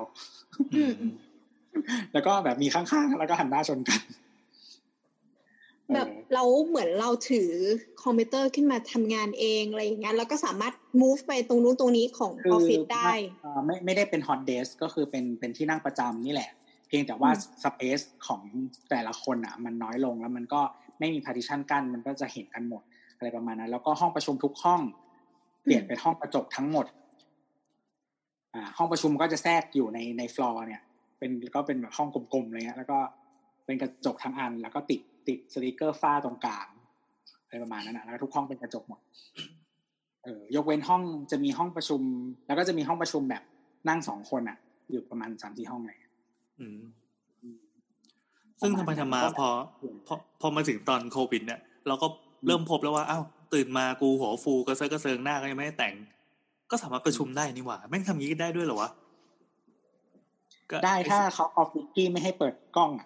ๆแล้วก็แบบมีข้างๆแล้วก็หันหน้าชนกันแบบเราเหมือนเราถือคอมพิวเตอร์ขึ้นมาทำงานเองอะไรอย่างเงี้ยแล้วก็สามารถ move ไปตรงนู้นตรงนี้ของออฟฟิศได้ไม่ไม่ได้เป็นฮอตเดสก์ก็คือเป็นเป็นที่นั่งประจำนี่แหละเพียงแต่ว่าสเปซของแต่ละคนอ่ะมันน้อยลงแล้วมันก็ไม่มีพาร์ติชันกั้นมันก็จะเห็นกันหมดอะไรประมาณนั้นแล้วก็ห้องประชุมทุกห้องเปลี่ยนเป็นห้องกระจกทั้งหมดอ่าห้องประชุมก็จะแทรกอยู่ในในฟลอร์เนี่ยเป็นก็เป็นแบบห้องกลมๆอะไรเงี้ยแล้วก็เป็นกระจกทั้งอันแล้วก็ติดติดสติกเกอร์ฝ้าตรงกลางอะไรประมาณนั้นนะแล้วทุกห้องเป็นกระจกหมดเออยกเว้นห้องจะมีห้องประชุมแล้วก็จะมีห้องประชุมแบบนั่งสองคนอ่ะอยู่ประมาณ สามสี่ ห้องเลยอืมซึ่งทำไปทำมาพอพอพอมาถึงตอนโควิดเนี่ยเราก็เริ่มพบแล้วว่าอ้าวตื่นมากูหัวฟูกระเซิร์กระเซิงหน้าก็ยังไม่ได้แต่งก็สามารถประชุมได้นี่หว่าแม่งทำงี้ได้ด้วยเหรอวะได้ถ้าเขาออฟฟิศที่ไม่ให้เปิดกล้องอ่ะ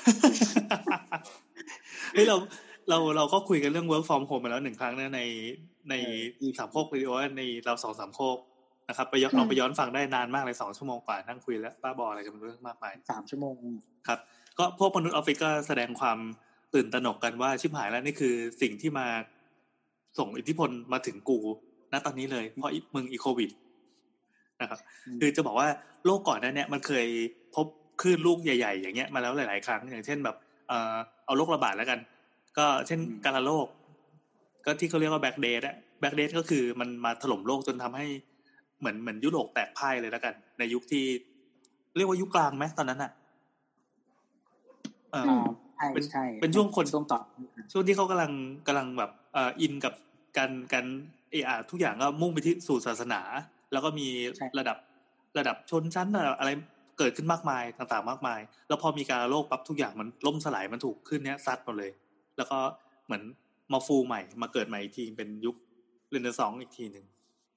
เฮ้ยเราเราเราก็คุยกันเรื่อง work from home มาแล้วหนึ่งครั้งนะในในสามโคกวิดีโอในเราสองสามโคกนะครับไปย้อนเราไปย้อนฟังได้นานมากเลยสองชั่วโมงกว่านั่งคุยแล้วบ้าบออะไรกันเรื่องมากมายสามชั่วโมงครับก็พวกมนุษย์ออฟฟิศก็แสดงความตื่นตระหนกกันว่าชิบหายแล้วนี่คือสิ่งที่มาส่งอิทธิพลมาถึงกูณตอนนี้เลยเพราะมึงอีโควิดนะครับคือจะบอกว่าโรคก่อนหน้านี้มันเคยพบคลื่นลูกใหญ่ๆอย่างเงี้ยมาแล้วหลายๆครั้งอย่างเช่นแบบเอ่อเอาโรคระบาดแล้วกันก็เช่นกาฬโรคก็ที่เขาเรียกว่าแบ็กเดทอะแบ็กเดทก็คือมันมาถล่มโลกจนทำให้เหมือนเหมือนยุโรปแตกพ่ายเลยแล้วกันในยุคที่เรียกว่ายุคกลางไหมตอนนั้นอะเออเป็นเป็นช่วงคนช่วงต่อช่วงที่เขากำลังกำลังแบบเอ่ออินกับการการเออทุกอย่างก็มุ่งไปที่สู่ศาสนาแล้วก็มีระดับระดับชนชั้นอะไรเกิดขึ้นมากมายต่างๆมากมายแล้วพอมีการโลกปั๊บทุกอย่างมันล่มสลายมันถูกขึ้นเนี้ยซัดหมดเลยแล้วก็เหมือนมาฟูใหม่มาเกิดใหม่อีกทีเป็นยุคเรเนซองส์อีกทีนึง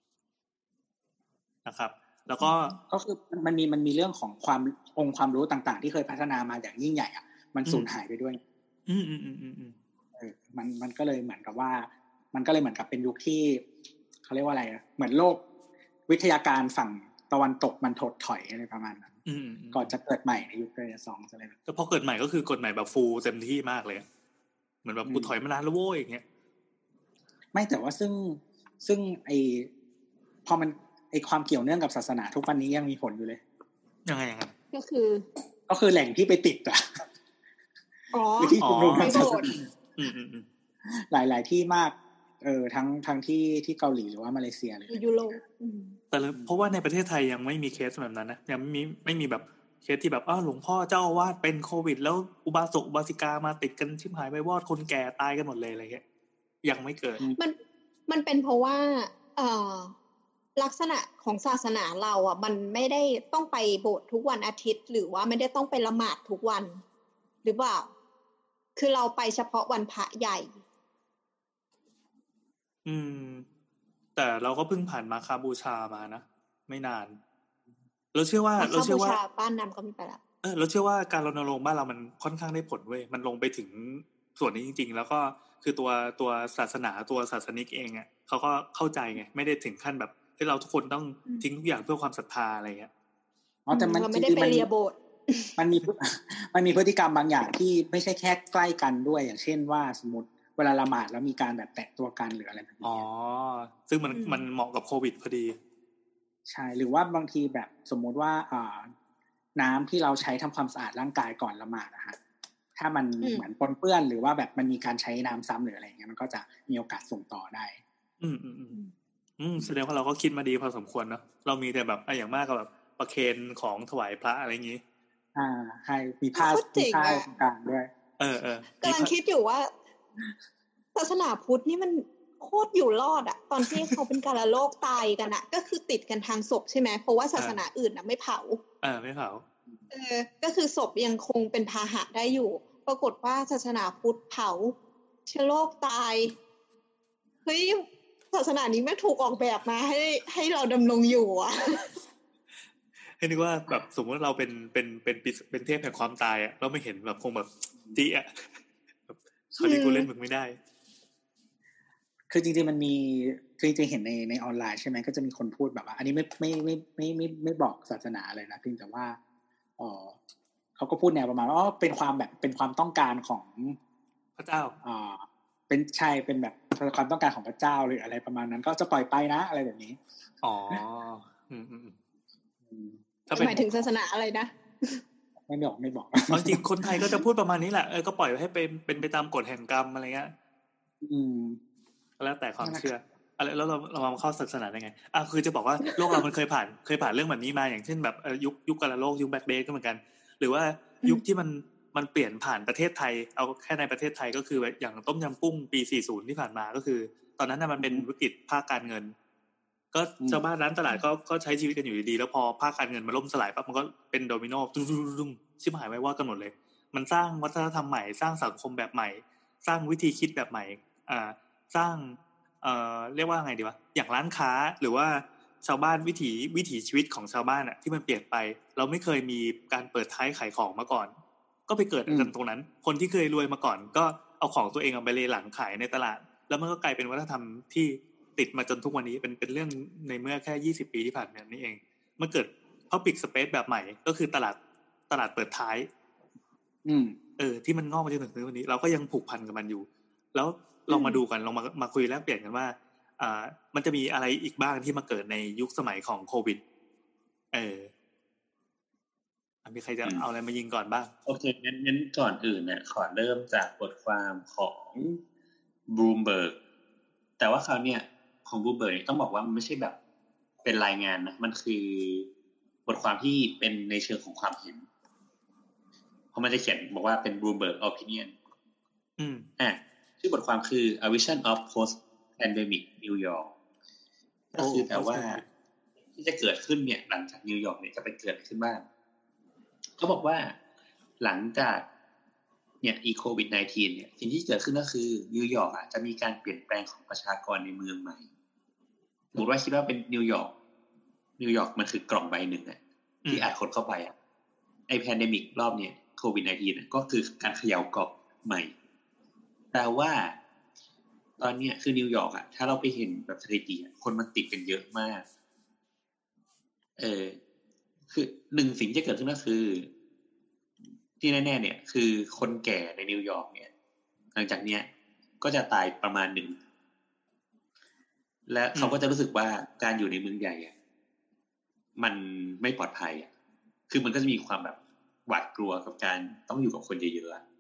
นะครับแล้วก็ก็คือมันมีมันมีเรื่องของความองค์ความรู้ต่างๆที่เคยพัฒนามาอย่างยิ่งใหญ่อ่ะมันสูญหายไปด้วยอืมอืมอืมอืมอืมเออมันมันก็เลยเหมือนกับว่ามันก็เลยเหมือนกับเป็นยุคที่เขาเรียกว่าอะไรอ่ะเหมือนโลกวิทยาการฝั่งตะวันตกมันถดถอยอะไรประมาณนั้นก่อนจะเกิดใหม่ในยุคเรเนซองส์อะไรแบบแต่พอเกิดใหม่ก็คือกฎใหม่แบบฟูลเต็มที่มากเลยเหมือนแบบกูถอยมานานแล้วโว้ยอย่างเงี้ยไม่แต่ว่าซึ่งซึ่งไอพอมันไอความเกี่ยวเนื่องกับศาสนาทุกวันนี้ยังมีผลอยู่เลยยังไงยังไงก็คือก็คือแหล่งที่ไปติดอ่ะอ๋อที่ชุมนุมทางศาสนาหลายๆที่มากเออทั้งทั้งที่ที่เกาหลีหรือว่ามาเลเซียเลยยุโรปแต่เพราะว่าในประเทศไทยยังไม่มีเคสแบบนั้นนะยังไม่มีไม่มีแบบเคสที่แบบอ้าวหลวงพ่อเจ้าอาวาสเป็นโควิดแล้วอุบาสกอุบาสิกามาติดกันชิบหายไปวอดคนแก่ตายกันหมดเลยอะไรเงี้ยยังไม่เกิดมันมันเป็นเพราะว่าเอ่อลักษณะของศาสนาเราอ่ะมันไม่ได้ต้องไปโบสถ์ทุกวันอาทิตย์หรือว่าไม่ได้ต้องไปละหมาดทุกวันหรือเปล่าคือเราไปเฉพาะวันพระใหญ่อืมแต่เราก็เพิ่งผ่านมาคาบูชามานะไม่นานเราเชื่อว่าเราเชื่อว่าบ้านนำก็มีไปแล้วเออเราเชื่อว่าการรณรงค์บ้านเรามันค่อนข้างได้ผลเว้ยมันลงไปถึงส่วนนี้จริงๆแล้วก็คือตัวตัวศาสนาตัวศาสนิกเองอ่ะเขาก็เข้าใจไงไม่ได้ถึงขั้นแบบที่เราทุกคนต้องทิ้งทุกอย่างเพื่อความศรัทธาอะไรเงี้ยอ๋อแต่มันไม่ได้ไปเรียโบสถ์มันมีมันมีพฤติกรรมบางอย่างที่ไม่ใช่แค่ใกล้กันด้วยอย่างเช่นว่าสมมติเวลาละหมาดแล้วมีการแบบแตะตัวกันหรืออะไรแบบนี้อ๋อซึ่งมันมันเหมาะกับโควิดพอดีใช่หรือว่าบางทีแบบสมมติว่าอ่าน้ำที่เราใช้ทำความสะอาดร่างกายก่อนละหมาดนะฮะถ้ามันเหมือนปนเปื้อนหรือว่าแบบมันมีการใช้น้ำซ้ำหรืออะไรอย่างเงี้ยมันก็จะมีโอกาสส่งต่อได้อืมอืมอืมอืมแสดงว่าเราก็คิดมาดีพอสมควรเนาะเรามีแต่แบบอย่างมากก็แบบประเคนของถวายพระอะไรอย่างงี้อ่าให้มีผ้ามีผ้าตรงกลางด้วยเออเออกำลังคิดอยู่ว่าศาสนาพุทธนี่มันโคตรอยู่รอดอะตอนที่เขาเป็นกาฬโรคตายกันอะก็คือติดกันทางศพใช่ไหมเพราะว่าศาสนาอื่นอะไม่เผาเออไม่เผาเออก็คือศพยังคงเป็นพาหะได้อยู่ปรากฏว่าศาสนาพุทธเผาเชื้อโรคตายเฮ้ยศาสนานี้ไม่ถูกออกแบบมาให้ให้เราดำรงอยู่อะให้นึกว่าแบบสมมติเราเป็นเป็นเป็นเป็นเทพแห่งความตายอะเราไม่เห็นแบบคงแบบจี้อะแบบคราวนี้กูเล่นมึงไม่ได้คือจริงๆมันมีจริงๆเห็นในในออนไลน์ใช่ไหมก็จะมีคนพูดแบบว่าอันนี้ไม่ไม่ไม่ไม่ไม่ไม่บอกศาสนาเลยนะเพียงแต่ว่าอ๋อเขาก็พูดแนวประมาณว่าอ๋อเป็นความแบบเป็นความต้องการของพระเจ้าอ่าเป็นใช่เป็นแบบความต้องการของพระเจ้าหรืออะไรประมาณนั้นก็จะปล่อยไปนะอะไรแบบนี้อ๋ออืมอืมหมายถึงศาสนาอะไรนะไม่บอกไม่บอกจริงคนไทยก็จะพูดประมาณนี้แหละเออก็ปล่อยให้เป็นเป็นไปตามกฎแห่งกรรมอะไรเงี้ยอืมแล้วแต่ความเชื่ออะไรแล้วเราเรามาเข้าศาสนาได้ไงอ่ะคือจะบอกว่าโลกเรามันเคยผ่านเคยผ่านเรื่องแบบนี้มาอย่างเช่นแบบยุคยุคกาลโลกยุคแบ็คเดย์ก็เหมือนกันหรือว่ายุคที่มันมันเปลี่ยนผ่านประเทศไทยเอาแค่ในประเทศไทยก็คืออย่างต้มยำกุ้งปีสี่สิบที่ผ่านมาก็คือตอนนั้นน่ะมันเป็นวิกฤตภาคการเงินก็ชาวบ้านร้านตลาดก็ก็ใช้ชีวิตกันอยู่ดีๆแล้วพอภาคการเงินมันล่มสลายปั๊บมันก็เป็นโดมิโนตุ้มๆชิบหายไว้ว่ากันหมดเลยมันสร้างวัฒนธรรมใหม่สร้างสังคมแบบใหม่สร้างวิธีคิดแบบใหม่อ่าสร้างเอ่อเรียกว่าไงดีวะอย่างร้านค้าหรือว่าชาวบ้านวิถีวิถีชีวิตของชาวบ้านอ่ะที่มันเปลี่ยนไปเราไม่เคยมีการเปิดท้ายขายของมาก่อนก็ไปเกิดกันตรงนั้นคนที่เคยรวยมาก่อนก็เอาของตัวเองเอาไปเลหลังขายในตลาดแล้วมันก็กลายเป็นวัฒนธรรมที่ติดมาจนทุกวันนี้เป็นเป็นเรื่องในเมื่อแค่ยี่สิบปีที่ผ่านมานี่เองมันเกิด public space แบบใหม่ก็คือตลาดตลาดเปิดท้ายอืมเออที่มันงอกมาจนถึงวันนี้เราก็ยังผูกพันกับมันอยู่แล้วลองมาดูกันลองมามาคุยแลกเปลี่ยนกันว่าอ่ามันจะมีอะไรอีกบ้างที่มาเกิดในยุคสมัยของโควิดเออมีใครจะเอาอะไรมายิงก่อนบ้างโอเคงั้นงั้นก่อนอื่นเนี่ยขอเริ่มจากบทความของ Bloomberg แต่ว่าคราวเนี้ยของ Bloomberg ต้องบอกว่ามันไม่ใช่แบบเป็นรายงานนะมันคือบทความที่เป็นในเชิงของความเห็นเพราะมันจะเขียนบอกว่าเป็น Bloomberg Opinion อืมอ่ะชื่อบทความคือ A Vision of Post-Pandemic New York ก็คือแต่ว่าที่จะเกิดขึ้นเนี่ยหลังจากนิวยอร์กเนี่ยจะไปเกิดขึ้นบ้างเขาบอกว่าหลังจากเนี่ยอีโควิด สิบเก้า เนี่ยสิ่งที่เกิดขึ้นก็คือนิวยอร์กอ่ะจะมีการเปลี่ยนแปลงของประชากรในเมืองใหม่สมมติว่าคิดว่าเป็นนิวยอร์กนิวยอร์กมันคือกล่องใบหนึ่งอ่ะที่อัดคนเข้าไปอ่ะไอ้แพนเดมิกรอบเนี่ยโควิด สิบเก้า เนี่ยก็คือการเขย่ากล่องใหม่แต่ว่าตอนเนี้ยคือนิวยอร์กอ่ะถ้าเราไปเห็นแบบสถิติคนมันติดกันเยอะมากเออคือหนึ่งสิ่งที่เกิดขึ้นก็คือที่แน่ๆเนี่ยคือคนแก่ในนิวยอร์กเนี่ยหลังจากเนี้ยก็จะตายประมาณหนึ่งและเขาก็จะรู้สึกว่าการอยู่ในเมืองใหญ่อ่ะมันไม่ปลอดภัยอ่ะคือมันก็จะมีความแบบหวาดกลัวกับการต้องอยู่กับคนเยอะ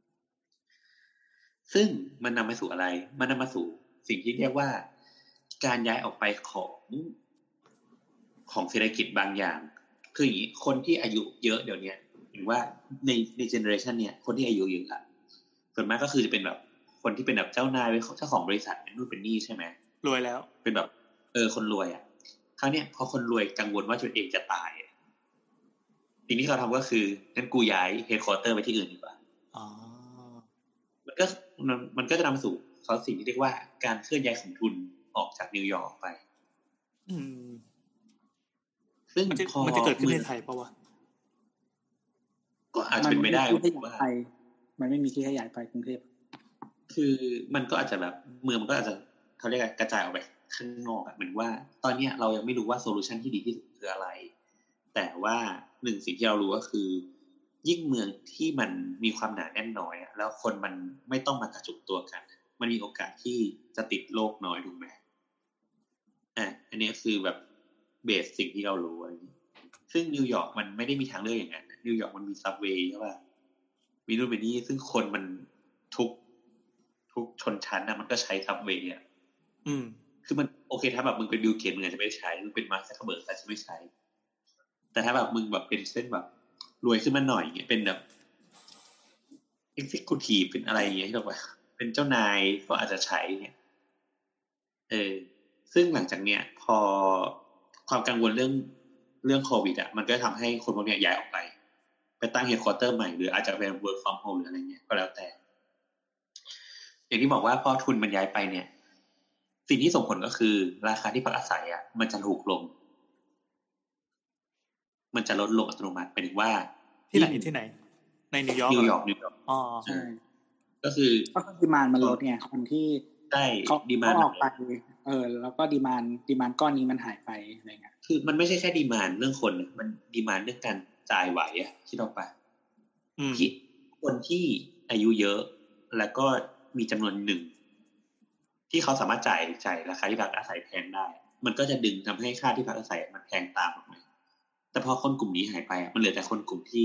ๆซึ่งมันนำมาสู่อะไรมันนำมาสู่สิ่งที่เรียกว่าการย้ายออกไปของของเศรษฐกิจบางอย่างคืออย่างนี้คนที่อายุเยอะเดี๋ยวนี้เห็นว่าในในเจเนอเรชันเนี่ยคนที่อายุเยอะอะส่วนมากก็คือจะเป็นแบบคนที่เป็นแบบเจ้านายเจ้าของบริษัทเป็นนู่นเป็นนี่ใช่ไหมรวยแล้วเป็นแบบเออคนรวยอ่ะคราวเนี้ยพอคนรวยกังวลว่าตัวเองจะตายสิ่งที่เขาทำก็คืองั้นกูย้ายเฮดควอเตอร์ไปที่อื่นดีกว่าอ๋อมันก็มันก็จะนำมาสู่เขาสิ่งที่เรียกว่าการเคลื่อนย้ายของทุนออกจากนิวยอร์กไปอืมซึ่งพอมันจะเกิดขึ้นในไทยป่าววะก็อาจจะเป็นไม่ได้ว่ามันไม่มีที่ขยายไปกรุงเทพคือมันก็อาจจะแบบเมืองมันก็อาจจะเขาเรียกกระจายออกไปข้างนอกอ่ะเหมือนว่าตอนนี้เรายังไม่รู้ว่าโซลูชันที่ดีที่สุดคืออะไรแต่ว่าหนึ่งสิ่งที่เรารู้ก็คือยิ่งเมืองที่มันมีความหนาแน่นน้อยอ่ะแล้วคนมันไม่ต้องมากระจุกตัวกันมันมีโอกาสที่จะติดโรคน้อยถูกไหมอ่ะอันนี้คือแบบเบสสิ่งที่เรารู้อะไรซึ่งนิวยอร์กมันไม่ได้มีทางเลือกอย่างนั้นนิวยอร์กมันมีซับเวย์ใช่ป่ะมีนู่นมีนี่ซึ่งคนมันทุกทุกชนชั้นนะมันก็ใช้ซับเวย์อ่ะอืมคือมันโอเคถ้าแบบมึงเป็นบิลเกตมึงอาจจะไม่ใช้มึงเป็นมาร์คซักเคอร์เบิร์กอาจจะไม่ใช้แต่ถ้าแบบมึงแบบเป็นเส้นแบบรวยขึ้นมาหน่อยเงี้ยเป็นแบบเอ็กซิคิวทีฟเป็นอะไรอย่างเงี้ยที่เราว่าเป็นเจ้านายก็อาจจะใช้เนี่ยเออซึ่งหลังจากเนี้ยพอความกังวลเรื่องเรื่องโควิดอ่ะมันก็ทำให้คนพวกนี้ย้ายออกไปไปตั้งเฮดควอเตอร์ใหม่หรืออาจจะเป็น work from home หรืออะไรเงี้ยก็แล้วแต่อย่างที่บอกว่าพอทุนมันย้ายไปเนี่ยสิ่งที่ส่งผลก็คือราคาที่พักอาศัยอ่ะมันจะถูกลงมันจะลดลงอัตโนมัติเป็นถึงว่าที่ไหนที่ไหนในนิวยอร์กนิวยอร์กนิวยอร์กอ๋อใช่ก็คือก็คือดีมานด์มันลดไงคนที่เขาดีมานด์ออกไปเออแล้วก็ดีมานด์ดีมานด์ก้อนนี้มันหายไปอะไรเงี้ยคือมันไม่ใช่แค่ดีมานด์เรื่องคนมันดีมานด์เรื่องการจ่ายไหวอ่ะคิดออกป่ะคิดคนที่อายุเยอะแล้วก็มีจำนวนหนึ่งที่เขาสามารถจ่ายจ่ายราคาที่พักอาศัยแพงได้มันก็จะดึงทำให้ค่าที่พักอาศัยมันแพงตามออกมาแต่พอคนกลุ่มนี้หายไปมันเหลือแต่คนกลุ่มที่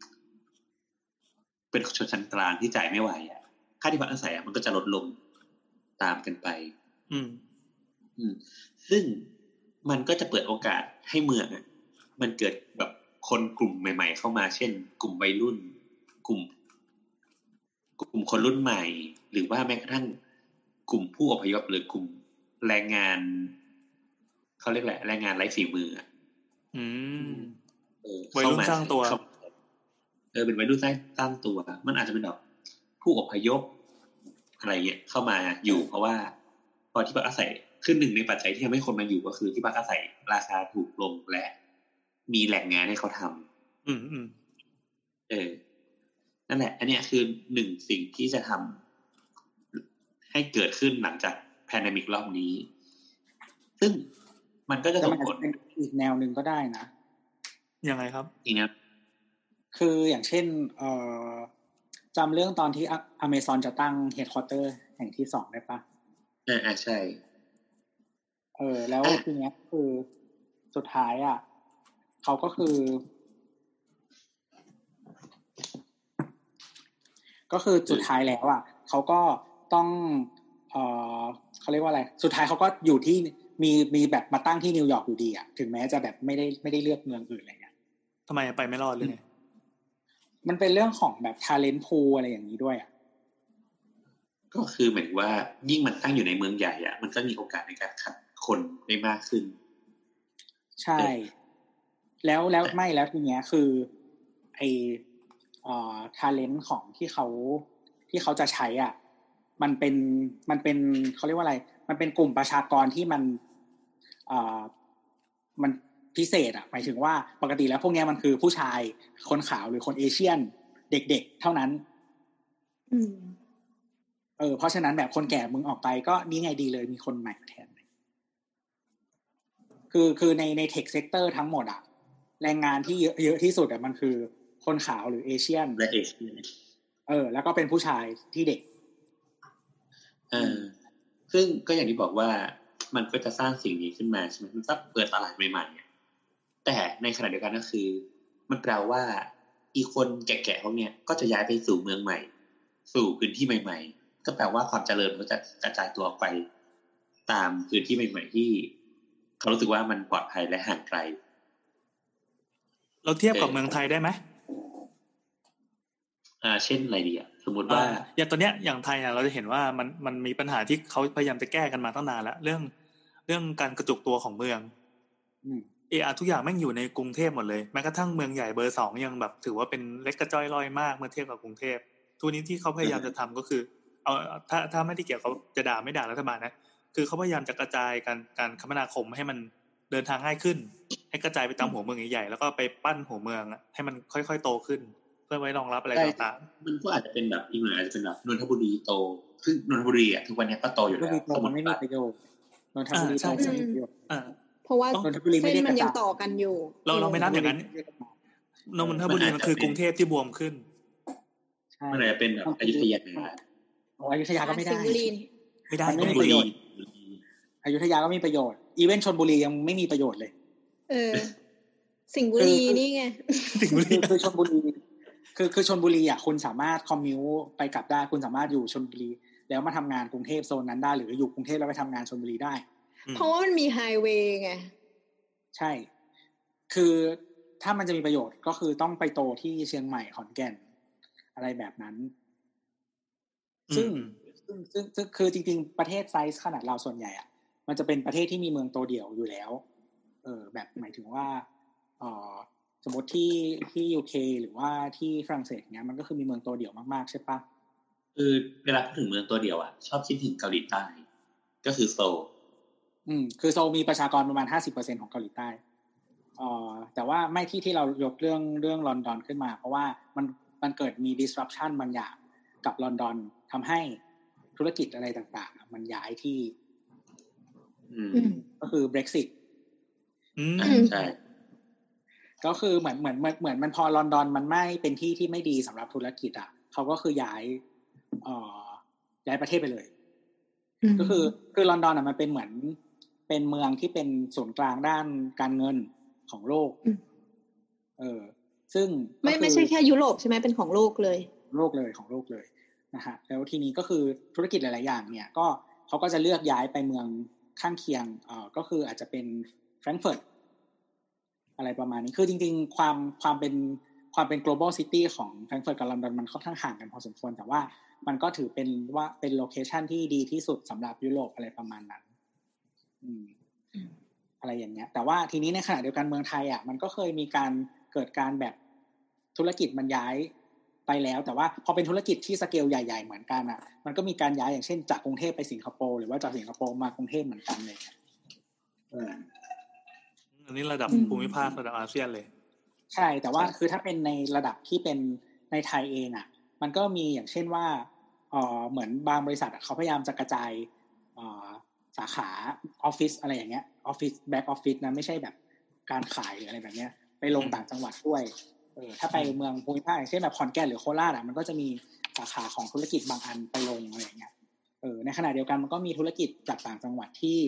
เป็นชนชั้นกลางที่จ่ายไม่ไหวอ่ะค่าที่พักอาศัยมันก็จะลดลงตามกันไปอืมอืมซึ่งมันก็จะเปิดโอกาสให้เมืองอ่ะมันเกิดแบบคนกลุ่มใหม่ๆเข้ามาเช่นกลุ่มวัยรุ่นกลุ่มกลุ่มคนรุ่นใหม่หรือว่าแม้กระทั่งกลุ่มผู้อพยพหรือกลุ่มแรงงานเขาเรียกแหละแรงงานไร้ฝีมืออ่ะอืมเออวัยรุ่นสร้างตัวเออเป็นวัยรุ่นสร้างสร้างตัวมันอาจจะเป็นแบบผู้อพยพอะไรเงี้ยเข้ามาอยู่เพราะว่าพอที่พักอาศัยขึ้นหนึ่งในปัจจัยที่ทำให้คนมาอยู่ก็คือที่พักอาศัยราคาถูกลงและมีแหล่งงานให้เขาทำอืมอืมเออนั่นแหละอันนี้คือหนึ่งสิ่งที่จะทำให้เกิดขึ้นหลังจากแพนเดมิกรอบนี้ซึ่งมันก็จะส่งผลอีกแนวหนึ่งก็ได้นะยังไงครับอีกแนวคืออย่างเช่นเอ่อจำเรื่องตอนที่ Amazon จะตั้ง headquarter แห่งที่สองได้ปะอ่าใช่เออแล้วทีเนี้ยคือสุดท้ายอ่ะเขาก็คือก็คือสุดท้ายแล้วอ่ะเขาก็ต้องเออเขาเรียกว่าอะไรสุดท้ายเขาก็อยู่ที่มีมีแบบมาตั้งที่นิวยอร์กอยู่ดีอ่ะถึงแม้จะแบบไม่ได้ไม่ได้เลือกเมืองอื่นอะไรเงี้ยทำไมไปไม่รอดเลยไงมันเป็นเรื่องของแบบ talent pool อะไรอย่างนี้ด้วยอ่ะก็คือเหมือนว่ายิ่งมันตั้งอยู่ในเมืองใหญ่อ่ะมันก็มีโอกาสในการคัดคนได้มากขึ้นใช่แล้วแล้วไม่แล้วทีเนี้ยคือไอเอ่อ talent ของที่เขาที่เขาจะใช้อ่ะมันเป็นมันเป็นเขาเรียกว่าอะไรมันเป็นกลุ่มประชากรที่มันเอ่อมันพิเศษอ่ะหมายถึงว่าปกติแล้วพวกนี้มันคือผู้ชายคนขาวหรือคนเอเชียนเด็กๆเท่านั้นอืมเออเพราะฉะนั้นแบบคนแก่มึงออกไปก็นี่ไงดีเลยมีคนใหม่แทนคือคือในในเทคเซกเตอร์ทั้งหมดอ่ะแรงงานที่เยอะเยอะที่สุดอ่ะมันคือคนขาวหรือเอเชียนและเอเชียนเออแล้วก็เป็นผู้ชายที่เด็กเออซึ่งก็อย่างที่บอกว่ามันก็จะสร้างสิ่งนี้ขึ้นมาใช่ไหมมันก็เปิดตลาดใหม่ๆแต่ในขณะเดียวกันก็คือมันแปลว่าอีกคนแก่ๆพวกเนี้ยก็จะย้ายไปสู่เมืองใหม่สู่พื้นที่ใหม่ๆก็แปลว่าความเจริญมันจะกระจายตัวออกไปตามพื้นที่ใหม่ๆที่เขารู้สึกว่ามันปลอดภัยและห่างไกลเราเทียบกับเมืองไทยได้ไหมอ่าเช่นอะไรดีอ่ะสมมติว่าอย่างตอนเนี้ยอย่างไทยอ่ะเราจะเห็นว่ามันมันมีปัญหาที่เขาพยายามจะแก้กันมาตั้งนานแล้วเรื่องเรื่องการกระจุกตัวของเมืองเออทุกอย่างแม่งอยู่ในกรุงเทพหมดเลยแม้กระทั่งเมืองใหญ่เบอร์สองยังแบบถือว่าเป็นเล็กกระจ้อยร่อยมากเมื่อเทียบกับกรุงเทพทุกนี้ที่เขาพยายามจะทำก็คือเอาถ้าถ้าไม่ได้เกี่ยวเขาจะด่าไม่ด่ารัฐบาลนะคือเขาพยายามจะกระจายการการคมนาคมให้มันเดินทางง่ายขึ้นให้กระจายไปตามหัวเมืองใหญ่ๆแล้วก็ไปปั้นหัวเมืองให้มันค่อยๆโตขึ้นเพื่อไว้รองรับอะไรต่างๆมันก็อาจจะเป็นแบบอีกหน่อยอาจจะเป็นแบบนนทบุรีโตซึ่งนนทบุรีอ่ะทุกวันนี้ก็โตอยู่แล้วสมุทรไม่มีประโยชน์นนทบุรีโตไม่มีประโยชน์เพราะว่าเส้นมันยังต่อกันอยู่เราเราไม่นับอย่างนั้นนนทบุรีมันคือกรุงเทพที่บวมขึ้นมันอาจจะเป็นแบบอยุธยาโอ้อยุธยาก็ไม่ได้ไม่ได้ไม่มีประโยชน์อยุธยาก็มีประโยชน์อีเวนต์ชลบุรียังไม่มีประโยชน์เลยเออสิงห์บุรีนี่ไงสิงห์บุรีคือชลบุรีคือคือชลบุรีอ่ะคุณสามารถคอมมิวไปกลับได้คุณสามารถอยู่ชลบุรีแล้วมาทำงานกรุงเทพโซนนั้นได้หรืออยู่กรุงเทพแล้วไปทำงานชลบุรีได้เพราะว่ามันมีไฮเวย์ไงใช่คือถ้ามันจะมีประโยชน์ก็คือต้องไปโตที่เชียงใหม่ขอนแก่นอะไรแบบนั้นซึ่งซึ่งซึ่งซึ่งคือจริงๆประเทศไซส์ขนาดเราส่วนใหญ่อ่ะมันจะเป็นประเทศที่มีเมืองโตเดี่ยวอยู่แล้วเออแบบหมายถึงว่าเอ่อสมมติที่ที่ ยู เค หรือว่าที่ฝรั่งเศสเงี้ยมันก็คือมีเมืองโตเดี่ยวมากๆใช่ปะคือเวลาพูดถึงเมืองโตเดี่ยวอ่ะชอบคิดถึงเกาหลีใต้ก็คือโซลอืมคือโซลมีประชากรประมาณ ห้าสิบเปอร์เซ็นต์ ของเกาหลีใต้เอ่อแต่ว่าไม่ที่ที่เรายกเรื่องเรื่องลอนดอนขึ้นมาเพราะว่ามันมันเกิดมี disruption บางอย่างกับลอนดอนทำให้ธุรกิจอะไรต่างๆมันย้ายที่ก็คือ Brexit อืมใช่ก็คือเหมือนเหมือนเหมือนมันพอลอนดอนมันไม่เป็นที่ที่ไม่ดีสำหรับธุรกิจอ่ะเขาก็คือย้ายเอ่อย้ายประเทศไปเลยก็คือคือลอนดอนอ่ะมันเป็นเหมือนเป็นเมืองที่เป็นศูนย์กลางด้านการเงินของโลกเออซึ่งไม่ไม่ใช่แค่ยุโรปใช่ไหมเป็นของโลกเลยโลกเลยของโลกเลยนะฮะแล้วทีนี้ก็คือธุรกิจหลายๆอย่างเนี่ยก็เขาก็จะเลือกย้ายไปเมืองข้างเคียงเอ่อก็คืออาจจะเป็นแฟรงก์เฟิร์ตอะไรประมาณนี้คือจริงๆความความเป็นความเป็น global city ของแฟรงก์เฟิร์ตกับลอนดอนมันค่อนข้างห่างกันพอสมควรแต่ว่ามันก็ถือเป็นว่าเป็นโลเคชันที่ดีที่สุดสำหรับยุโรปอะไรประมาณนั้นอืมอะไรอย่างเงี้ยแต่ว่าทีนี้ในขณะเดียวกันเมืองไทยอ่ะมันก็เคยมีการเกิดการแบบธุรกิจมันย้ายไปแล้วแต่ว่าพอเป็นธุรกิจที่สเกลใหญ่ๆเหมือนกันอ่ะมันก็มีการย้ายอย่างเช่นจากกรุงเทพไปสิงคโปร์หรือว่าจากสิงคโปร์มากรุงเทพเหมือนกันเลยเอออันนี้ระดับภูมิภาคระดับอาเซียนเลยใช่แต่ว่าคือถ้าเป็นในระดับที่เป็นในไทยเองอ่ะมันก็มีอย่างเช่นว่าเอ่อเหมือนบางบริษัทเขาพยายามจะกระจายเอ่อสาขาออฟฟิศอะไรอย่างเงี้ยออฟฟิศแบ็คออฟฟิศนะไม่ใช่แบบการขายหรืออะไรแบบเนี้ยไปลงต่างจังหวัดด้วยเออถ้าไปเมืองภูมิภาคอย่างเช่นแบบขอนแก่นหรือโคราชอ่ะมันก็จะมีสาขาของธุรกิจบางอันไปลงอะไรอย่างเงี้ยเออในขณะเดียวกันมันก็มีธุรกิจจากต่างจังหวัดที่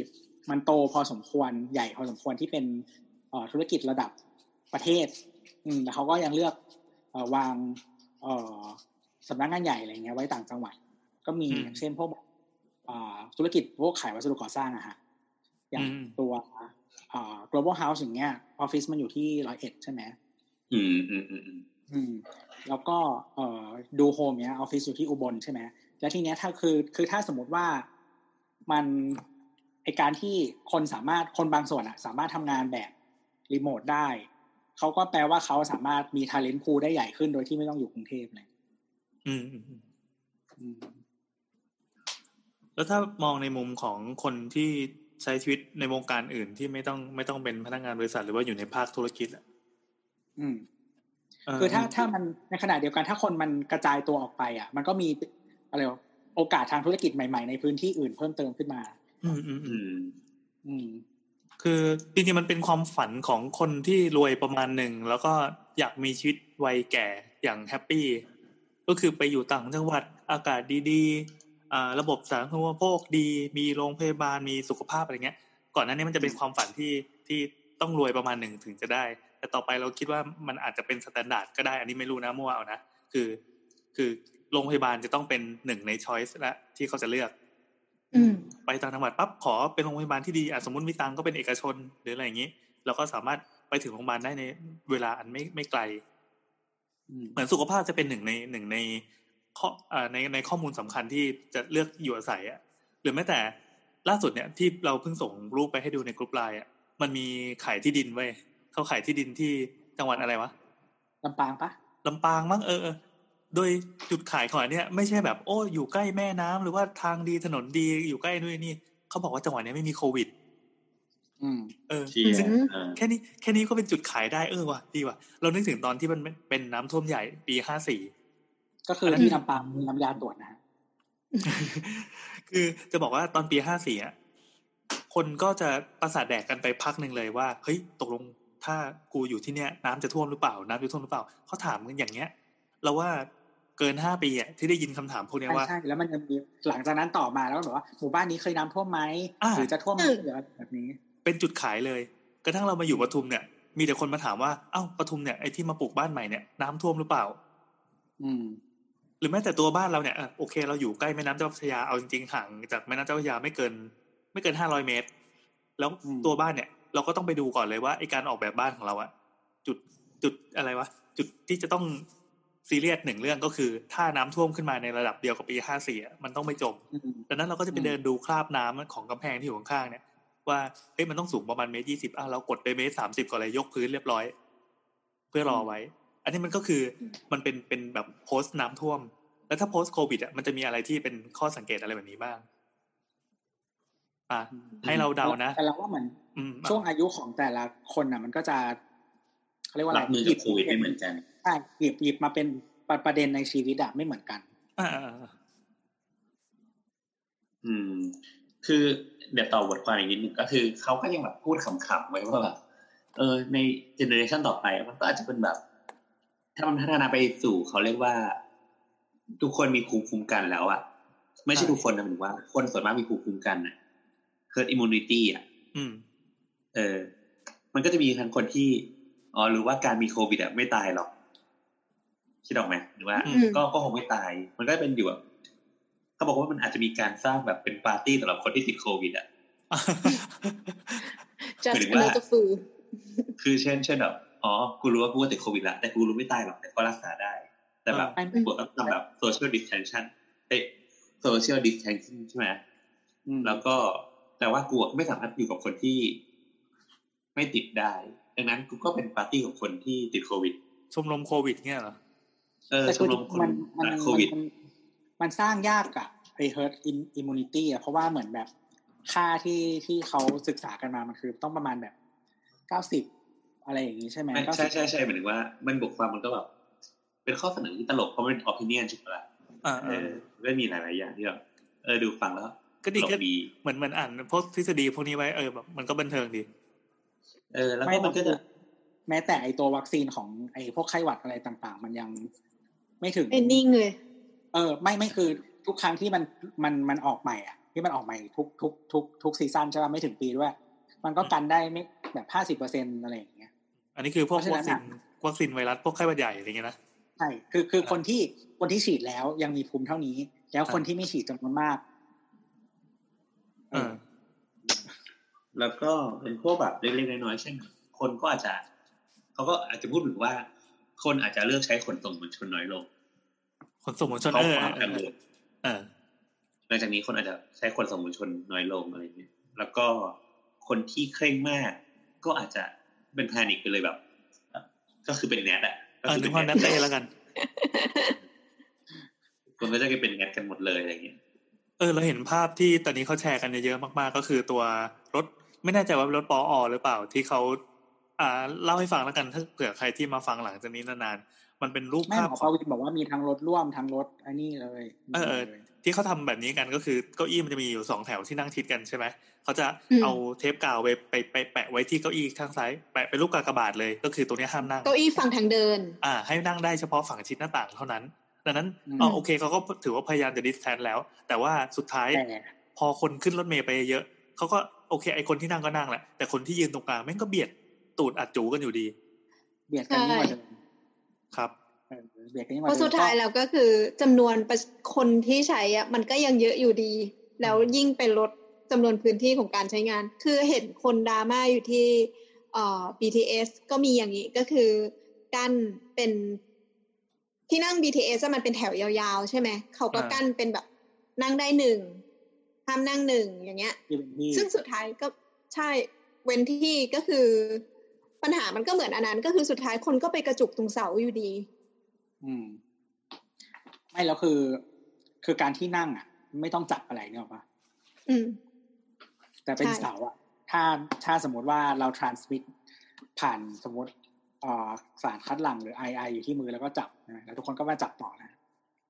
มันโตพอสมควรใหญ่พอสมควรที่เป็นเอ่อธุรกิจระดับประเทศอืมแต่เขาก็ยังเลือกเอ่อวางเอ่อสำนักงานใหญ่อะไรเงี้ยไว้ต่างจังหวัดก็มีอย่างเช่นพวกอ่าธุรกิจพวกขายวัสดุก่อสร้างอะฮะอย่างตัวอ่า Global House อย่างเงี้ยออฟฟิศมันอยู่ที่ร้อยเอ็ดใช่ไหมอืมอืมอืมอืมแล้วก็เอ่อดูโฮมเนี้ยออฟฟิศอยู่ที่อุบลใช่ไหมแล้วทีเนี้ยถ้าคือคือถ้าสมมติว่ามันไอการที่คนสามารถคนบางส่วนอะสามารถทำงานแบบรีโมทได้เขาก็แปลว่าเขาสามารถมี talent pool ได้ใหญ่ขึ้นโดยที่ไม่ต้องอยู่กรุงเทพเลยอืมอืมอืมแล้วถ้ามองในมุมของคนที่ใช้ชีวิตในวงการอื่นที่ไม่ต้องไม่ต้องเป็นพนักงานบริษัทหรือว่าอยู่ในภาคธุรกิจอ่ะอืมคือถ้าถ้ามันในขณะเดียวกันถ้าคนมันกระจายตัวออกไปอ่ะมันก็มีอะไรโอกาสทางธุรกิจใหม่ๆในพื้นที่อื่นเพิ่มเติมขึ้นมาอืมอืมอืมอืมคือจริงๆมันเป็นความฝันของคนที่รวยประมาณหนึ่งแล้วก็อยากมีชีวิตวัยแก่อย่างแฮปปี้ก็คือไปอยู่ต่างจังหวัดอากาศดีๆอ่าระบบสาธารณูปโภคดีมีโรงพยาบาลมีสุขภาพอะไรเงี้ยก่อนหน้านี้มันจะเป็นความฝันที่ที่ต้องรวยประมาณหนึ่งถึงจะได้แต่ต่อไปเราคิดว่ามันอาจจะเป็นสแตนดาร์ดก็ได้อันนี้ไม่รู้นะมั่วเอานะคือคือโรงพยาบาลจะต้องเป็นหนึ่งในช้อยส์ละที่เขาจะเลือกไปต่างจังหวัดปั๊บขอเป็นโรงพยาบาลที่ดีอ่ะสมมุติมีตังก็เป็นเอกชนหรืออะไรอย่างนี้เราก็สามารถไปถึงโรงพยาบาลได้ในเวลาอันไม่ไม่ไกลเหมือนสุขภาพจะเป็นหนึ่งในหนึ่งในข้ออ่าในในข้อมูลสำคัญที่จะเลือกอยู่อาศัยอ่ะหรือแม้แต่ล่าสุดเนี่ยที่เราเพิ่งส่งรูปไปให้ดูในกลุ่มไลน์อ่ะมันมีขายที่ดินไว้เขาขายที่ดินที่จังหวัดอะไรวะลำปางปะลำปางมั้งเออโดยจุดขายของอันเนี้ยไม่ใช่แบบโอ้อยู่ใกล้แม่น้ำหรือว่าทางดีถนนดีอยู่ใกล้นู่นนี่เขาบอกว่าจังหวัดนี้ไม่มีโควิดอืมเออแค่นี้แค่นี้ก็เป็นจุดขายได้เออว่ะดีว่ะเรานึกถึงตอนที่มันเป็นน้ำท่วมใหญ่ปีห้าสี่ก็คือที่ลำปางมีน้ำยาตรวจนะฮะคือจะบอกว่าตอนปีห้าสี่อ่ะคนก็จะประสาทแดกกันไปพักหนึ่งเลยว่าเฮ้ยตกลงถ้ากูอยู่ที่เนี้ยน้ำจะท่วมหรือเปล่าน้ำจะท่วมหรือเปล่าเขาถามกันอย่างเงี้ยเราว่าเกินห้าปีอ่ะที่ได้ยินคำถามพวกนี้ว่าใช่แล้วมันจะมีหลังจากนั้นต่อมาแล้วแบบว่าหมู่บ้านนี้เคยน้ำท่วมไหมหรือจะท่วมหรือแบบนี้เป็นจุดขายเลยกระทั่งเรามาอยู่ปทุมเนี่ยมีแต่คนมาถามว่าเอ้าปทุมเนี่ยไอ้ที่มาปลูกบ้านใหม่เนี่ยน้ำท่วมหรือเปล่าอืมหรือแม้แต่ตัวบ้านเราเนี่ยโอเคเราอยู่ใกล้แม่น้ำเจ้าพระยาเอาจริงๆห่างจากแม่น้ำเจ้าพระยาไม่เกินไม่เกินห้าร้อยเมตรแล้วตัวบ้านเนี่ยเราก็ต้องไปดูก่อนเลยว่าไอ้การออกแบบบ้านของเราอะจุดจุดอะไรวะจุดที่จะต้องซีเรียสหนึ่งเรื่องก็คือถ้าน้ำท่วมขึ้นมาในระดับเดียวกับปีห้าสี่อ่ะมันต้องไม่จมดังนั้นเราก็จะไปเดินดูคราบน้ำของกำแพงที่อยู่ข้างๆเนี่ยว่าเฮ้ยมันต้องสูงประมาณเมตรยี่สิบอ่ะเรากดไปเมตรสามสิบก่อนเลยยกพื้นเรียบร้อยเพื่อรอไว้อันนี้มันก็คือมันเป็นเป็นแบบโพสต์น้ำท่วมแล้วถ้าโพสต์โควิดอ่ะมันจะมีอะไรที่เป็นข้อสังเกตอะไรแบบนี้บ้างอ่ะให้เราเดานะแต่เราว่ามันช่วงอายุของแต่ละคนอ่ะมันก็จะเขาเรียกว่าอะไรหยิบโควิดไม่เหมือนกันใช่หยิบหยิบมาเป็นประเด็นในชีวิตอะไม่เหมือนกันอ่าอืมคือเดี๋ยวต่อบทความอีกนิดนึงก็คือเขาก็ยังแบบพูดขำๆไว้ว่าแบบเออในเจเนอเรชันต่อไปมันก็อาจจะเป็นแบบถ้ามันพัฒนาไปสู่เขาเรียกว่าทุกคนมีภูมิคุ้มกันแล้วอะไม่ใช่ทุกคนนะหมายถึงว่าคนส่วนมากมีภูมิคุ้มกันอะ herd immunity อะเออมันก็จะมีทั้งคนที่อ๋อหรือว่าการมีโควิดอะไม่ตายหรอกคิดออกไหมหรือว่าก็ก็คงไม่ตายมันก็เป็นอยู่แบบเขาบอกว่ามันอาจจะมีการสร้างแบบเป็นปาร์ตี้สำหรับคนที่ติดโควิดอ่ะหรือว่าคือเช่นเช่นแบบอ๋อกูรู้ว่ากูติดโควิดแล้วแต่กูรู้ไม่ตายหรอกแต่ก็รักษาได้แต่แบบบวกกับทำแบบ social distancing เอ้ย social distancing ใช่ไหมแล้วก็แต่ว่ากูไม่สามารถอยู่กับคนที่ไม่ติดได้ดังนั้นกูก็เป็นปาร์ตี้กับคนที่ติดโควิดชมรมโควิดเงี้ยเหรอเออชมรมคนโควิดมันสร้างยากอะไอ้ herd immunity อ่ะเพราะว่าเหมือนแบบค่าที่ที่เขาศึกษากันมามันคือต้องประมาณแบบเก้าสิบอะไรอย่างนี้ใช่ไหมใช่ใช่ใช่หมายถึงว่ามันบวกความมันก็แบบเป็นข้อเสนอที่ตลกเพราะมันเป็น opinion ใช่ไหมล่ะเออก็มีหลายๆอย่างที่แบบเออดูฟังแล้วก็ดีก็ดีเหมือนเหมือนอ่านพวกทฤษฎีพวกนี้ไว้เออแบบมันก็บันเทิงดีเออแล้วก็มันก็จะแม้แต่ไอตัววัคซีนของไอพวกไข้หวัดอะไรต่างๆมันยังไม่ถึงเอนดิ้งเลยเออไม่ไม่คือทุกครั้งที่มันมันมันออกใหม่อ่ะที่มันออกใหม่ทุกทุกทุกทุกซีซั่นใช่ป่ะไม่ถึงปีด้วยมันก็กันได้ไม่แบบ ห้าสิบเปอร์เซ็นต์ อะไรอย่างเงี้ยอันนี้คือพวกวัคซีนวัคซีนไวรัสพวกไข้หวัดใหญ่อะไรเงี้ยนะใช่คือคือคนที่คนที่ฉีดแล้วยังมีภูมิเท่านี้แล้วคนที่ไม่ฉีดจำนวนมากเออแล้วก็เป็นพวกแบบเล็กๆน้อยๆเช่นคนก็อาจจะเขาก็อาจจะพูดถึงว่าคนอาจจะเลือกใช้ขนส่งมวลชนน้อยลงขนส่งมวลชนเออเออหลังจากนี้คนอาจจะใช้ขนส่งมวลชนน้อยลงอะไรอย่างเงี้ยแล้วก็คนที่เคร่งมากก็อาจจะเป็นแพนิคไปเลยแบบก็คือเป็นแนทอ่ะก็คือเป็นแนทเต้แล้วกันคนก็จะเป็นแนทกันหมดเลยอะไรอย่างเงี้ยเออเราเห็นภาพที่ตอนนี้เขาแชร์กันเยอะๆมากๆก็คือตัวรถไม่แน่ใจว่ารถปอ.หรือเปล่าที่เขาอ่าเล่าให้ฟังแล้วกันถ้าเผื่อใครที่มาฟังหลังจากนี้นานๆมันเป็นรูปภาพเขาบอกว่ามีทั้งรถร่วมทั้งรถอันนี้เลยเออที่เขาทำแบบนี้กันก็คือเก้าอี้มันจะมีอยู่สองแถวที่นั่งชิดกันใช่ไหมเขาจะเอาเทปกาวไปไปไปแปะไว้ที่เก้าอี้ข้างซ้ายแปะเป็นรูปกากบาทเลยก็คือตัวนี้ห้ามนั่งเก้าอี้ฝั่งทางเดินอ่าให้นั่งได้เฉพาะฝั่งชิดหน้าต่างเท่านั้นดังนั้นอ๋อโอเคเขาก็ถือว่าพยายามจะดิสแทนแล้วแต่ว่าสุดท้ายพอคนขึ้นรถเมล์ไปเยอะเขาก็โอเคไอคนที่นั่งก็นั่งแหละแต่คนที่ยืนตรงกลางแม่งก็เบียดตูดอัดจูกันอยู่ดีเบียดกันยิ่งกว่าเดิมครับเบียดกันยิ่งกว่าเดิมเพราะสุดท้ายแล้วก็คือจำนวนคนที่ใช้อ่ะมันก็ยังเยอะอยู่ดีแล้วยิ่งเป็นลดจำนวนพื้นที่ของการใช้งานคือเห็นคนดราม่าอยู่ที่เอ่อ บี ที เอส ก็มีอย่างนี้ก็คือกั้นเป็นที่นั่ง บี ที เอส มันเป็นแถวยาวๆใช่ไหมเขาก็กั้นเป็นแบบนั่งได้หนึ่งห้ามนั่งหนึ่งอย่างเงี้ยซึ่งสุดท้ายก็ใช่เว้นที่ก็คือปัญหามันก็เหมือนอันนั้นก็คือสุดท้ายคนก็ไปกระจุกตรงเสาอยู่ดีอืมไม่แล้วคือคือการที่นั่งอ่ะไม่ต้องจับอะไรเนี่ยหรอปะอืมแต่เป็นเสาอ่ะถ้าถ้าสมมติว่าเรา transmit ผ่านสมมติอ่าสารคัดหลั่งหรือ ไอ ไอ อยู่ที่มือแล้วก็จับนะแล้วทุกคนก็มาจับต่อนะ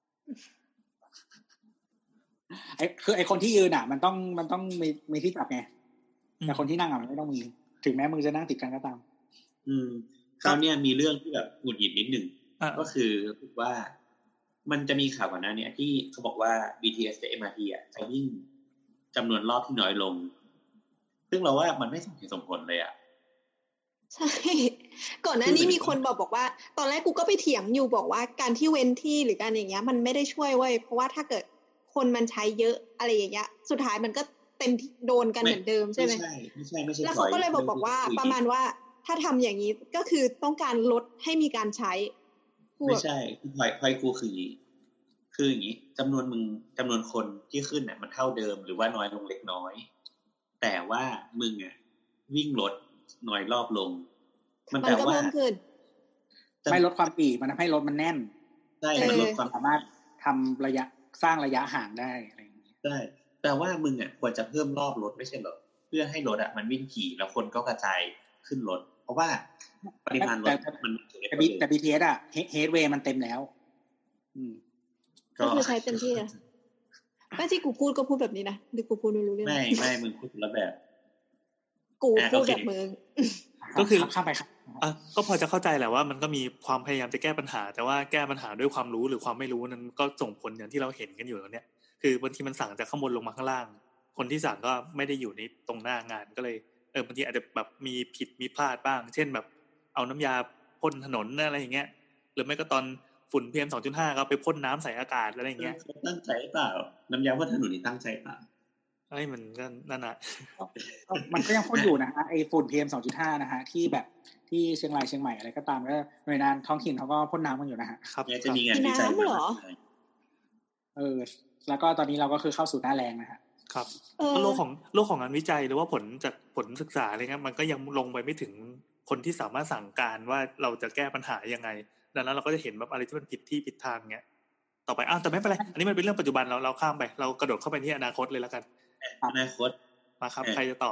ไอ้คือไอ้คนที่ยืนอ่ะมันต้องมันต้องมีมีที่จับไงแต่คนที่นั่งอ่ะมันไม่ต้องมีถึงแม้มือจะนั่งติดกันก็ตามอืมคราวนี้มีเรื่องที่แบบหงุดหงิดนิดนึงก็คือว่ามันจะมีข่าวก่อนหน้านี้ที่เขาบอกว่า บี ที เอส กับ เอ็ม อาร์ ที อ่ะจะวิ่งจำนวนรอบที่น้อยลงซึ่งเราว่ามันไม่สมเหตุสมผลเลยอ่ะใช่ก่อนหน้านี้มีคนบอกบอกว่าตอนแรกกูก็ไปเถียงอยู่บอกว่าการที่เว้นที่หรือการอย่างเงี้ยมันไม่ได้ช่วยเว้ยเพราะว่าถ้าเกิดคนมันใช้เยอะอะไรอย่างเงี้ยสุดท้ายมันก็เต็มโดนกันเหมือนเดิมใช่ไหมไม่ใช่ไม่ใช่ไม่ใช่แล้วเขาก็เลยบอกบอกว่าประมาณว่าถ้าทำอย่างนี้ก็คือต้องการลดให้มีการใช้ไม่ใช่คือพอยพอยกูคืออย่างนี้คืออย่างนี้จำนวนมึงจำนวนคนที่ขึ้นเนี่ยมันเท่าเดิมหรือว่าน้อยลงเล็กน้อยแต่ว่ามึงอ่ะวิ่งรถน้อยรอบลงมันแปลว่าไม่ลดความปี่มันทำให้รถมันแน่นใช่มันลดความสามารถทำระยะสร้างระยะห่างได้อะไรอย่างนี้ใช่แต่ว่ามึงอ่ะควรจะเพิ่มรอบรถไม่ใช่เหรอเพื่อให้รถอ่ะมันวิ่งขี่แล้วคนก็กระจายขึ้นรถเพราะว่าปริมาณรถมันแต่แต่ บี ที เอส อ่ะเฮดเวย์มันเต็มแล้วอืมก็คือใช้เต็มที่นะไม่ที่กูพูดก็พูดแบบนี้นะหรือกูพูดไม่รู้เรื่องไม่ไม่มึงพูดคนละแบบกูพูดแบบมึงก็คือข้ามไปครับอ่ะก็พอจะเข้าใจแหละว่ามันก็มีความพยายามจะแก้ปัญหาแต่ว่าแก้ปัญหาด้วยความรู้หรือความไม่รู้นั้นก็ส่งผลอย่างที่เราเห็นกันอยู่แล้วเนี่ยคือบางทีมันสั่งจากข้างบนลงมาข้างล่างคนที่สั่งก็ไม่ได้อยู่ในตรงหน้างานก็เลยเออบางทีอาจจะแบบมีผิดมีพลาดบ้างเช่นแบบเอาน้ำยาพ่นถนนอะไรอย่างเงี้ยหรือไม่ก็ตอนฝุ่น พี เอ็ม สองจุดห้า ก็ไปพ่นน้ำใส่อากาศอะไรอย่างเงี้ยตั้งใจเปล่าน้ำยาพ่นถนนนี่ตั้งใจเปล่าไอ้มันก็นั่นน่ะมันก็ยังพ่นอยู่นะฮะไอ้ฝุ่น พี เอ็ม สองจุดห้า นะฮะที่แบบที่เชียงรายเชียงใหม่อะไรก็ตามก็หน่วยงานท้องถิ่นเขาก็พ่นน้ำกันอยู่นะฮะครับจะมีงานวิจัยเหรอเออแล้วก็ตอนนี้เราก็คือเข้าสู่หน้าแรงนะฮะครับโลกของโลกของงานวิจัยหรือว่าผลจากผลศึกษาอะไรเงี้ยมันก็ยังลงไปไม่ถึงคนที่สามารถสั่งการว่าเราจะแก้ปัญหายังไงดังนั้นเราก็จะเห็นแบบอะไรที่มันผิดที่ผิดทางเงี้ยต่อไปอ้าวแต่ไม่เป็นไรอันนี้มันเป็นเรื่องปัจจุบันเราเราข้ามไปเรากระโดดเข้าไปที่อนาคตเลยแล้วกันอนาคตมาครับใครจะต่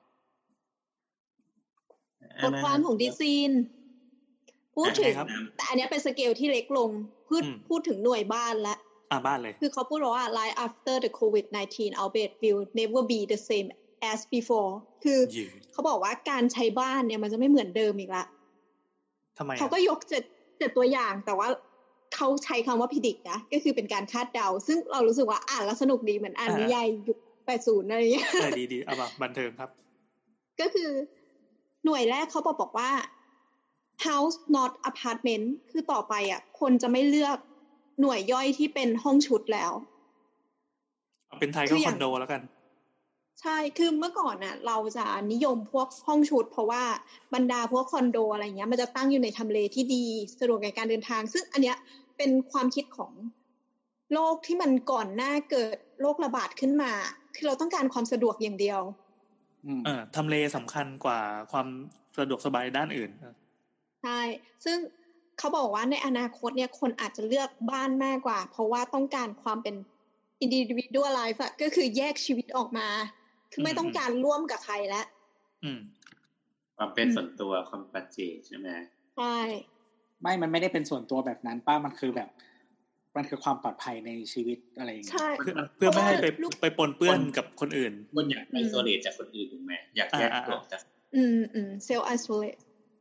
อบทความของดิซีนพูดถึงแต่อันนี้เป็นสเกลที่เล็กลงพูดพูดถึงหน่วยบ้านและอ่าบ้านเลยคือเขาพูดว่า life after the โควิด สิบเก้า outbreak will never be the same as before คือเขาบอกว่าการใช้บ้านเนี่ยมันจะไม่เหมือนเดิมอีกละทำไมเขาก็ยกเจ็ดเจ็ดตัวอย่างแต่ว่าเขาใช้คำว่า predict นะก็คือเป็นการคาดเดาซึ่งเรารู้สึกว่าอ่านแล้วสนุกดีเหมือนอ่านนิยายยุคแปดสิบอะไรอย่างเงี้ยใช่ดีๆเอาแบบบันเทิงครับก็คือหน่วยแรกเขาบอกบอกว่า house not apartment คือต่อไปอ่ะคนจะไม่เลือกหน่วยย่อยที่เป็นห้องชุดแล้วเอาเป็นไทยก็คอนโดแล้วกันใช่คือเมื่อก่อนน่ะเราจะนิยมพวกห้องชุดเพราะว่าบรรดาพวกคอนโดอะไรเงี้ยมันจะตั้งอยู่ในทำเลที่ดีสะดวกในการเดินทางซึ่งอันเนี้ยเป็นความคิดของโลกที่มันก่อนหน้าเกิดโรคระบาดขึ้นมาคือเราต้องการความสะดวกอย่างเดียวเออทำเลสำคัญกว่าความสะดวกสบายด้านอื่นใช่ซึ่งเขาบอกว่าในอนาคตเนี่ยคนอาจจะเลือกบ้านมากกว่าเพราะว่าต้องการความเป็น individual life อะก็คือแยกชีวิตออกมาคือไม่ต้องการร่วมกับใครแล้วความเป็นส่วนตัวความปัจเจกใช่ไหมใช่ไม่มันไม่ได้เป็นส่วนตัวแบบนั้นป้ามันคือแบบมันคือความปลอดภัยในชีวิตอะไรอย่างเงี้ยใช่เพื่อไม่ให้ไปไปปนเปื้อนกับคนอื่นคนอยากไอโซเลตจากคนอื่นถูกไหมอยากแยกตัวจากอืมอืมเซลล์ไอโซเลต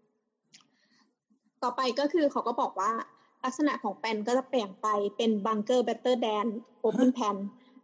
ต่อไปก็คือเขาก็บอกว่าลักษณะของแปลนก็จะเปลี่ยนไปเป็นบังเกอร์เบเตอร์แดนโอเพนแพน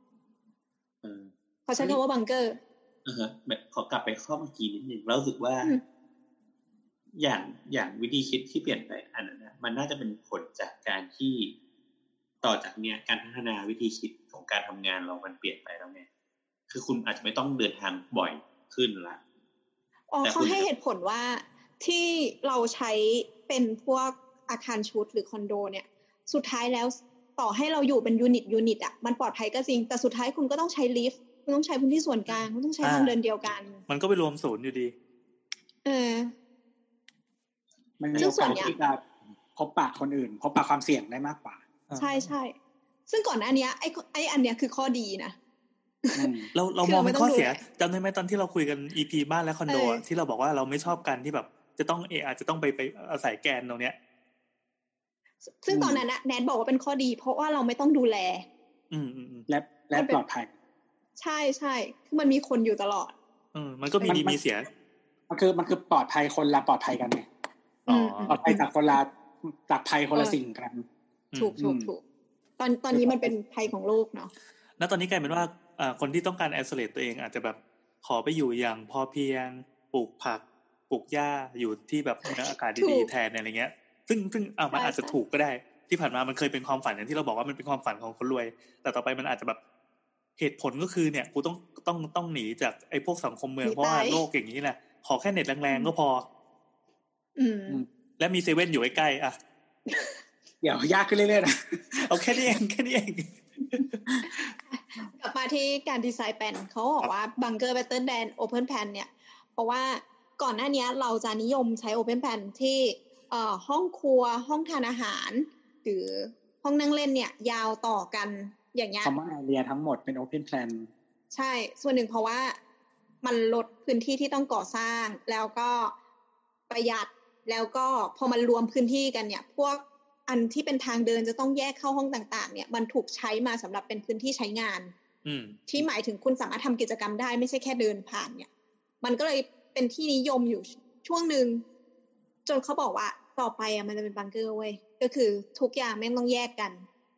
เขาใช้คำว่าบังเกอร์อ่าฮะแบบขอกลับไปข้อเมื่อกี้นิดนึงแล้วรู้สึกว่าอย่างอย่างวิธีคิดที่เปลี่ยนไปอันนั้นนะมันน่าจะเป็นผลจากการที่ต่อจากเนี้ยการพัฒนาวิธีคิดของการทำงานเรามันเปลี่ยนไปแล้วไงคือคุณอาจจะไม่ต้องเดินทางบ่อยขึ้นละอ๋อเขาให้เหตุผลว่าที่เราใช้เป็นพวกอาคารชุดหรือคอนโดเนี่ยสุดท้ายแล้วต่อให้เราอยู่เป็นยูนิตยูนิตอ่ะมันปลอดภัยก็จริงแต่สุดท้ายคุณก็ต้องใช้ลิฟต์คุณต้องใช้พื้นที่ส่วนกลางคุณต้องใช้ทางเดินเดียวกันมันก็ไปรวมศูนย์อยู่ดีเออมันมีโอกาสที่จะพบปะคนอื่นพบปะความเสี่ยงได้มากกว่าใช่ใช่ซึ่งก่อนหน้านี้ไอ้ไอ้อันเนี้ยคือข้อดีนะเราเรามองเป็นข้อเสียจำได้ไหมตอนที่เราคุยกัน อี พี บ้านและคอนโดที่เราบอกว่าเราไม่ชอบกันที่แบบจะต้องเออาจจะต้องไปไปอาศัยแกนตรงเนี้ยซึ่งตอนนั้นนะแนทบอกว่าเป็นข้อดีเพราะว่าเราไม่ต้องดูแลอืมๆและและปลอดภัยใช่ใช่คือมันมีคนอยู่ตลอดเออมันก็มีดีมีเสียมันคือมันคือปลอดภัยคนละปลอดภัยกันไงอ๋อปลอดภัยจากคนละจากภัยคนละสิ่งกันถูกถูกถูกตอนตอนนี้มันเป็นภัยของโลกเนาะแล้วตอนนี้กลายเป็นว่าอ่าคนที่ต้องการไอโซเลตตัวเองอาจจะแบบขอไปอยู่อย่างพอเพียงปลูกผักปลูกหญ้าอยู่ที่แบบอากาศดีๆแทนอะไรเงี้ยซึ่งซึ่งอ่ามันอาจจะถูกก็ได้ที่ผ่านมามันเคยเป็นความฝันอย่างที่เราบอกว่ามันเป็นความฝันของคนรวยแต่ต่อไปมันอาจจะแบบเหตุผลก็คือเนี่ยกูต้องต้องต้องหนีจากไอ้พวกสังคมเมืองเพราะว่าโลกอย่างนี้แหละขอแค่เน็ตแรงๆก็พออืมและมีเซเว่นอยู่ใกล้ๆอ่ะเดี๋ยวยากขึ้นเรื่อยๆนะเอาแค่นี้เองแค่นี้เองกลับมาที่การดีไซน์แปลนเขาบอกว่า Bunker Better Than Open Plan เนี่ยเพราะว่าก่อนหน้านี้เราจะนิยมใช้ Open Plan ที่เอ่อห้องครัวห้องทานอาหารหรือห้องนั่งเล่นเนี่ยยาวต่อกันอย่างเงี้ย Common Area ทั้งหมดเป็น Open Plan ใช่ส่วนหนึ่งเพราะว่ามันลดพื้นที่ที่ต้องก่อสร้างแล้วก็ประหยัดแล้วก็พอมันรวมพื้นที่กันเนี่ยพวกอันที่เป็นทางเดินจะต้องแยกเข้าห้องต่างๆเนี่ยมันถูกใช้มาสำหรับเป็นพื้นที่ใช้งานที่หมายถึงคุณสามารถทำกิจกรรมได้ไม่ใช่แค่เดินผ่านเนี่ยมันก็เลยเป็นที่นิยมอยู่ช่วงนึงจนเขาบอกว่าต่อไปอ่ะมันจะเป็นบังเกอร์เว้ยก็คือทุกอย่างแม่งต้องแยกกัน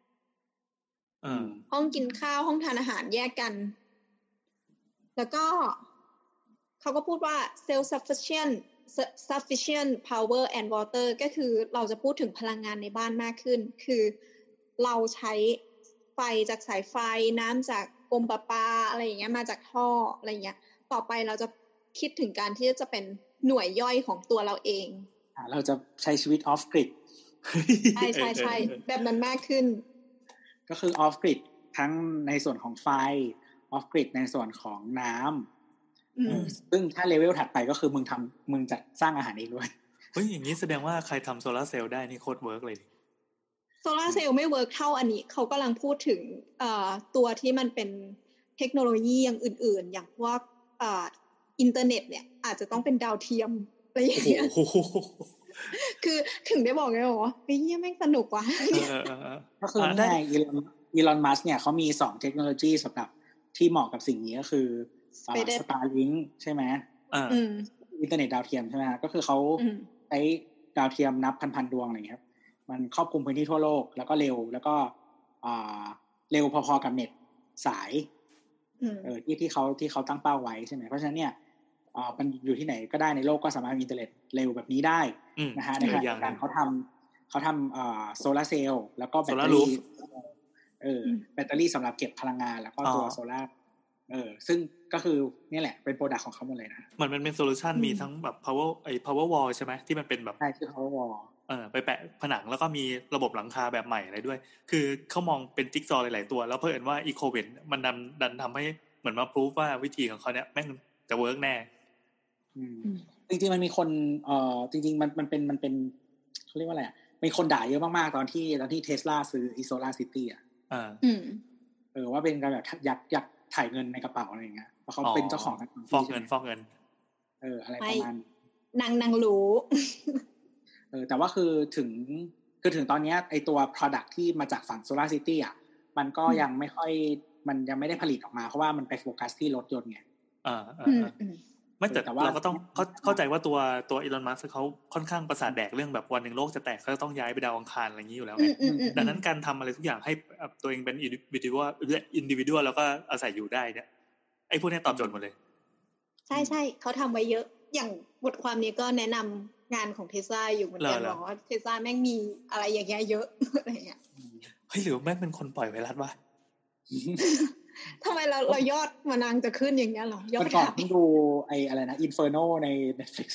ห้องกินข้าวห้องทานอาหารแยกกันแล้วก็เขาก็พูดว่า self sufficient sufficient power and water ก็คือเราจะพูดถึงพลังงานในบ้านมากขึ้นคือเราใช้ไฟจากสายไฟน้ำจากกรมประปาอะไรอย่างเงี้ยมาจากท่ออะไรอย่างเงี้ยต่อไปเราจะคิดถึงการที่จะเป็นหน่วยย่อยของตัวเราเองอ่าเราจะใช้ชีวิต off grid ใช่ใช่ใช่แบบนั้นมากขึ้นก็คือ off grid ทั้งในส่วนของไฟ off grid ในส่วนของน้ำซึ่งถ้าเลเวลถัดไปก็คือมึงทำมึงจะสร้างอาหารเองด้วยเฮ้ยอย่างนี้แสดงว่าใครทำโซลาร์เซลล์ได้นี่โคตรเวิร์กเลยโซลาร์เซลล์ไม่เวิร์กเท่าอันนี้เขากำลังพูดถึงตัวที่มันเป็นเทคโนโลยีอย่างอื่นๆอย่างพวกอินเทอร์เน็ตเนี่ยอาจจะต้องเป็นดาวเทียมอะไรอย่างเงี้ยคือถึงได้บอกไงว่าเฮ้ยเหี้ยแม่งสนุกว่ะก็คือได้อีลอนอีลอนมัสก์เนี่ยเขามีสองเทคโนโลยีสำหรับที่เหมาะกับสิ่งนี้ก็คือ Starlink ใช่ไหมอ่าอินเทอร์เน็ตดาวเทียมใช่ไหมก็คือเขาใช้ดาวเทียมนับพันๆดวงอะไรอย่างเงี้ยมันครอบคลุมพื้นที่ทั่วโลกแล้วก็เร็วแล้วก็อ่าเร็วพอๆกับเน็ตสายเออที่ที่เขาที่เขาตั้งเป้าไว้ใช่ไหมเพราะฉะนั้นเนี่ยอ่ามันอยู่ที่ไหนก็ได้ในโลกก็สามารถมีอินเทอร์เน็ตเร็วแบบนี้ได้นะฮะในขณะเดียวกันเขาทำเขาทำอ่าโซลาร์เซลล์แล้วก็แบตเตอรี่เออแบตเตอรี่สำหรับเก็บพลังงานแล้วก็ตัวโซลาร์เออซึ่งก็คือนี่แหละเป็นโปรดักต์ของเขาหมดเลยนะมันมันเป็นโซลูชันมีทั้งแบบ power ไอ้ power wall ใช่ไหมที่มันเป็นแบบใช่คือ power wall เออไปแปะผนังแล้วก็มีระบบหลังคาแบบใหม่อะไรด้วยคือเขามองเป็นจิ๊กซอว์หลายๆตัวแล้วเพิ่นว่า Ecoven มันดันดันทำให้เหมือนมาพรูฟว่าวิธีของเขาเนี่ยแม่งจะเวิร์กแน่จริงๆมันมีคนเอ่อจริงๆมันมันเป็นมันเป็นเขาเรียกว่าอะไรอ่ะมีคนด่าเยอะมากๆตอนที่ตอนที่ Tesla ซื้อ Solar City อ่ะอ่าเออว่าเป็นการแบบอยากอยากถ่ายเงินในกระเป๋าอะไรอย่างเงี้ยเพราะเขาเป็นเจ้าของฟอกเงินฟอกเงินเอออะไรประมาณนางนางรู้เออแต่ว่าคือถึงคือถึงตอนนี้ไอตัว product ที่มาจากฝั่ง Solar City อ่ะมันก็ยังไม่ค่อยมันยังไม่ได้ผลิตออกมาเพราะว่ามันไปโฟกัสที่รถยนต์ไงอ่าๆไม่แต่เราก็ต้องเข้าใจว่าตัวตัวอีลอนมัสก์เขาค่อนข้างประสาทแดกเรื่องแบบวันหนึ่งโลกจะแตกเขาต้องย้ายไปดาวอังคารอะไรอย่างนี้อยู่แล้วไงดังนั้นการทำอะไรทุกอย่างให้ตัวเองเป็นอินดิวิวอินดิวิวแล้วก็อาศัยอยู่ได้เนี่ยไอ้พวกนี้ตอบโจทย์หมดเลยใช่ใช่เขาทำไว้เยอะอย่างบทความนี้ก็แนะนำงานของ Tesla อยู่เหมือนกันบอกว่า Tesla แม่งมีอะไรอย่างเงี้ยเยอะอะไรเงี้ยเฮ้ยหรือแม่งเป็นคนปล่อยไวรัสวะทำไมเราเรายอดมานางจะขึ้นอย่างเงี้ยหรอยอดก่อนที่ดูไอ้อะไรนะ Inferno ใน Netflix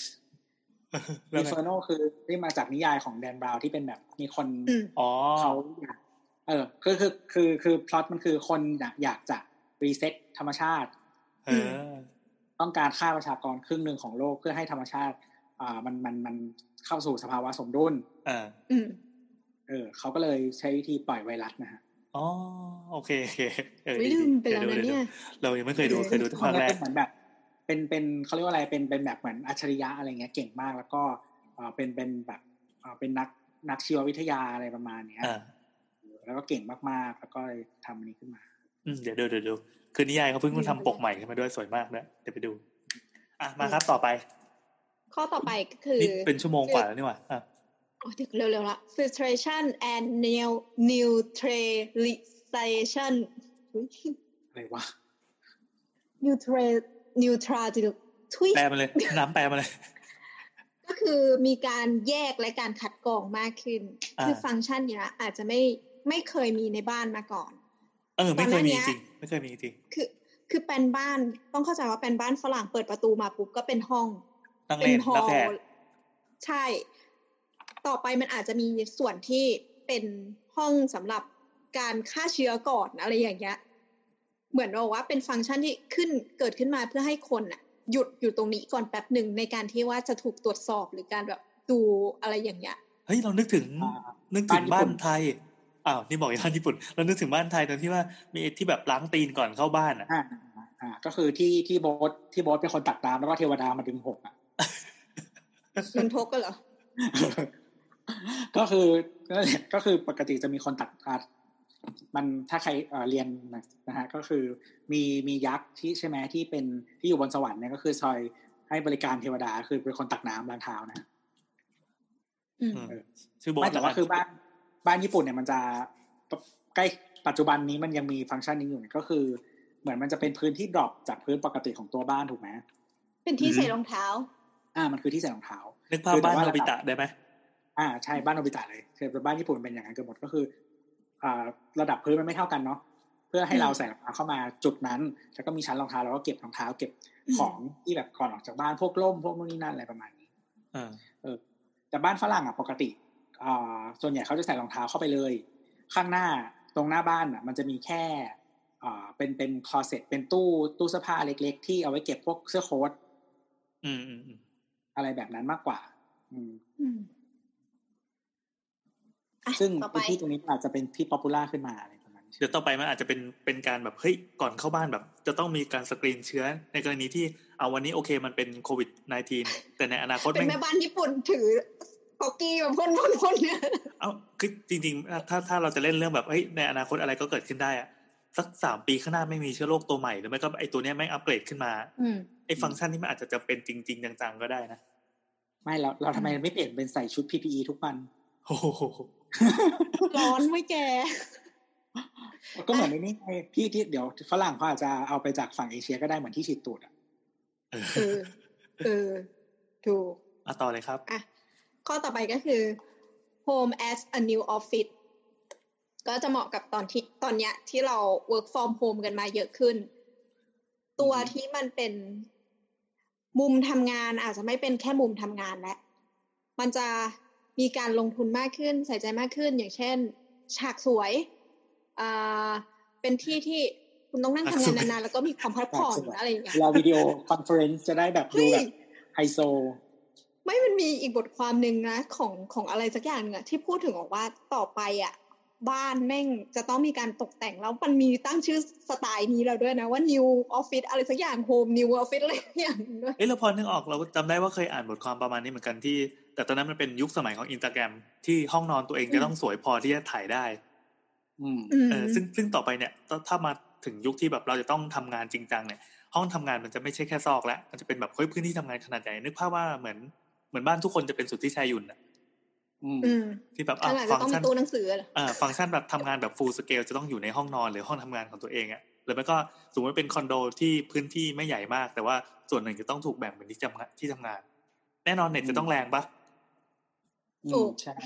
Inferno คือที่มาจากนิยายของแดนบราวน์ที่เป็นแบบมีคนอ๋อเขาเออคือคือคือคือพล็อตมันคือคนอยากจะรีเซ็ตธรรมชาติเออต้องการฆ่าประชากรครึ่งนึงของโลกเพื่อให้ธรรมชาติอ่ามันมันมันเข้าสู่สภาวะสมดุลเออเออเขาก็เลยใช้วิธีปล่อยไวรัสนะฮะอ๋อโอเคโอเคเออลืมไปแล้วนะเนี่ยเรายังไม่เคยดูเคยดูภาคแรกเหมือนแบบเป็นเป็นเขาเรียกว่าอะไรเป็นเป็นแบบเหมือนอัจฉริยะอะไรเงี้ยเก่งมากแล้วก็อ่าเป็นเป็นแบบอ่าเป็นนักนักชีววิทยาอะไรประมาณเนี้ยแล้วก็เก่งมากๆแล้วก็เลยทำอันนี้ขึ้นมาอืมเดี๋ยวดูเดี๋ยวดูคือนิยายเขาเพิ่งทำปกใหม่ขึ้นมาด้วยสวยมากนะเดี๋ยวไปดูอ่ะมาครับต่อไปข้อต่อไปก็คือนี่เป็นชั่วโมงกว่าแล้วนี่หว่าอ่ะโอ้เดี๋ยวเร็วๆละ filtration and neutralization อะไรวะ neutral neutrality แปลมาเลยน้ำแปลมาเลยก็คือมีการแยกและการคัดกรองมากขึ้นคือฟังก์ชันเนี้ยอาจจะไม่ไม่เคยมีในบ้านมาก่อนเออไม่เคยมีจริงไม่เคยมีจริงคือคือเป็นบ้านต้องเข้าใจว่าเป็นบ้านฝรั่งเปิดประตูมาปุ๊บก็เป็นห้องเป็นฮอลล์ใช่ต่อไปมันอาจจะมีส่วนที่เป็นห้องสำหรับการฆ่าเชื้อก่อนอะไรอย่างเงี้ยเหมือนว่าเป็นฟังก์ชันที่ขึ้นเกิดขึ้นมาเพื่อให้คนน่ะหยุดอยู่ตรงนี้ก่อนแป๊บหนึ่งในการที่ว่าจะถูกตรวจสอบหรือการแบบดูอะไรอย่างเงี้ยเฮ้ยเรานึกถึงนึกถึงบ้านไทยอ้าวนี่บอกอย่างญี่ปุ่นเรานึกถึงบ้านไทยตอนที่ว่ามีที่แบบล้างตีนก่อนเข้าบ้านอ่ะอ่าก็คือที่ที่โบ๊ทที่โบ๊ทเป็นคนตักน้ำแล้วก็เทวดามาดึงหกอ่ะมันทกกันเหรอก็คือก็คือปกติจะมีคนตักมันถ้าใครเรียนนะฮะก็คือมีมียักษ์ที่ใช่ไหมที่เป็นที่อยู่บนสวรรค์เนี่ยก็คือซอยให้บริการเทวดาคือเป็นคนตักน้ำล้างเท้านะชื่อโบ๊ทแต่ว่าคือบ้านบ้านญี่ปุ่นเนี่ยมันจะใกล้ปัจจุบันนี้มันยังมีฟังก์ชันนี้อยู่ก็คือเหมือนมันจะเป็นพื้นที่ดรอปจากพื้นปกติของตัวบ้านถูกไหมเป็นที่ใส่รองเท้าอ่ามันคือที่ใส่รองเท้านึกภาพบ้านโนบิตะได้ไหมอ่าใช่บ้านโนบิตะเลยคือบ้านญี่ปุ่นเป็นอย่างนั้นเกือบหมดก็คืออ่าระดับพื้นมันไม่เท่ากันเนาะเพื่อให้เราใส่รองเท้าเข้ามาจุดนั้นแล้วก็มีชั้นรองเท้าแล้วก็เก็บรองเท้าเก็บของที่แบบก่อนออกจากบ้านพวกร่มพวกนู่นนี่นั่นอะไรประมาณนี้อ่าเออแต่บ้านฝรั่งอ่ะปกติอ่าส่วนใหญ่เขาจะใส่รองเท้าเข้าไปเลยข้างหน้าตรงหน้าบ้านอ่ะมันจะมีแค่อ่าเป็นเป็นคลอเซ็ตเป็นตู้ตู้เสื้อผ้าเล็กๆที่เอาไว้เก็บพวกเสื้อโค้ทอืมอืมอะไรแบบนั้นมากกว่าอืมอืมซึ่งที่ตรงนี้อาจจะเป็นที่ป๊อปปูล่าขึ้นมาอะไรประมาณนี้เดี๋ยวต่อไปมันอาจจะเป็นเป็นการแบบเฮ้ยก่อนเข้าบ้านแบบจะต้องมีการสกรีนเชื้อในกรณีที่เอาวันนี้โอเคมันเป็นโควิดสิบเก้า แต่ในอนาคตเป็นแม่บ้านญี่ปุ่นถือฮอกกี้แบบพ่นๆๆเนี่ยเอ้าคือจริงๆถ้าถ้าเราจะเล่นเรื่องแบบเฮ้ยในอนาคตอะไรก็เกิดขึ้นได้อะสักสามปีข้างหน้าไม่มีเชื้อโรคตัวใหม่หรือไม่ก็ไอ้ตัวเนี้ยแม่งอัปเกรดขึ้นมาไอ้ฟังก์ชันที่มันอาจจะจะเป็นจริงๆจังๆก็ได้นะไม่แล้วเราทำไมไม่เปลี่ยนเป็นใส่ชุด พี พี อี ทุกวันโอ้โหร้อนไม่แกก็เหมือนในนี้ไงพี่ที่เดี๋ยวฝรั่งเขาอาจจะเอาไปจากฝั่งเอเชียก็ได้เหมือนที่ฉีดตูดอ่ะเออเออถูกอ่ะต่อเลยครับอ่ะข้อต่อไปก็คือ home as a new office ก็จะเหมาะกับตอนที่ตอนเนี้ยที่เรา work from home กันมาเยอะขึ้นตัวที่มันเป็นมุมทำงานอาจจะไม่เป็นแค่มุมทำงานแล้วมันจะมีการลงทุนมากขึ้นใส่ใจมากขึ้นอย่างเช่นฉากสวยอ่าเป็นที่ที่คุณต้องนั่งทำงานนานๆแล้วก็มีความพักผ่อนอะไรอย่างเงี้ยเราวิดีโอคอนเฟอเรนซ์จะได้แบบดูแบบไฮโซไม่มันมีอีกบทความนึงนะของของอะไรสักอย่างนึงอะที่พูดถึงบอกว่าต่อไปอะบ้านแม่งจะต้องมีการตกแต่งแล้วมันมีตั้งชื่อสไตล์นี้แล้วด้วยนะว่า new office อะไรสักอย่าง home new office อะไรอย่างนึงด้วยเอ้ยเราพอนึกออกเราจำได้ว่าเคยอ่านบทความประมาณนี้เหมือนกันที่แต่ตอนนั้นมันเป็นยุคสมัยของ Instagram ที่ห้องนอนตัวเองจะต้องสวยพอที่จะถ่ายได้อืมเออซึ่งซึ่งต่อไปเนี่ยถ้ามาถึงยุคที่แบบเราจะต้องทำงานจริงจังเนี่ยห้องทำงานมันจะไม่ใช่แค่ซอกแล้วมันจะเป็นแบบเฮ้ยพื้นที่ทำงานขนาดใหญ่นึกภาพว่าเหมือนเหมือนบ้านทุกคนจะเป็นสุดที่ชายหยุ่นอ่ะอืมที่แบบอ่ะฟังก์ชันตู้หนังสืออ่าฟังก์ชันแบบทำงานแบบ full scale จะต้องอยู่ในห้องนอนหรือห้องทำงานของตัวเองอ่ะหรือไม่ก็สมมติเป็นคอนโดที่พื้นที่ไม่ใหญ่มากแต่ว่าส่วนหนึ่งจะต้องถูกแบ่งเป็นที่ทำงานที่ทำงานแน่นอนเน็ตจะต้องแรงปะถูกใช่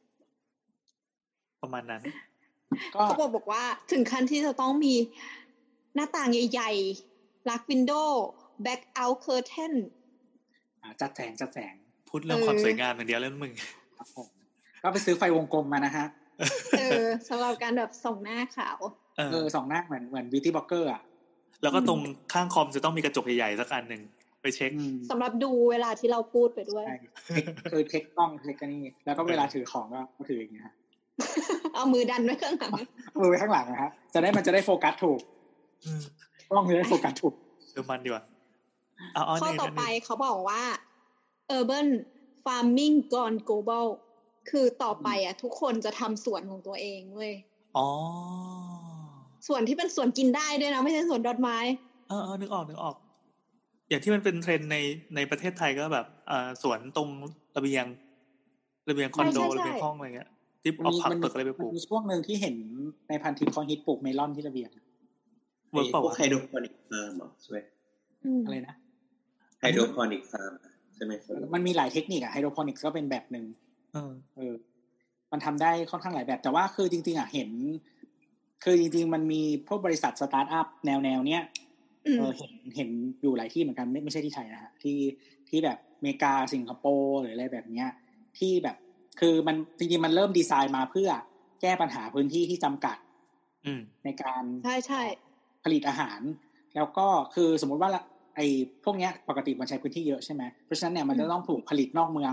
ประมาณนั้นก็เขาบอกว่าถึงขั้นที่จะต้องมีหน้าต่างใหญ่ๆลักวินโดว์แบ็คเอาท์เคอร์เทนจัดแสงจัดแสงพูดเรื่องความสวยงามอย่างเดียวเรื่องมึงก็ไปซื้อไฟวงกลมมานะฮะเออสำหรับการแบบส่องหน้าขาวเออส่องหน้าเหมือนเหมือนบิวตี้บล็อกเกอร์อ่ะแล้วก็ตรงข้างคอมจะต้องมีกระจกใหญ่ๆสักอันหนึ่งไปเช็คสำหรับดูเวลาที่เราพูดไปด้วยคือเช็คกล้องเช็คกันนี่แล้วก็เวลาถือของก็ถืออย่างเงี้ยเอามือดันไว้ข้างหลังมือไว้ข้างหลังนะฮะจะได้มันจะได้โฟกัสถูกกล้องจะได้โฟกัสถูกเออมันดีว่ะข้อต่อไปเขาบอกว่า urban farming gone global คือต่อไปอ่ะทุกคนจะทำสวนของตัวเองเว้ยอ๋อสวนที่เป็นสวนกินได้ด้วยนะไม่ใช่สวนดอกไม้เออๆนึกออกนึกออกอย่างที่มันเป็นเทรนด์ในในประเทศไทยก็แบบอ่าสวนตรงระเบียงระเบียงคอนโดระเบียงห้องอะไรเงี้ยที่เอาผักเปลือกอะไรไปปลูกมีช่วงนึงที่เห็นในพันทิปเขาฮิตปลูกเมลอนที่ระเบียงเวิร์กเปล่าวะไฮโดรโปนิกฟาร์มเหรอใช่มั้ยอะไรนะไฮโดรโปนิกฟาร์มใช่มั้ยมันมีหลายเทคนิคอะไฮโดรโปนิกก็เป็นแบบนึงเออเออมันทำได้ค่อนข้างหลายแบบแต่ว่าคือจริงๆอ่ะเห็นคือจริงๆมันมีพวกบริษัทสตาร์ทอัพแนวๆเนี้ยเออเห็นเห็นอยู่หลายที่เหมือนกันไม่ไม่ใช่ที่ไทยนะฮะที่ที่แบบอเมริกาสิงคโปร์หรืออะไรแบบเนี้ยที่แบบคือมันจริงๆมันเริ่มดีไซน์มาเพื่อแก้ปัญหาพื้นที่ที่จำกัดในการใช่ใช่ผลิตอาหารแล้วก็คือสมมติว่าไอ้พวกเนี้ยปกติมันใช้พื้นที่เยอะใช่ไหมเพราะฉะนั้นเนี่ยมันจะต้องถูกผลิตนอกเมือง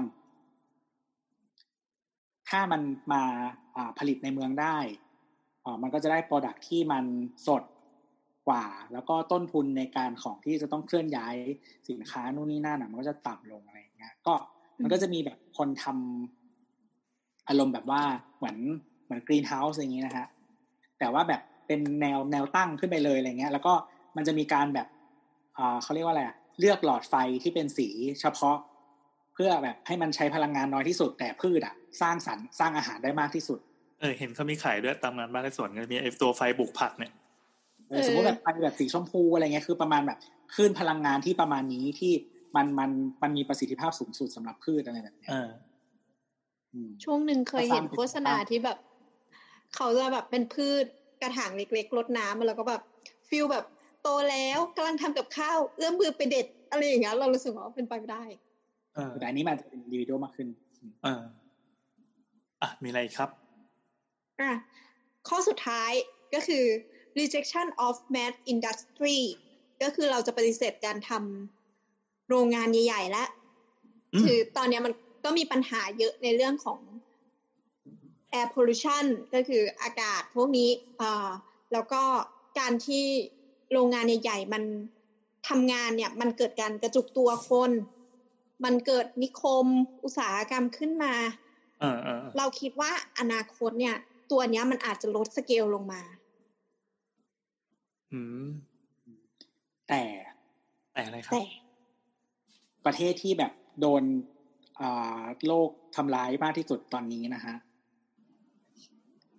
ถ้ามันมาผลิตในเมืองได้มันก็จะได้ product ที่มันสดกว่าแล้วก็ต้นทุนในการของที่จะต้องเคลื่อนย้ายสินค้านู่นนี่นั่นมันก็จะต่ำลงอะไรอย่างเงี้ยก็มันก็จะมีแบบคนทำอารมณ์แบบว่าเหมือนเหมือนกรีนเฮาส์อย่างงี้นะฮะแต่ว่าแบบเป็นแนวแนวตั้งขึ้นไปเลยอะไรเงี้ยแล้วก็มันจะมีการแบบเขาเรียกว่าอะไรเลือกหลอดไฟที่เป็นสีเฉพาะเพื่อแบบให้มันใช้พลังงานน้อยที่สุดแต่พืชอ่ะสร้างสรรค์สร้างอาหารได้มากที่สุดเออเห็นเขามีขายด้วยตามงานบ้านและสวนก็มีไอ้ตัวไฟปลูกผักเนี่ยสมมติแบบไฟแบบสีชมพูอะไรเงี้ยคือประมาณแบบคลื่นพลังงานที่ประมาณนี้ที่มันมันมันมีประสิทธิภาพสูงสุดสำหรับพืชอะไรแบบนี้ช่วงหนึ่งเคยเห็นโฆษณาที่แบบเขาจะแบบเป็นพืชกระถางเล็กๆรดน้ำแล้วก็แบบฟีลแบบโตแล้วกำลังทำกับข้าวเอื้อมมือไปเด็ดอะไรอย่างเงี้ยเรารู้สึกว่าเป็นไปไม่ได้แต่อันนี้มันจะเป็นอินดิวิดวลมากขึ้นอ่าอ่ะมีอะไรครับอ่ะข้อสุดท้ายก็คือ rejection of mass industry ก็คือเราจะปฏิเสธการทำโรงงานใหญ่ๆและคือตอนนี้มันก็มีปัญหาเยอะในเรื่องของ air pollution ก็คืออากาศพวกนี้อ่าแล้วก็การที่โรงงานใหญ่ๆมันทำงานเนี่ยมันเกิดการกระจุกตัวคนมันเกิดนิคมอุตสาหกรรมขึ้นมาเราคิดว่าอนาคตเนี่ยตัวเนี้ยมันอาจจะลดสเกลลงมาอืมแต่แต่อะไรครับประเทศที่แบบโดนอ่าโลกทำร้ายมากที่สุดตอนนี้นะฮะ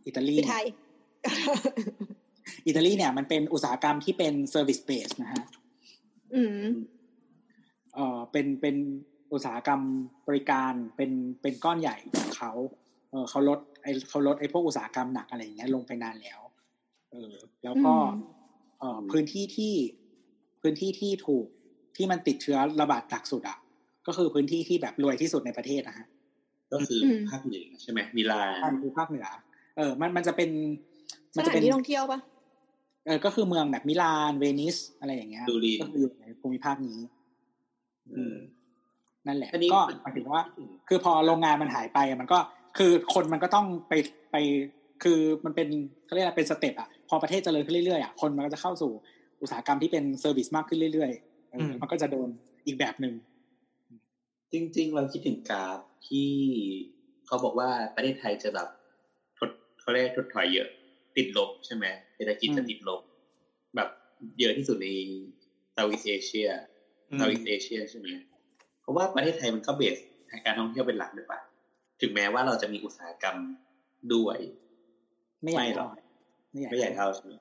อิตาลีไทยอิตาลีเนี่ยมันเป็นอุตสาหกรรมที่เป็น service base นะฮะอืมเอ่อเป็นเป็นอุตสาหกรรมบริการเป็นเป็นก้อนใหญ่ของเขาเออเขาลดไอ้เขาลดไอ้พวกอุตสาหกรรมหนักอะไรอย่างเงี้ยลงไปนานแล้วเออแล้วก็เอ่อพื้นที่ที่พื้นที่ที่ถูกที่มันติดเชื้อระบาดหนักสุดอ่ะก็คือพื้นที่ที่แบบรวยที่สุดในประเทศนะฮะก็คือภาคเหนือใช่ไหมมิลานใช่คือภาคเหนือเออมันมันจะเป็นมันจะเป็นที่ท่องเที่ยวปะเออก็คือเมืองแบบมิลานเวนิสอะไรอย่างเงี้ยก็คืออยู่ในภูมิภาคนี้อืมนั่นแหละก็หมายถึงว่าคือพอโรงงานมันหายไปมันก็คือคนมันก็ต้องไปไปคือมันเป็นเขาเรียกอะไรเป็นสเต็ปอ่ะพอประเทศเจริญขึ้นเรื่อยๆอ่ะคนมันก็จะเข้าสู่อุตสาหกรรมที่เป็นเซอร์วิสมากขึ้นเรื่อยๆเออมันก็จะโดนอีกแบบนึงจริงๆเราคิดถึงกราฟที่เขาบอกว่าประเทศไทยจะแบบทดเขาเรียกทดถอยเยอะติดลบใช่ไหมเศรษฐกิจจะติดลบแบบเยอะที่สุดในเซาท์อีสต์เอเชียเซาท์อีสต์เอเชียใช่ไหมเพราะว่าประเทศไทยมันก็เบสการท่องเที่ยวเป็นหลักด้วยป่ะถึงแม้ว่าเราจะมีอุตสาหกรรมด้วยไม่ใหญ่หรอกไม่ใหญ่เท่าใช่ไหม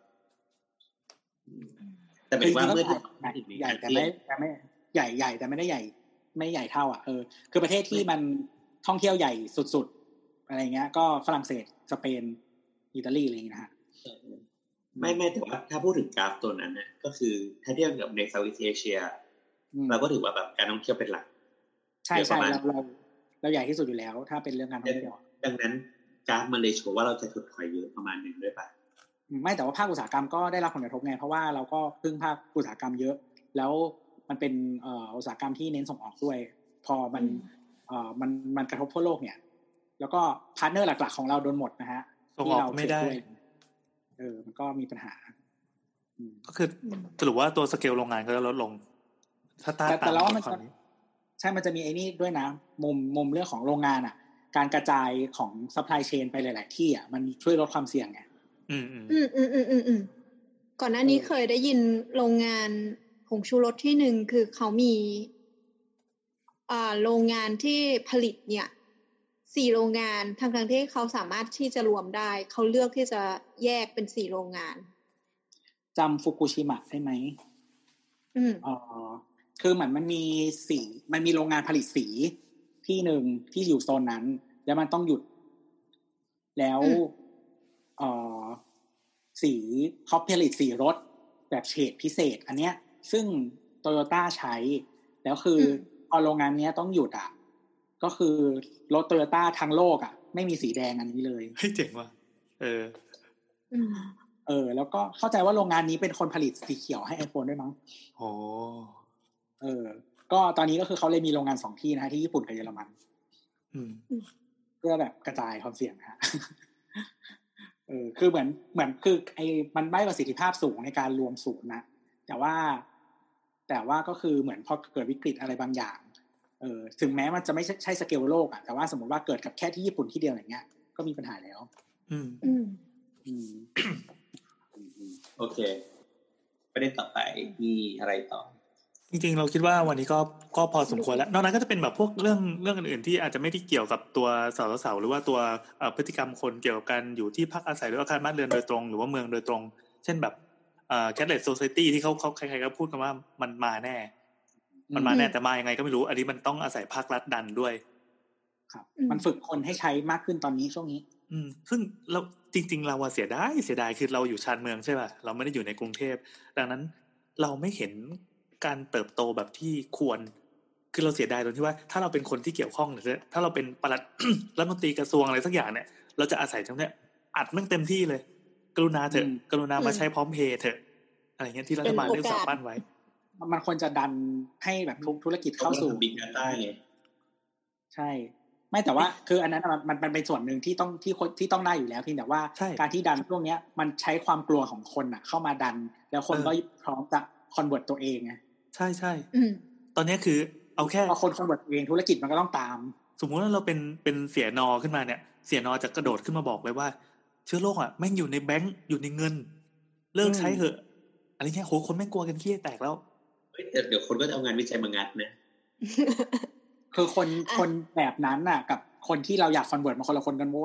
แต่เป็นว่าเมื่อใหญ่แต่ไม่แต่ไม่ใหญ่ใหญ่แต่ไม่ได้ใหญ่ไม่ใหญ่เท่าอ่ะเออคือประเทศที่มันท่องเที่ยวใหญ่สุดๆอะไรเงี้ยก็ฝรั่งเศสสเปนอิตาลีอะไรอย่างเงี้ยนะฮะไม่ไม่แต่ว่าถ้าพูดถึงกราฟตัวนั้นเนี่ยก็คือถ้าเทียบกับในเซาท์อีสต์เอเชียเราก็ถือว่าแบบการท่องเที่ยวเป็นหลักใช่ใช่เราเราเราใหญ่ที่สุดอยู่แล้วถ้าเป็นเรื่องการท่องเที่ยวดังนั้นกราฟมันเลยโชว์ว่าเราจะถดถอยเยอะประมาณนึงด้วยป่ะไม่แต่ว่าภาคอุตสาหกรรมก็ได้รับผลกระทบไงเพราะว่าเราก็พึ่งภาคอุตสาหกรรมเยอะแล้วมันเป็นเอ่ออุตสาหกรรมที่เน้นส่งออกด้วยพอมันเอ่อมันมันกระทบทั่วโลกเนี่ยแล้วก็พาร์ทเนอร์หลักๆของเราโดนหมดนะฮะที่เราไม่ได้เออมันก็มีปัญหาก็คือสรุปว่าตัวสเกลโรงงานก็จะลดลงถ้าตามแต่แล้วมันใช่มันจะมีไอ้นี่ด้วยนะมุมมุมเรื่องของโรงงานอ่ะการกระจายของซัพพลายเชนไปหลายๆที่อ่ะมันช่วยลดความเสี่ยงไงอืมอืมอืมอืมอืมอืมก่อนหน้านี้เคยได้ยินโรงงานผงชูรสที่หนึ่งคือเขามีอ่าโรงงานที่ผลิตเนี่ยสี่โรงงานทั้งทั้งที่เขาสามารถที่จะรวมได้เขาเลือกที่จะแยกเป็นสี่โรงงานจำฟุกุชิมะได้ไหมอืมอ๋อคือเหมือนมันมีสีมันมีโรงงานผลิตสีที่หนึ่งที่อยู่โซนนั้นแล้วมันต้องหยุดแล้วเอ่อสีเขาผลิตสีรถแบบเฉดพิเศษอันเนี้ยซึ่ง Toyota ใช้แล้วคือพอโรงงานเนี้ยต้องหยุดอ่ะก็คือรถ Toyota ทั้งโลกอ่ะไม่มีสีแดงอันนี้เลยเฮ้ยเจ๋งว่ะเออเออแล้วก็เข้าใจว่าโรงงานนี้เป็นคนผลิตสีเขียวให้ iPhone ด้วยมั้งโอ้เออก็ตอนนี้ก็คือเขาเลยมีโรงงานสองที่นะฮะที่ญี่ปุ่นกับเยอรมันอืมเพื่อแบบกระจายความเสี่ยงนะฮะเออคือเหมือนเหมือนคือไอ้มันได้ประสิทธิภาพสูงในการรวมศูนย์นะแต่ว่าแต่ว่าก็คือเหมือนพอเกิดวิกฤตอะไรบางอย่างเออถึงแม้มันจะไม่ใช่สเกลโลกอ่ะแต่ว่าสมมติว่าเกิดกับแค่ที่ญี่ปุ่นที่เดียวอย่างเงี้ยก็มีปัญหาแล้วอืมอืมอืมโอเคประเด็นต่อไปมีอะไรต่อจริงๆเราคิดว่าวันนี้ก็ก็พอสมควรแล้วนอกนั้นก็จะเป็นแบบพวกเรื่องเรื่องอื่นๆที่อาจจะไม่ได้เกี่ยวกับตัวสาวสาวหรือว่าตัวพฤติกรรมคนเกี่ยวกับการอยู่ที่พักอาศัยหรืออาคารบ้านเรือนโดยตรงหรือว่าเมืองโดยตรงเช่นแบบเอ่อ cashless society ที่เขาเขาใครๆก็พูดกันว่ามันมาแน่มันมาแน่แต่มายังไงก็ไม่รู้อันนี้มันต้องอาศัยภาครัฐดันด้วยครับมันฝึกคนให้ใช้มากขึ้นตอนนี้ช่วงนี้อืมซึ่งเราจริงๆเราเสียดายเสียดายคือเราอยู่ชานเมืองใช่ป่ะเราไม่ได้อยู่ในกรุงเทพดังนั้นเราไม่เห็นการเติบโตแบบที่ควรคือเราเสียดายตรงที่ว่าถ้าเราเป็นคนที่เกี่ยวข้องหรือถ้าเราเป็นปลัด รัฐมนตรีกระทรวงอะไรสักอย่างเนี่ยเราจะอาศัยตรงเนี้ยอัดแม่งเต็มที่เลยกรุณาเถอะกรุณามาใช้พร้อมเพย์เถอะอะไรเงี้ยที่รัฐบาลได้สร้างบ้านไว้มันควรจะดันให้แบบทุกธุรกิจเข้าสู่ Big Data ไงใช่ไม่แต่ว่าคืออันนั้นมันมันเป็นส่วนหนึ่งที่ต้องที่ที่ต้องได้อยู่แล้วเพียงแต่ว่าการที่ดันพวกนี้มันใช้ความกลัวของคนอ่ะเข้ามาดันแล้วคนก็พร้อมจะคอนเวิร์ตตัวเองไงใช่ใช่ตอนนี้คือเอาแค่พอคนคอนเวิร์ตตัวเองธุรกิจมันก็ต้องตามสมมุติว่าเราเป็นเป็นเสียนอขึ้นมาเนี่ยเสียนอจะกระโดดขึ้นมาบอกเลยว่าเชื้อโรคอ่ะแม่งอยู่ในแบงก์อยู่ในเงินเลิกใช้เถอะอะไรเงี้ยโหคนแม่งกลัวกันขี้แตกแล้วเฮ้ยเดี๋ยวคนก็จะเอางานวิจัยมางัดนะคือคนคนแบบนั้นน่ะกับคนที่เราอยากคอนเวิร์ตมาคนละคนกันโว้ย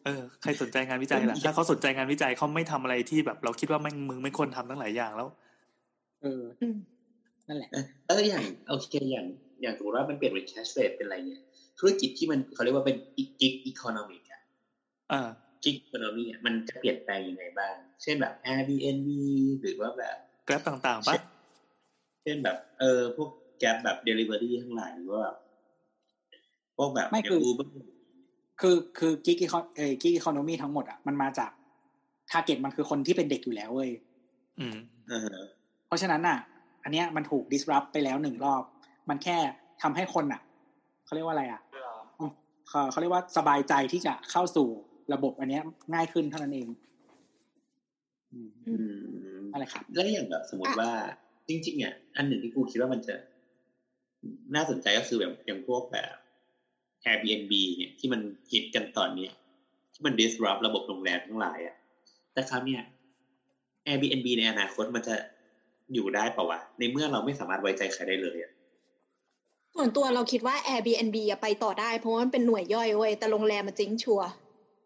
เออใครสนใจงานวิจัยล่ะถ้าเขาสนใจงานวิจัยเขาไม่ทำอะไรที่แบบเราคิดว่ามึงมึงไม่ควรทำทั้งหลายอย่างแล้วเออนั่นแหละแล้วอย่างโอเคอย่างอย่างสมมติว่ามันเปลี่ยนเป็น cash rate เป็นอะไรเนี่ยธุรกิจที่มันเขาเรียกว่าเป็น gig economy อ่ะอ่า gig economy อ่ะมันจะเปลี่ยนแปลงยังไงบ้างเช่นแบบ Airbnb หรือว่าแบบ Grab ต่างๆป่ะเช่นแบบเออพวก Grab แบบ delivery ทั้งหลายหรือว่าแบบพวกแบบไม่คือคือคือ gig econ เอ่อ gig economy ทั้งหมดอ่ะมันมาจาก target มันคือคนที่เป็นเด็กอยู่แล้วเว้ยอืมเออเพราะฉะนั้นน่ะอันเนี้ยมันถูก disrupt ไปแล้วหนึ่งรอบมันแค่ทำให้คนอ่ะเขาเรียกว่าอะไรอ่ะเขาเขาเรียกว่าสบายใจที่จะเข้าสู่ระบบอันเนี้ยง่ายขึ้นเท่านั้นเองอืมอืมอะไรครับแล้วอย่างแบบสมมติว่าจริงๆเนี่ยอันหนึ่งที่กูคิดว่ามันจะน่าสนใจก็คือแบบอย่างพวกแบบ Airbnb เนี่ยที่มันฮิตกันตอนนี้ที่มัน disrupt ระบบโรงแรมทั้งหลายอ่ะแต่คราวเนี้ย Airbnb ในอนาคตมันจะอยู่ได้เปล่าวะในเมื่อเราไม่สามารถไว้ใจใครได้เลยอ่ะส่วนตัวเราคิดว่า Airbnb อ่ะไปต่อได้เพราะว่ามันเป็นหน่วยย่อยเว้ยแต่โรงแรมมันจริงชัวร์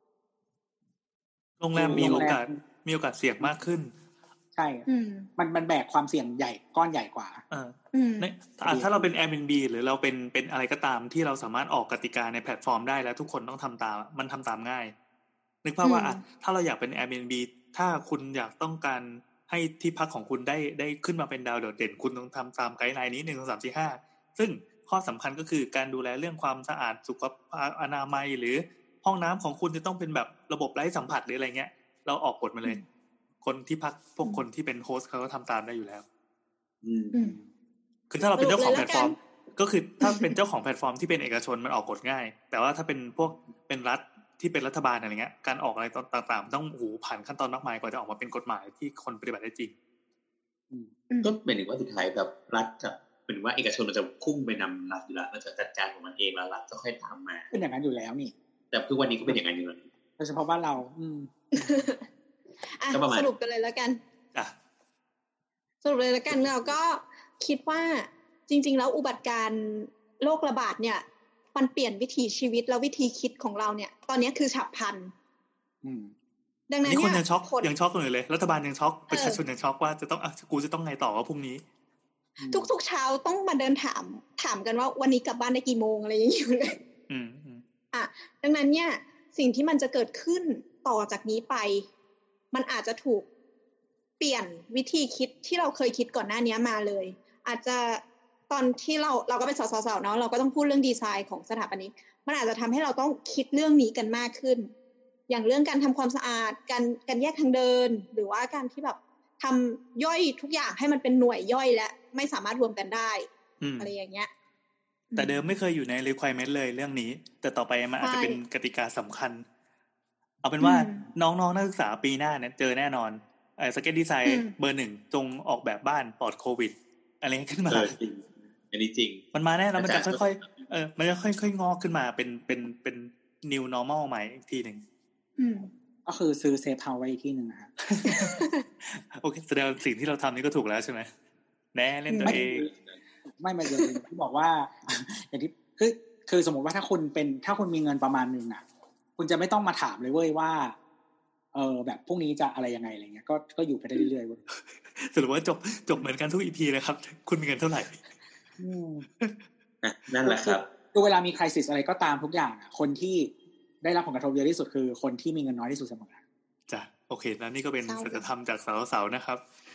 โรงแรมมีโอกาสมีโอกาสเสี่ยงมากขึ้นใช่มันมันแบกความเสี่ยงใหญ่ก้อนใหญ่กว่าอ่าถ้าเราเป็น Airbnb หรือเราเป็นเป็นอะไรก็ตามที่เราสามารถออกกติกาในแพลตฟอร์มได้แล้วทุกคนต้องทำตามมันทำตามง่ายนึกภาพว่าอ่ะถ้าเราอยากเป็น Airbnb ถ้าคุณอยากต้องการให้ที่พักของคุณได้ได้ขึ้นมาเป็นดาวโดดเด่นคุณต้องทำตามไกด์ไลน์นี้หนึ่ง สอง สาม สี่ ห้าซึ่งข้อสำคัญก็คือการดูแลเรื่องความสะอาดสุขภาพอนามัยหรือห้องน้ำของคุณจะต้องเป็นแบบระบบไร้สัมผัสหรืออะไรเงี้ยเราออกกฎมาเลยคนที่พักพวกคนที่เป็นโฮสต์เขาก็ทำตามได้อยู่แล้วอืมคือถ้าเราเป็นเจ้าของแพลตฟอร์มก็คือถ้าเป็นเจ้าของแพลตฟอร์มที่เป็นเอกชนมันออกกฎง่ายแต่ว่าถ้าเป็นพวกเป็นรัฐที่เป็นรัฐบาลอะไรเงี้ยการออกอะไรต่างๆต้องโหผ่านขั้นตอนมากมายกว่าจะออกมาเป็นกฎหมายที่คนปฏิบัติได้จริงก็หมายถึงว่าสุดท้ายแบบรัฐกับเป็นว่าเอกชนมันจะพุ่งไปนำรัฐอยู่แล้วมันจะจัดการของมันเองแล้วรัฐก็ค่อยตามมาเป็นอย่างนั้นอยู่แล้วนี่แต่ทุกวันนี้ก็เป็นอย่างนั้นอยู่แล้วโดยเฉพาะบ้านเราอืมอ่ะสรุปกันเลยแล้วกันอ่ะสรุปเลยแล้วกันเราก็คิดว่าจริงๆแล้วอุบัติการณ์โรคระบาดเนี่ยมันเปลี่ยนวิถีชีวิตแล้ววิธีคิดของเราเนี่ยตอนนี้คือฉับพลันดังนั้นเนี่ยคนยังช็อกยังช็อกอยู่เลยรัฐบาลยังช็อกประชาชนยังช็อกว่าจะต้องอ่ะกูจะต้องไงต่อว่าพรุ่งนี้ทุกๆเช้าต้องมาเดินถามถามกันว่าวันนี้กลับบ้านได้กี่โมงอะไรอย่างเงี้ยเลยอืมอ่ะดังนั้นเนี่ยสิ่งที่มันจะเกิดขึ้นต่อจากนี้ไปมันอาจจะถูกเปลี่ยนวิธีคิดที่เราเคยคิดก่อนหน้านี้มาเลยอาจจะตอนที่เราเราก็เป็นสสๆเนาะเราก็ต้องพูดเรื่องดีไซน์ของสถาปนิกมันอาจจะทำให้เราต้องคิดเรื่องนี้กันมากขึ้นอย่างเรื่องการทำความสะอาดการการแยกทางเดินหรือว่าการที่แบบทำย่อยทุกอย่างให้มันเป็นหน่วยย่อยและไม่สามารถรวมกันได้อะไรอย่างเงี้ยแต่เดิมไม่เคยอยู่ใน requirement เลยเรื่องนี้แต่ต่อไปมันอาจจะเป็นกติกาสำคัญเอาเป็นว่าน้องๆนักศึกษาปีหน้าเนี่ยเจอแน่นอนไอ้สเก็ตดีไซน์เบอร์หนึ่งจงออกแบบบ้านปลอดโควิดอะไรขึ้นมาจริงอันนี้จริงมันมาแน่แล้วมันจะค่อยๆเออมันจะค่อยๆงอกขึ้นมาเป็นเป็นเป็น new normal ใหม่อีกทีหนึ่งก็คือซื้อเซฟเฮาส์ไว้อีกที่นึงนะฮะโอเคแสดงสิ่งที่เราทำนี่ก็ถูกแล้วใช่ไหมแน่เล่นตัวเองไม่มาเดี๋ยวที่บอกว่าอย่างที่คือคือสมมติว่าถ้าคุณเป็นถ้าคุณมีเงินประมาณนึงอ่ะคุณจะไม่ต้องมาถามเลยเว้ยว่าเออแบบพรุ่งนี้จะอะไรยังไงอะไรเงี้ยก็ก็อยู่ไปได้เรื่อยๆเว้ยสรุปว่าจบจบเหมือนกันทุก อี พี เลยครับคุณมีเงินเท่าไหร่อืมนั่นแหละครับคือเวลามีไครซิสอะไรก็ตามทุกอย่างอ่ะคนที่ได้รับผลกระทบเยอะที่สุดคือคนที่มีเงินน้อยที่สุดเสมอจ้ะโอเคแล้วนี่ก็เป็นสัจธรรมจากสาวๆนะครับ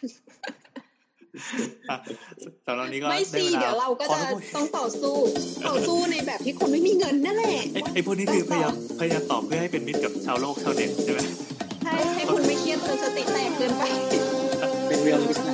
สำหรับนี้ก็ไม่สิเดี๋ยวเราก็จะต้องต่อสู้ต่อสู้ในแบบที่คนไม่มีเงินนั่นแหละไอ้พวกนี้คือพยายามพยายามตอบเพื่อให้เป็นมิตรกับชาวโลกชาวเน็ตใช่ไหมใช่ให้คุณไม่เครียดจนสติแตกเกินไปเป็นเรียลลิสต์